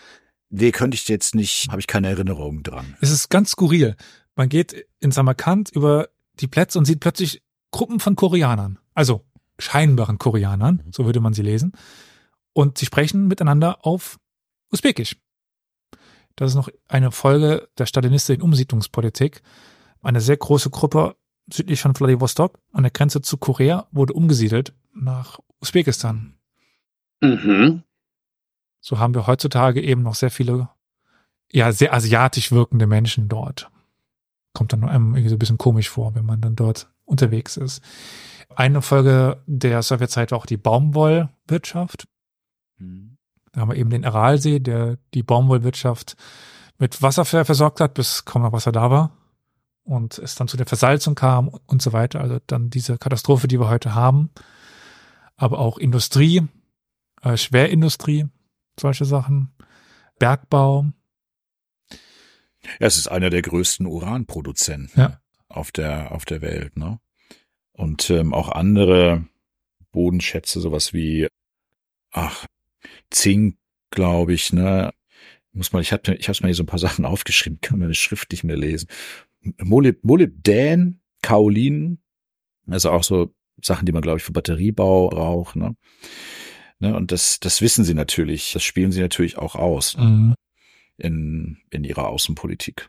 Speaker 2: Nee, könnte ich jetzt nicht, habe ich keine Erinnerung dran.
Speaker 1: Es ist ganz skurril. Man geht in Samarkand über die Plätze und sieht plötzlich Gruppen von Koreanern, also scheinbaren Koreanern, so würde man sie lesen, und sie sprechen miteinander auf Usbekisch. Das ist noch eine Folge der stalinistischen Umsiedlungspolitik. Eine sehr große Gruppe südlich von Vladivostok an der Grenze zu Korea wurde umgesiedelt nach Usbekistan.
Speaker 3: Mhm.
Speaker 1: So haben wir heutzutage eben noch sehr viele, ja, sehr asiatisch wirkende Menschen dort. Kommt dann einem irgendwie so ein bisschen komisch vor, wenn man dann dort unterwegs ist. Eine Folge der Sowjetzeit war auch die Baumwollwirtschaft.
Speaker 2: Mhm.
Speaker 1: Da haben wir eben den Aralsee, der die Baumwollwirtschaft mit Wasser versorgt hat, bis kaum noch Wasser da war. Und es dann zu der Versalzung kam und so weiter. Also dann diese Katastrophe, die wir heute haben. Aber auch Industrie, äh, Schwerindustrie, solche Sachen, Bergbau.
Speaker 2: Ja, es ist einer der größten Uranproduzenten
Speaker 1: Ja.
Speaker 2: auf der auf der Welt, ne? Und ähm, auch andere Bodenschätze, sowas wie ach Zink, glaube ich, ne? Muss man, ich habe ich habe mal hier so ein paar Sachen aufgeschrieben, kann man das schriftlich mehr lesen. Molib, Molybdän, Kaolin, also auch so Sachen, die man, glaube ich, für Batteriebau braucht, ne? Ne, und das, das wissen sie natürlich, das spielen sie natürlich auch aus, ne?
Speaker 1: Mhm.
Speaker 2: in, in ihrer Außenpolitik.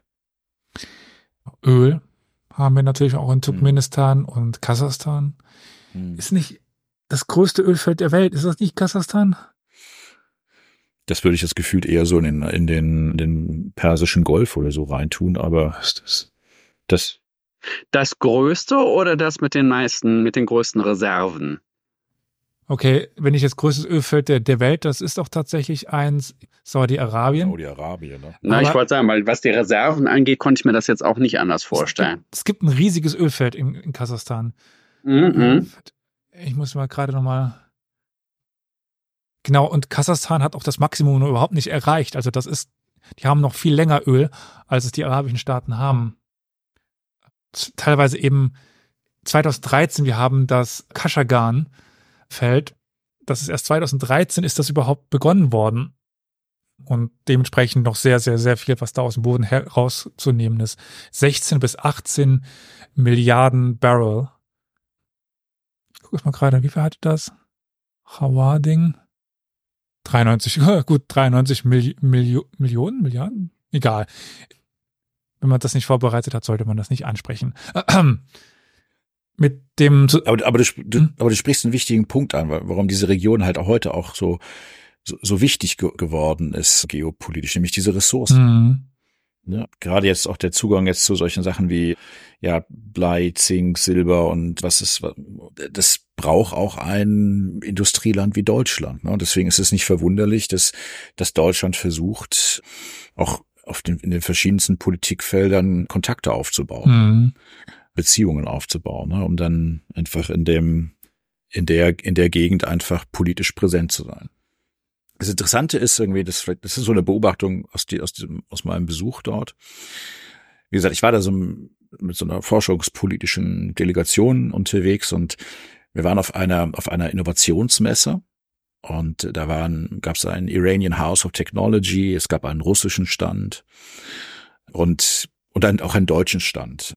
Speaker 1: Öl haben wir natürlich auch in Turkmenistan mhm. und Kasachstan.
Speaker 2: Mhm.
Speaker 1: Ist nicht das größte Ölfeld der Welt, ist das nicht Kasachstan?
Speaker 2: Das würde ich jetzt gefühlt eher so in den, in den, in den Persischen Golf oder so reintun, aber
Speaker 1: Was ist das?
Speaker 2: das,
Speaker 3: Das größte oder das mit den meisten, mit den größten Reserven?
Speaker 1: Okay, wenn ich jetzt größtes Ölfeld der, der Welt, das ist auch tatsächlich eins Saudi-Arabien.
Speaker 2: Saudi-Arabien, ne?
Speaker 3: Na,
Speaker 1: Aber
Speaker 3: ich wollte sagen, weil was die Reserven angeht, konnte ich mir das jetzt auch nicht anders vorstellen.
Speaker 1: Es gibt, es gibt ein riesiges Ölfeld in, in Kasachstan.
Speaker 3: Mhm.
Speaker 1: Ich muss mal gerade nochmal. Genau, und Kasachstan hat auch das Maximum noch überhaupt nicht erreicht. Also das ist, die haben noch viel länger Öl, als es die arabischen Staaten haben. Teilweise eben zweitausenddreizehn, wir haben das Kashagan-Feld. Das ist erst zweitausenddreizehn ist das überhaupt begonnen worden. Und dementsprechend noch sehr, sehr, sehr viel, was da aus dem Boden herauszunehmen ist. sechzehn bis achtzehn Milliarden Barrel. Ich gucke mal gerade, wie viel hatte das? Hawading. dreiundneunzig, gut, dreiundneunzig Milli- Milli- Millionen, Milliarden? Egal. Wenn man das nicht vorbereitet hat, sollte man das nicht ansprechen. Mit dem...
Speaker 2: Aber, aber, du, du, aber du sprichst einen wichtigen Punkt an, warum diese Region halt auch heute auch so, so, so wichtig ge- geworden ist, geopolitisch, nämlich diese Ressourcen.
Speaker 1: Mhm.
Speaker 2: Ja, gerade jetzt auch der Zugang jetzt zu solchen Sachen wie ja Blei, Zink, Silber und was ist, das braucht auch ein Industrieland wie Deutschland. Ne? Und deswegen ist es nicht verwunderlich, dass, dass Deutschland versucht, auch auf den, in den verschiedensten Politikfeldern Kontakte aufzubauen,
Speaker 1: Mhm.
Speaker 2: Beziehungen aufzubauen, ne? Um dann einfach in dem, in der, in der Gegend einfach politisch präsent zu sein. Das Interessante ist irgendwie, das, das ist so eine Beobachtung aus, die, aus, diesem, aus meinem Besuch dort. Wie gesagt, ich war da so mit so einer forschungspolitischen Delegation unterwegs und wir waren auf einer, auf einer Innovationsmesse und da waren, gab es ein Iranian House of Technology, es gab einen russischen Stand und, und dann auch einen deutschen Stand.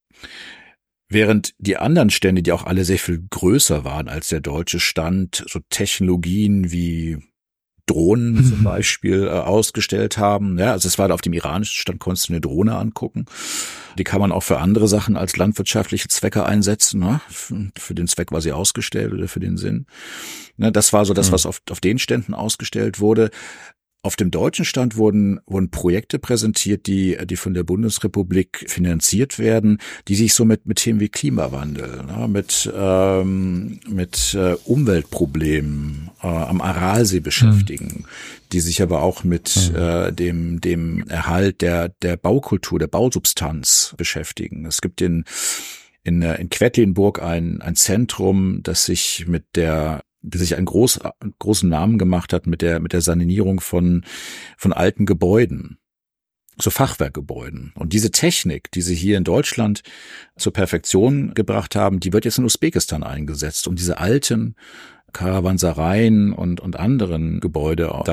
Speaker 2: Während die anderen Stände, die auch alle sehr viel größer waren als der deutsche Stand, so Technologien wie Drohnen mhm. zum Beispiel äh, ausgestellt haben. Ja, also es war da auf dem iranischen Stand, konntest du eine Drohne angucken. Die kann man auch für andere Sachen als landwirtschaftliche Zwecke einsetzen. Ne? Für, für den Zweck war sie ausgestellt oder für den Sinn. Ne, das war so das, mhm. was auf, auf den Ständen ausgestellt wurde. Auf dem deutschen Stand wurden, wurden Projekte präsentiert, die, die von der Bundesrepublik finanziert werden, die sich so mit, mit Themen wie Klimawandel, ne, mit, ähm, mit äh, Umweltproblemen äh, am Aralsee beschäftigen, mhm. die sich aber auch mit mhm. äh, dem, dem Erhalt der, der Baukultur, der Bausubstanz beschäftigen. Es gibt in, in, in Quedlinburg ein, ein Zentrum, das sich mit der der sich einen groß, großen Namen gemacht hat mit der, mit der Sanierung von, von alten Gebäuden, so Fachwerkgebäuden. Und diese Technik, die sie hier in Deutschland zur Perfektion gebracht haben, die wird jetzt in Usbekistan eingesetzt, um diese alten Karawansereien und, und anderen Gebäude dann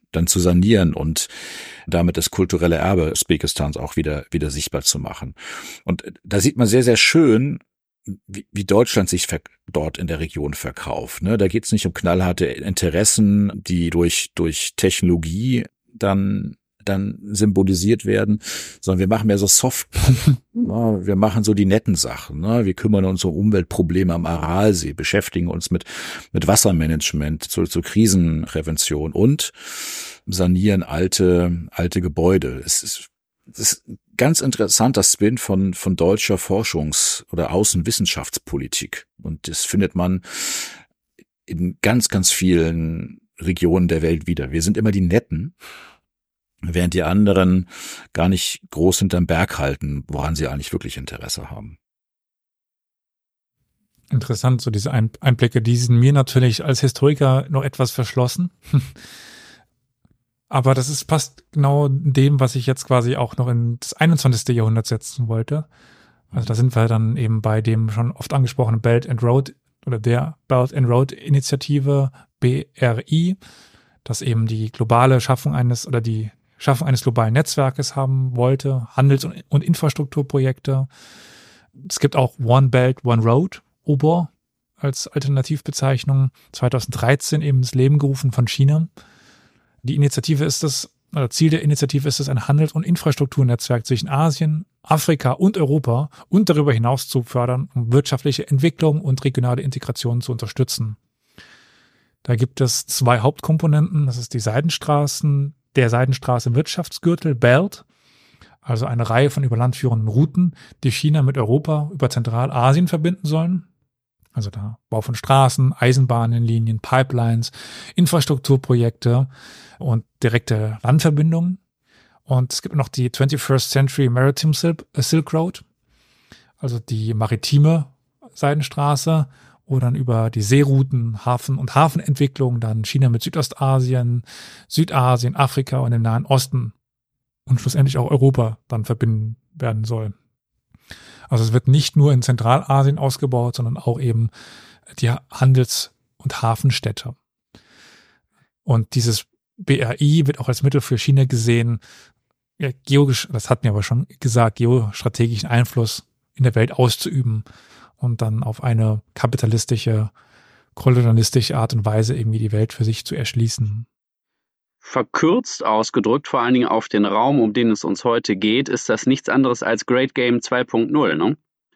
Speaker 2: dann zu sanieren und damit das kulturelle Erbe Usbekistans auch wieder, wieder sichtbar zu machen. Und da sieht man sehr, sehr schön, wie, wie Deutschland sich ver- dort in der Region verkauft. Ne? Da geht es nicht um knallharte Interessen, die durch, durch Technologie dann dann symbolisiert werden, sondern wir machen mehr so Soft, ja, wir machen so die netten Sachen, ne? Wir kümmern uns um Umweltprobleme am Aralsee, beschäftigen uns mit mit Wassermanagement, zu, zu Krisenprävention und sanieren alte alte Gebäude. Es ist, es ist ein ganz interessanter Spin von von deutscher Forschungs- oder Außenwissenschaftspolitik, und das findet man in ganz ganz vielen Regionen der Welt wieder. Wir sind immer die Netten, während die anderen gar nicht groß hinterm Berg halten, woran sie eigentlich wirklich Interesse haben.
Speaker 1: Interessant, so diese Einblicke, die sind mir natürlich als Historiker noch etwas verschlossen. Aber das ist passt genau dem, was ich jetzt quasi auch noch ins einundzwanzigste Jahrhundert setzen wollte. Also da sind wir dann eben bei dem schon oft angesprochenen Belt and Road oder der Belt and Road Initiative, B R I, das eben die globale Schaffung eines oder die Schaffung eines globalen Netzwerkes haben wollte, Handels- und, und Infrastrukturprojekte. Es gibt auch One Belt, One Road, O B O R, als Alternativbezeichnung, zweitausenddreizehn eben ins Leben gerufen von China. Die Initiative ist es, oder Ziel der Initiative ist es, ein Handels- und Infrastrukturnetzwerk zwischen Asien, Afrika und Europa und darüber hinaus zu fördern, um wirtschaftliche Entwicklung und regionale Integration zu unterstützen. Da gibt es zwei Hauptkomponenten, das ist die Seidenstraßen, der Seidenstraße Wirtschaftsgürtel, Belt, also eine Reihe von über Land führenden Routen, die China mit Europa über Zentralasien verbinden sollen. Also da Bau von Straßen, Eisenbahnlinien, Pipelines, Infrastrukturprojekte und direkte Landverbindungen. Und es gibt noch die twenty-first Century Maritime Silk Road, also die maritime Seidenstraße, wo dann über die Seerouten, Hafen- und Hafenentwicklung dann China mit Südostasien, Südasien, Afrika und dem Nahen Osten und schlussendlich auch Europa dann verbinden werden soll. Also es wird nicht nur in Zentralasien ausgebaut, sondern auch eben die Handels- und Hafenstädte. Und dieses B R I wird auch als Mittel für China gesehen, ja, geogisch, das hat mir aber schon gesagt, geostrategischen Einfluss in der Welt auszuüben und dann auf eine kapitalistische, kolonialistische Art und Weise irgendwie die Welt für sich zu erschließen.
Speaker 3: Verkürzt ausgedrückt, vor allen Dingen auf den Raum, um den es uns heute geht, ist das nichts anderes als Great Game zwei Punkt null, ne?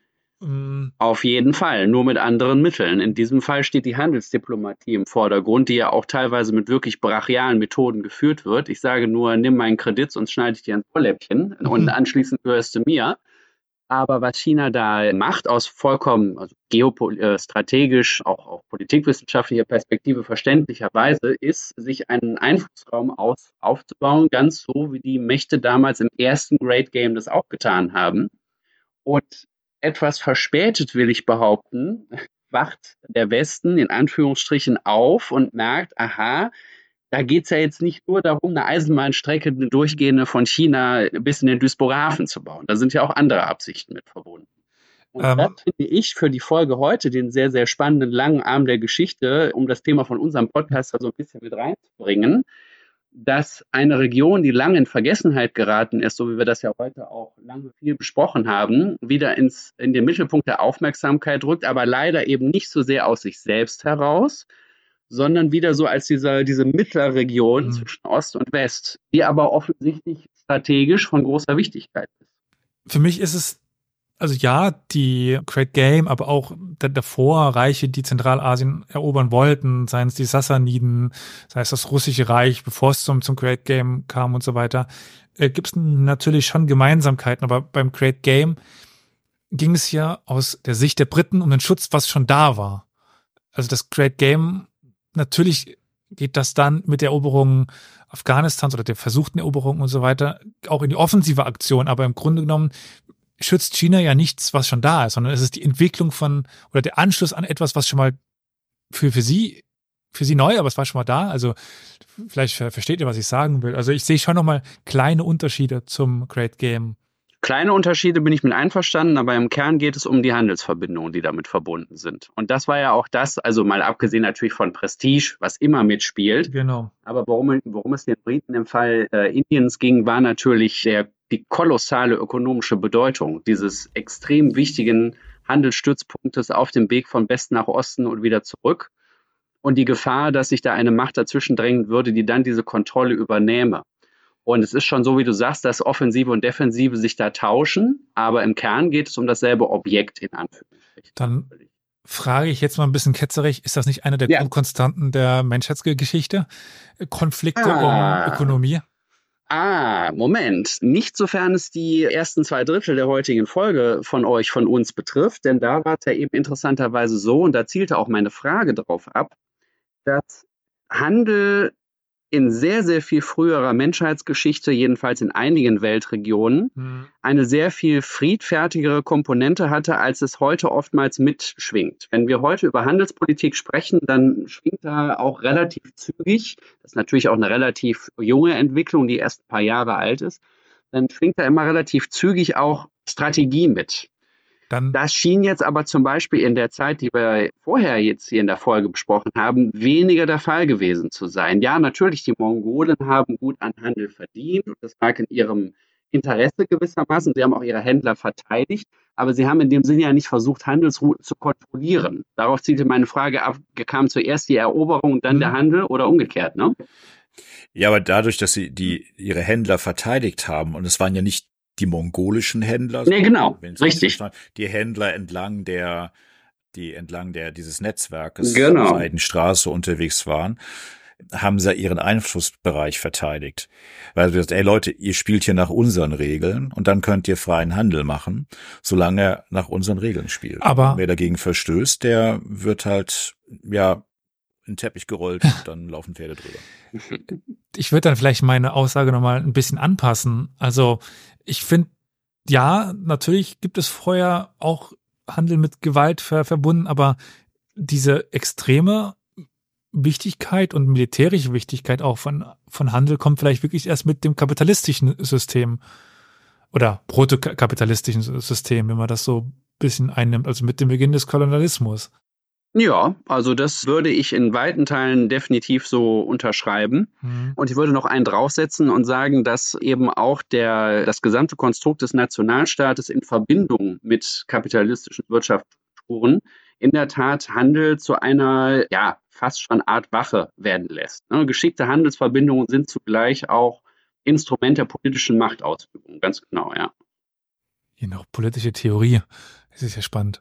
Speaker 3: Mm. Auf jeden Fall, nur mit anderen Mitteln. In diesem Fall steht die Handelsdiplomatie im Vordergrund, die ja auch teilweise mit wirklich brachialen Methoden geführt wird. Ich sage nur, nimm meinen Kredit, sonst schneide ich dir ein Ohrläppchen mhm. und anschließend gehörst du mir. Aber was China da macht, aus vollkommen also geostrategisch, auch auf politikwissenschaftlicher Perspektive verständlicherweise, ist, sich einen Einflussraum aus, aufzubauen, ganz so wie die Mächte damals im ersten Great Game das auch getan haben. Und etwas verspätet, will ich behaupten, wacht der Westen in Anführungsstrichen auf und merkt, aha, da geht es ja jetzt nicht nur darum, eine Eisenbahnstrecke, eine durchgehende von China bis in den Duisburger Hafen zu bauen. Da sind ja auch andere Absichten mit verbunden. Und ähm, das finde ich für die Folge heute, den sehr, sehr spannenden langen Arm der Geschichte, um das Thema von unserem Podcast da so ein bisschen mit reinzubringen, dass eine Region, die lange in Vergessenheit geraten ist, so wie wir das ja heute auch lange viel besprochen haben, wieder ins, in den Mittelpunkt der Aufmerksamkeit rückt, aber leider eben nicht so sehr aus sich selbst heraus, sondern wieder so als diese, diese Mittlerregion mhm. zwischen Ost und West, die aber offensichtlich strategisch von großer Wichtigkeit ist.
Speaker 1: Für mich ist es, also ja, die Great Game, aber auch davor Reiche, die Zentralasien erobern wollten, seien es die Sassaniden, sei es das Russische Reich, bevor es zum, zum Great Game kam und so weiter, äh, gibt es natürlich schon Gemeinsamkeiten, aber beim Great Game ging es ja aus der Sicht der Briten um den Schutz, was schon da war. Also das Great Game, natürlich geht das dann mit der Eroberung Afghanistans oder der versuchten Eroberung und so weiter auch in die offensive Aktion, aber im Grunde genommen schützt China ja nichts, was schon da ist, sondern es ist die Entwicklung von oder der Anschluss an etwas, was schon mal für, für sie, für sie neu, aber es war schon mal da. Also vielleicht versteht ihr, was ich sagen will. Also ich sehe schon nochmal kleine Unterschiede zum Great Game.
Speaker 3: Kleine Unterschiede bin ich mit einverstanden, aber im Kern geht es um die Handelsverbindungen, die damit verbunden sind. Und das war ja auch das, also mal abgesehen natürlich von Prestige, was immer mitspielt.
Speaker 1: Genau.
Speaker 3: Aber worum, worum es den Briten im Fall äh, Indiens ging, war natürlich der, die kolossale ökonomische Bedeutung dieses extrem wichtigen Handelsstützpunktes auf dem Weg von Westen nach Osten und wieder zurück. Und die Gefahr, dass sich da eine Macht dazwischen drängen würde, die dann diese Kontrolle übernehme. Und es ist schon so, wie du sagst, dass Offensive und Defensive sich da tauschen, aber im Kern geht es um dasselbe Objekt in Anführungsstrichen.
Speaker 1: Dann frage ich jetzt mal ein bisschen ketzerig, ist das nicht eine der
Speaker 3: ja.
Speaker 1: Grundkonstanten der Menschheitsgeschichte? Konflikte ah. um Ökonomie?
Speaker 3: Ah, Moment. Nicht sofern es die ersten zwei Drittel der heutigen Folge von euch, von uns betrifft, denn da war es ja eben interessanterweise so, und da zielte auch meine Frage drauf ab, dass Handel in sehr, sehr viel früherer Menschheitsgeschichte, jedenfalls in einigen Weltregionen, mhm. eine sehr viel friedfertigere Komponente hatte, als es heute oftmals mitschwingt. Wenn wir heute über Handelspolitik sprechen, dann schwingt da auch relativ zügig, das ist natürlich auch eine relativ junge Entwicklung, die erst ein paar Jahre alt ist, dann schwingt da immer relativ zügig auch Strategie mit. Dann das schien jetzt aber zum Beispiel in der Zeit, die wir vorher jetzt hier in der Folge besprochen haben, weniger der Fall gewesen zu sein. Ja, natürlich, die Mongolen haben gut an Handel verdient und das lag in ihrem Interesse gewissermaßen. Sie haben auch ihre Händler verteidigt, aber sie haben in dem Sinne ja nicht versucht, Handelsrouten zu kontrollieren. Darauf zielte meine Frage ab, kam zuerst die Eroberung und dann mhm. der Handel oder umgekehrt, ne?
Speaker 2: Ja, aber dadurch, dass sie die ihre Händler verteidigt haben, und es waren ja nicht die mongolischen Händler.
Speaker 3: Nee, genau, richtig.
Speaker 2: Die Händler entlang der, die entlang der, dieses Netzwerkes,
Speaker 3: genau.
Speaker 2: Seidenstraße unterwegs waren, haben sie ihren Einflussbereich verteidigt. Weil du sagst, ey Leute, ihr spielt hier nach unseren Regeln und dann könnt ihr freien Handel machen, solange er nach unseren Regeln spielt.
Speaker 1: Aber
Speaker 2: wer dagegen verstößt, der wird halt, ja, in den Teppich gerollt und dann laufen Pferde drüber.
Speaker 1: Ich würde dann vielleicht meine Aussage nochmal ein bisschen anpassen. Also ich finde, ja, natürlich gibt es vorher auch Handel mit Gewalt ver- verbunden, aber diese extreme Wichtigkeit und militärische Wichtigkeit auch von, von Handel kommt vielleicht wirklich erst mit dem kapitalistischen System oder protokapitalistischen System, wenn man das so ein bisschen einnimmt, also mit dem Beginn des Kolonialismus.
Speaker 3: Ja, also das würde ich in weiten Teilen definitiv so unterschreiben. Mhm. Und ich würde noch einen draufsetzen und sagen, dass eben auch der, das gesamte Konstrukt des Nationalstaates in Verbindung mit kapitalistischen Wirtschaftsstrukturen in der Tat Handel zu einer, ja, fast schon Art Wache werden lässt. Ne? Geschickte Handelsverbindungen sind zugleich auch Instrument der politischen Machtausübung, ganz genau, ja.
Speaker 1: Hier noch politische Theorie. Das ist ja spannend.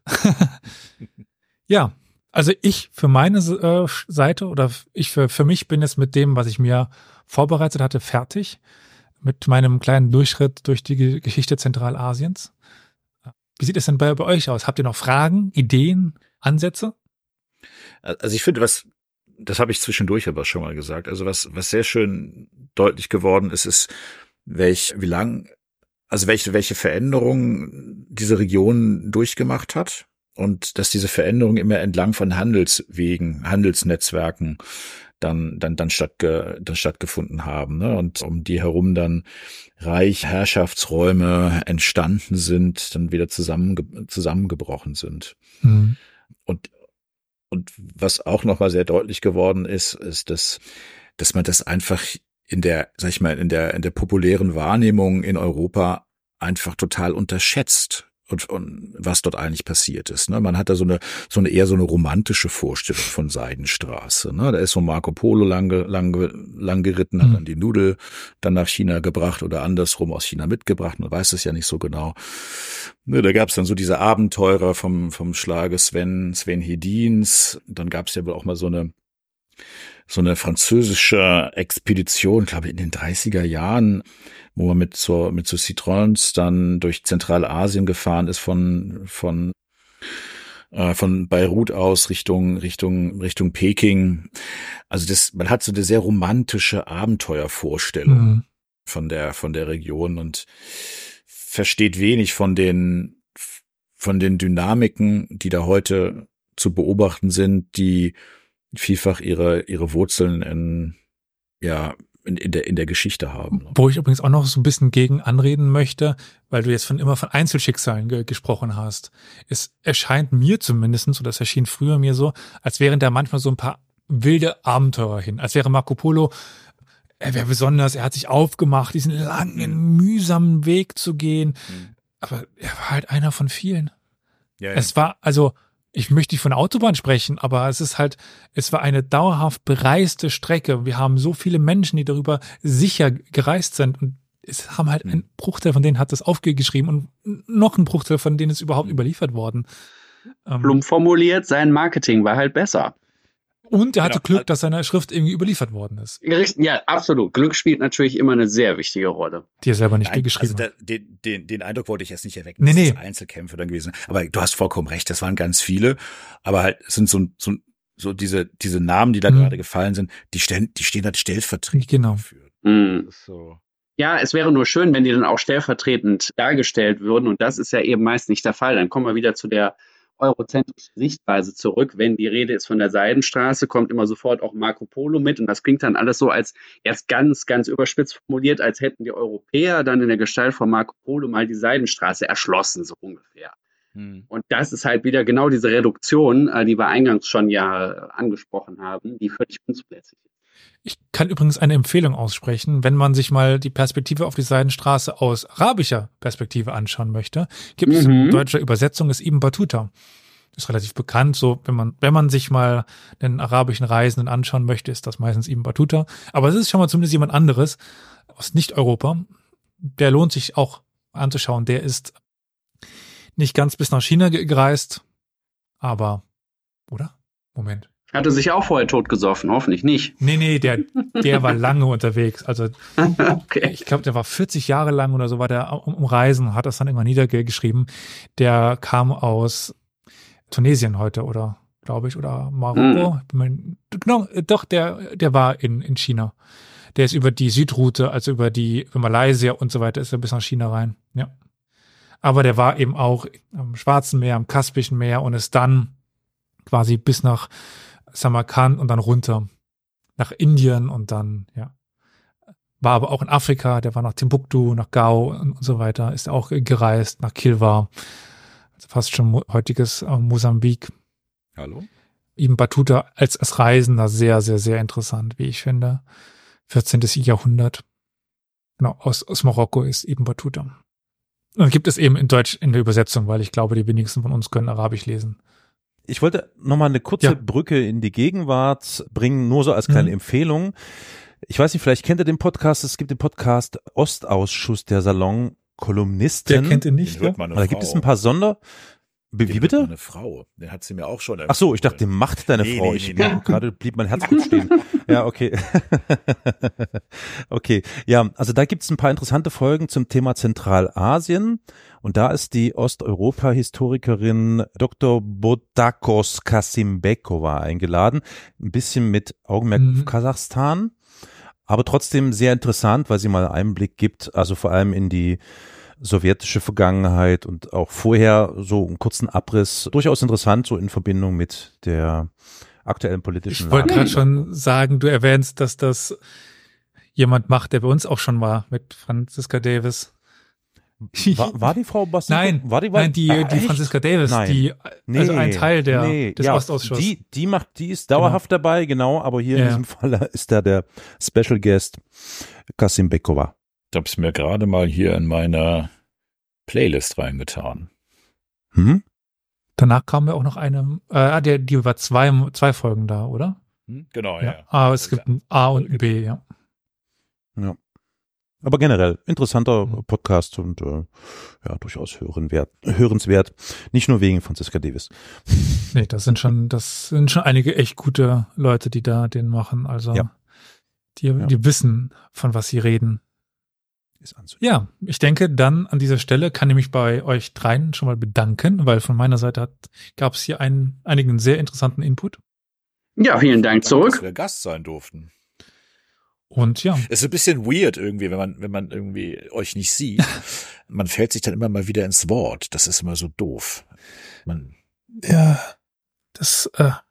Speaker 1: Ja. Also ich für meine äh, Seite oder ich für, für mich bin jetzt mit dem, was ich mir vorbereitet hatte, fertig. Mit meinem kleinen Durchschritt durch die Geschichte Zentralasiens. Wie sieht es denn bei, bei euch aus? Habt ihr noch Fragen, Ideen, Ansätze?
Speaker 2: Also ich finde, was, das habe ich zwischendurch aber schon mal gesagt, also was, was sehr schön deutlich geworden ist, ist, welch, wie lang, also welche, welche Veränderungen diese Region durchgemacht hat. Und dass diese Veränderungen immer entlang von Handelswegen, Handelsnetzwerken dann dann dann, stattge, dann stattgefunden haben, ne? Und um die herum dann Reich, Herrschaftsräume entstanden sind, dann wieder zusammenge, zusammengebrochen sind. Mhm. Und und was auch noch mal sehr deutlich geworden ist, ist, dass dass man das einfach in der, sag ich mal, in der in der populären Wahrnehmung in Europa einfach total unterschätzt. Und, und was dort eigentlich passiert ist. Ne? Man hat da so eine, so eine eher so eine romantische Vorstellung von Seidenstraße. Ne? Da ist so Marco Polo lang, lang, lang geritten, hat dann die Nudel dann nach China gebracht oder andersrum aus China mitgebracht. Man weiß es ja nicht so genau. Ne, da gab es dann so diese Abenteurer vom, vom Schlage Sven, Sven Hedins. Dann gab es ja wohl auch mal so eine, so eine französische Expedition, glaube ich, in den dreißiger Jahren, wo man mit so, mit so Citroëns dann durch Zentralasien gefahren ist von, von, äh, von Beirut aus Richtung, Richtung, Richtung Peking. Also das, man hat so eine sehr romantische Abenteuervorstellung mhm. von der, von der Region und versteht wenig von den, von den Dynamiken, die da heute zu beobachten sind, die vielfach ihre, ihre Wurzeln in, ja, in, in, der, in der Geschichte haben.
Speaker 1: Wo ich übrigens auch noch so ein bisschen gegen anreden möchte, weil du jetzt von immer von Einzelschicksalen ge- gesprochen hast. Es erscheint mir zumindestens, oder es erschien früher mir so, als wären da manchmal so ein paar wilde Abenteurer hin. Als wäre Marco Polo, er wäre besonders, er hat sich aufgemacht, diesen langen, mühsamen Weg zu gehen. Mhm. Aber er war halt einer von vielen. Ja, ja. Es war, also, ich möchte nicht von der Autobahn sprechen, aber es ist halt, es war eine dauerhaft bereiste Strecke. Wir haben so viele Menschen, die darüber sicher gereist sind, und es haben halt ein Bruchteil von denen hat das aufgeschrieben und noch ein Bruchteil von denen ist überhaupt überliefert worden.
Speaker 3: Plump formuliert, sein Marketing war halt besser.
Speaker 1: Und er hatte genau. Glück, dass seine Schrift irgendwie überliefert worden ist.
Speaker 3: Ja, absolut. Glück spielt natürlich immer eine sehr wichtige Rolle.
Speaker 1: Die er selber nicht Nein, geschrieben
Speaker 2: also
Speaker 1: hat.
Speaker 2: Da, den, den, den Eindruck wollte ich jetzt nicht erwecken,
Speaker 1: nee,
Speaker 2: dass
Speaker 1: nee.
Speaker 2: das Einzelkämpfe dann gewesen sind. Aber du hast vollkommen recht, das waren ganz viele. Aber halt es sind so, so, so diese, diese Namen, die da mhm. gerade gefallen sind, die stehen, die stehen halt stellvertretend
Speaker 1: genau.
Speaker 2: dafür.
Speaker 3: Mhm. So. Ja, es wäre nur schön, wenn die dann auch stellvertretend dargestellt würden. Und das ist ja eben meist nicht der Fall. Dann kommen wir wieder zu der eurozentrische Sichtweise zurück. Wenn die Rede ist von der Seidenstraße, kommt immer sofort auch Marco Polo mit, und das klingt dann alles so als jetzt ganz, ganz überspitzt formuliert, als hätten die Europäer dann in der Gestalt von Marco Polo mal die Seidenstraße erschlossen, so ungefähr. Hm. Und das ist halt wieder genau diese Reduktion, die wir eingangs schon ja angesprochen haben, die völlig unzulässig ist.
Speaker 1: Ich kann übrigens eine Empfehlung aussprechen, wenn man sich mal die Perspektive auf die Seidenstraße aus arabischer Perspektive anschauen möchte, gibt mhm. es in deutscher Übersetzung ist Ibn Battuta. Ist relativ bekannt, so wenn man wenn man sich mal den arabischen Reisenden anschauen möchte, ist das meistens Ibn Battuta. Aber es ist schon mal zumindest jemand anderes aus Nicht-Europa. Der lohnt sich auch anzuschauen. Der ist nicht ganz bis nach China gereist, aber, oder? Moment.
Speaker 3: Hatte sich auch vorher totgesoffen, hoffentlich nicht.
Speaker 1: Nee, nee, der, der war lange unterwegs. Also okay. Ich glaube, der war vierzig Jahre lang oder so, war der um, um Reisen, hat das dann irgendwann niedergeschrieben. Der kam aus Tunesien heute, oder glaube ich, oder Marokko. Hm. Genau, doch, der, der war in, in China. Der ist über die Südroute, also über die über Malaysia und so weiter, ist er bis nach China rein. Ja. Aber der war eben auch am Schwarzen Meer, am Kaspischen Meer und ist dann quasi bis nach Samarkand und dann runter nach Indien und dann, ja. War aber auch in Afrika, der war nach Timbuktu, nach Gao und, und so weiter, ist auch gereist, nach Kilwa, also fast schon mo- heutiges äh, Mosambik.
Speaker 2: Hallo?
Speaker 1: Ibn Battuta als, als Reisender sehr, sehr, sehr interessant, wie ich finde. vierzehntes Jahrhundert. Genau, aus, aus Marokko ist Ibn Battuta. Und gibt es eben in Deutsch in der Übersetzung, weil ich glaube, die wenigsten von uns können Arabisch lesen.
Speaker 4: Ich wollte nochmal eine kurze
Speaker 1: ja.
Speaker 4: Brücke in die Gegenwart bringen, nur so als kleine mhm. Empfehlung. Ich weiß nicht, vielleicht kennt ihr den Podcast, es gibt den Podcast Ostausschuss der Salon-Kolumnisten.
Speaker 1: Der kennt ihn nicht,
Speaker 2: den hört meine
Speaker 4: Da
Speaker 2: Frau.
Speaker 4: Gibt es ein paar Sonder... Wie, wie bitte?
Speaker 2: Meine Frau, den hat sie mir auch schon.
Speaker 4: Ach so, ich dachte, den macht deine
Speaker 2: nee,
Speaker 4: Frau.
Speaker 2: Nee,
Speaker 4: ich
Speaker 2: nee, nee.
Speaker 4: Gerade blieb mein Herz kurz stehen. Ja, okay. Okay, ja, also da gibt's ein paar interessante Folgen zum Thema Zentralasien. Und da ist die Osteuropa-Historikerin Doktor Botakos Kasimbekova eingeladen. Ein bisschen mit Augenmerk mhm. auf Kasachstan. Aber trotzdem sehr interessant, weil sie mal einen Einblick gibt, also vor allem in die sowjetische Vergangenheit und auch vorher so einen kurzen Abriss. Durchaus interessant, so in Verbindung mit der aktuellen politischen Lage.
Speaker 1: Ich wollte gerade schon sagen, du erwähnst, dass das jemand macht, der bei uns auch schon war, mit Franziska Davis.
Speaker 4: War, war die Frau Bassi?
Speaker 1: Nein,
Speaker 4: war die, war,
Speaker 1: nein, die,
Speaker 4: ah,
Speaker 1: die Franziska Davis,
Speaker 4: nein.
Speaker 1: die,
Speaker 4: nee,
Speaker 1: also ein Teil der,
Speaker 4: nee,
Speaker 1: des
Speaker 4: ja,
Speaker 1: Ostausschusses.
Speaker 4: Die, die macht, die ist dauerhaft genau. dabei, genau, aber hier
Speaker 1: ja.
Speaker 4: in diesem Fall ist da der Special Guest Kasimbekova.
Speaker 2: Ich habe es mir gerade mal hier in meiner Playlist reingetan.
Speaker 1: Hm? Danach kam ja auch noch eine, äh, die, die war zwei, zwei Folgen da, oder?
Speaker 2: Hm? Genau,
Speaker 1: ja.
Speaker 2: ja.
Speaker 1: Aber es gibt ein A und ein B, ja.
Speaker 4: Ja. Aber generell interessanter Podcast und äh, ja, durchaus hörenswert, hörenswert. Nicht nur wegen Franziska Davis.
Speaker 1: Nee, das sind schon, das sind schon einige echt gute Leute, die da den machen. Also
Speaker 4: ja.
Speaker 1: die,
Speaker 4: ja.
Speaker 1: die wissen, von was sie reden.
Speaker 4: Ist
Speaker 1: ja, ich denke, dann an dieser Stelle kann ich mich bei euch dreien schon mal bedanken, weil von meiner Seite hat, gab es hier einen, einigen sehr interessanten Input.
Speaker 3: Ja, vielen Dank zurück.
Speaker 2: Dass wir Gast sein durften.
Speaker 1: Und ja.
Speaker 2: Es ist ein bisschen weird irgendwie, wenn man, wenn man irgendwie euch nicht sieht. Man fällt sich dann immer mal wieder ins Wort. Das ist immer so doof. Man
Speaker 1: ja, das, äh,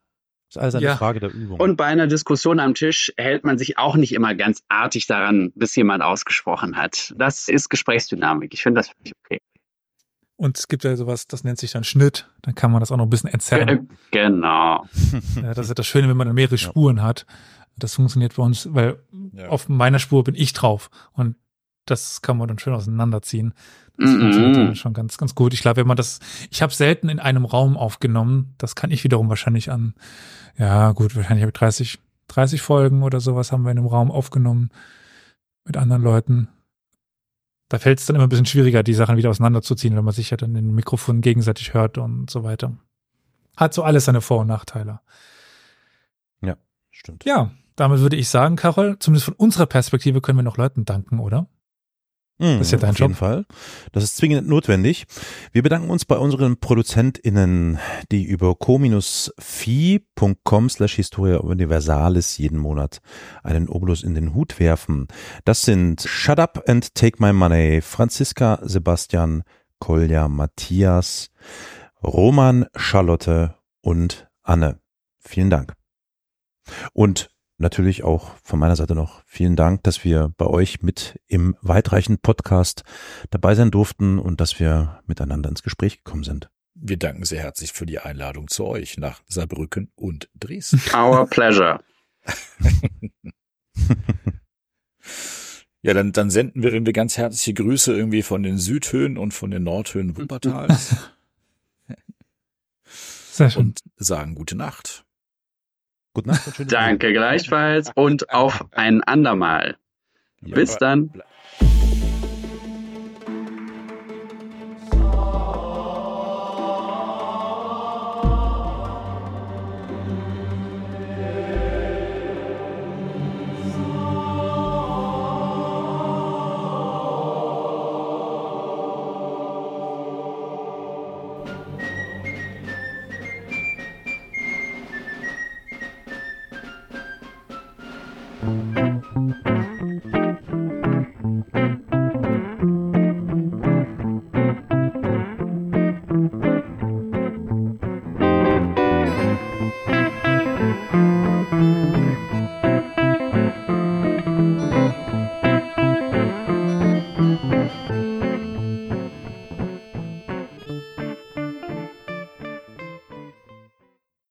Speaker 4: Das ist alles eine
Speaker 1: Ja.
Speaker 4: Frage der Übung.
Speaker 3: Und bei einer Diskussion am Tisch hält man sich auch nicht immer ganz artig daran, bis jemand ausgesprochen hat. Das ist Gesprächsdynamik. Ich finde das völlig okay.
Speaker 1: Und es gibt ja sowas, das nennt sich dann Schnitt. Dann kann man das auch noch ein bisschen entzerren.
Speaker 3: Äh, Genau.
Speaker 1: Ja, das ist das Schöne, wenn man dann mehrere
Speaker 4: Ja.
Speaker 1: Spuren hat. Das funktioniert bei uns, weil
Speaker 2: Ja.
Speaker 1: auf meiner Spur bin ich drauf. Und das kann man dann schön auseinanderziehen. Das
Speaker 3: Mhm.
Speaker 1: funktioniert dann schon ganz, ganz gut. Ich glaube, wenn man das, ich habe selten in einem Raum aufgenommen. Das kann ich wiederum wahrscheinlich an, ja gut, wahrscheinlich habe ich dreißig, dreißig Folgen oder sowas haben wir in einem Raum aufgenommen mit anderen Leuten. Da fällt es dann immer ein bisschen schwieriger, die Sachen wieder auseinanderzuziehen, wenn man sich ja dann in den Mikrofonen gegenseitig hört und so weiter. Hat so alles seine Vor- und Nachteile.
Speaker 4: Stimmt.
Speaker 1: Ja, damit würde ich sagen, Carol, zumindest von unserer Perspektive können wir noch Leuten danken, oder?
Speaker 4: Mhm,
Speaker 1: Das ist ja dein
Speaker 4: auf jeden
Speaker 1: Job.
Speaker 4: Fall. Das ist zwingend notwendig. Wir bedanken uns bei unseren ProduzentInnen, die über co-fi.com slash Historia Universalis jeden Monat einen Obolus in den Hut werfen. Das sind Shut Up and Take My Money, Franziska, Sebastian, Kolja, Matthias, Roman, Charlotte und Anne. Vielen Dank. Und natürlich auch von meiner Seite noch vielen Dank, dass wir bei euch mit im weitreichenden Podcast dabei sein durften und dass wir miteinander ins Gespräch gekommen sind.
Speaker 2: Wir danken sehr herzlich für die Einladung zu euch nach Saarbrücken und Dresden.
Speaker 3: Our pleasure.
Speaker 2: Ja, dann, dann senden wir irgendwie ganz herzliche Grüße irgendwie von den Südhöhen und von den Nordhöhen Wuppertals
Speaker 1: Sehr schön.
Speaker 2: und sagen gute Nacht.
Speaker 4: Gute Nacht und schöne
Speaker 3: Danke gleichfalls und auf ein andermal.
Speaker 2: Ja,
Speaker 3: Bis
Speaker 2: aber-
Speaker 3: dann.
Speaker 4: Woche.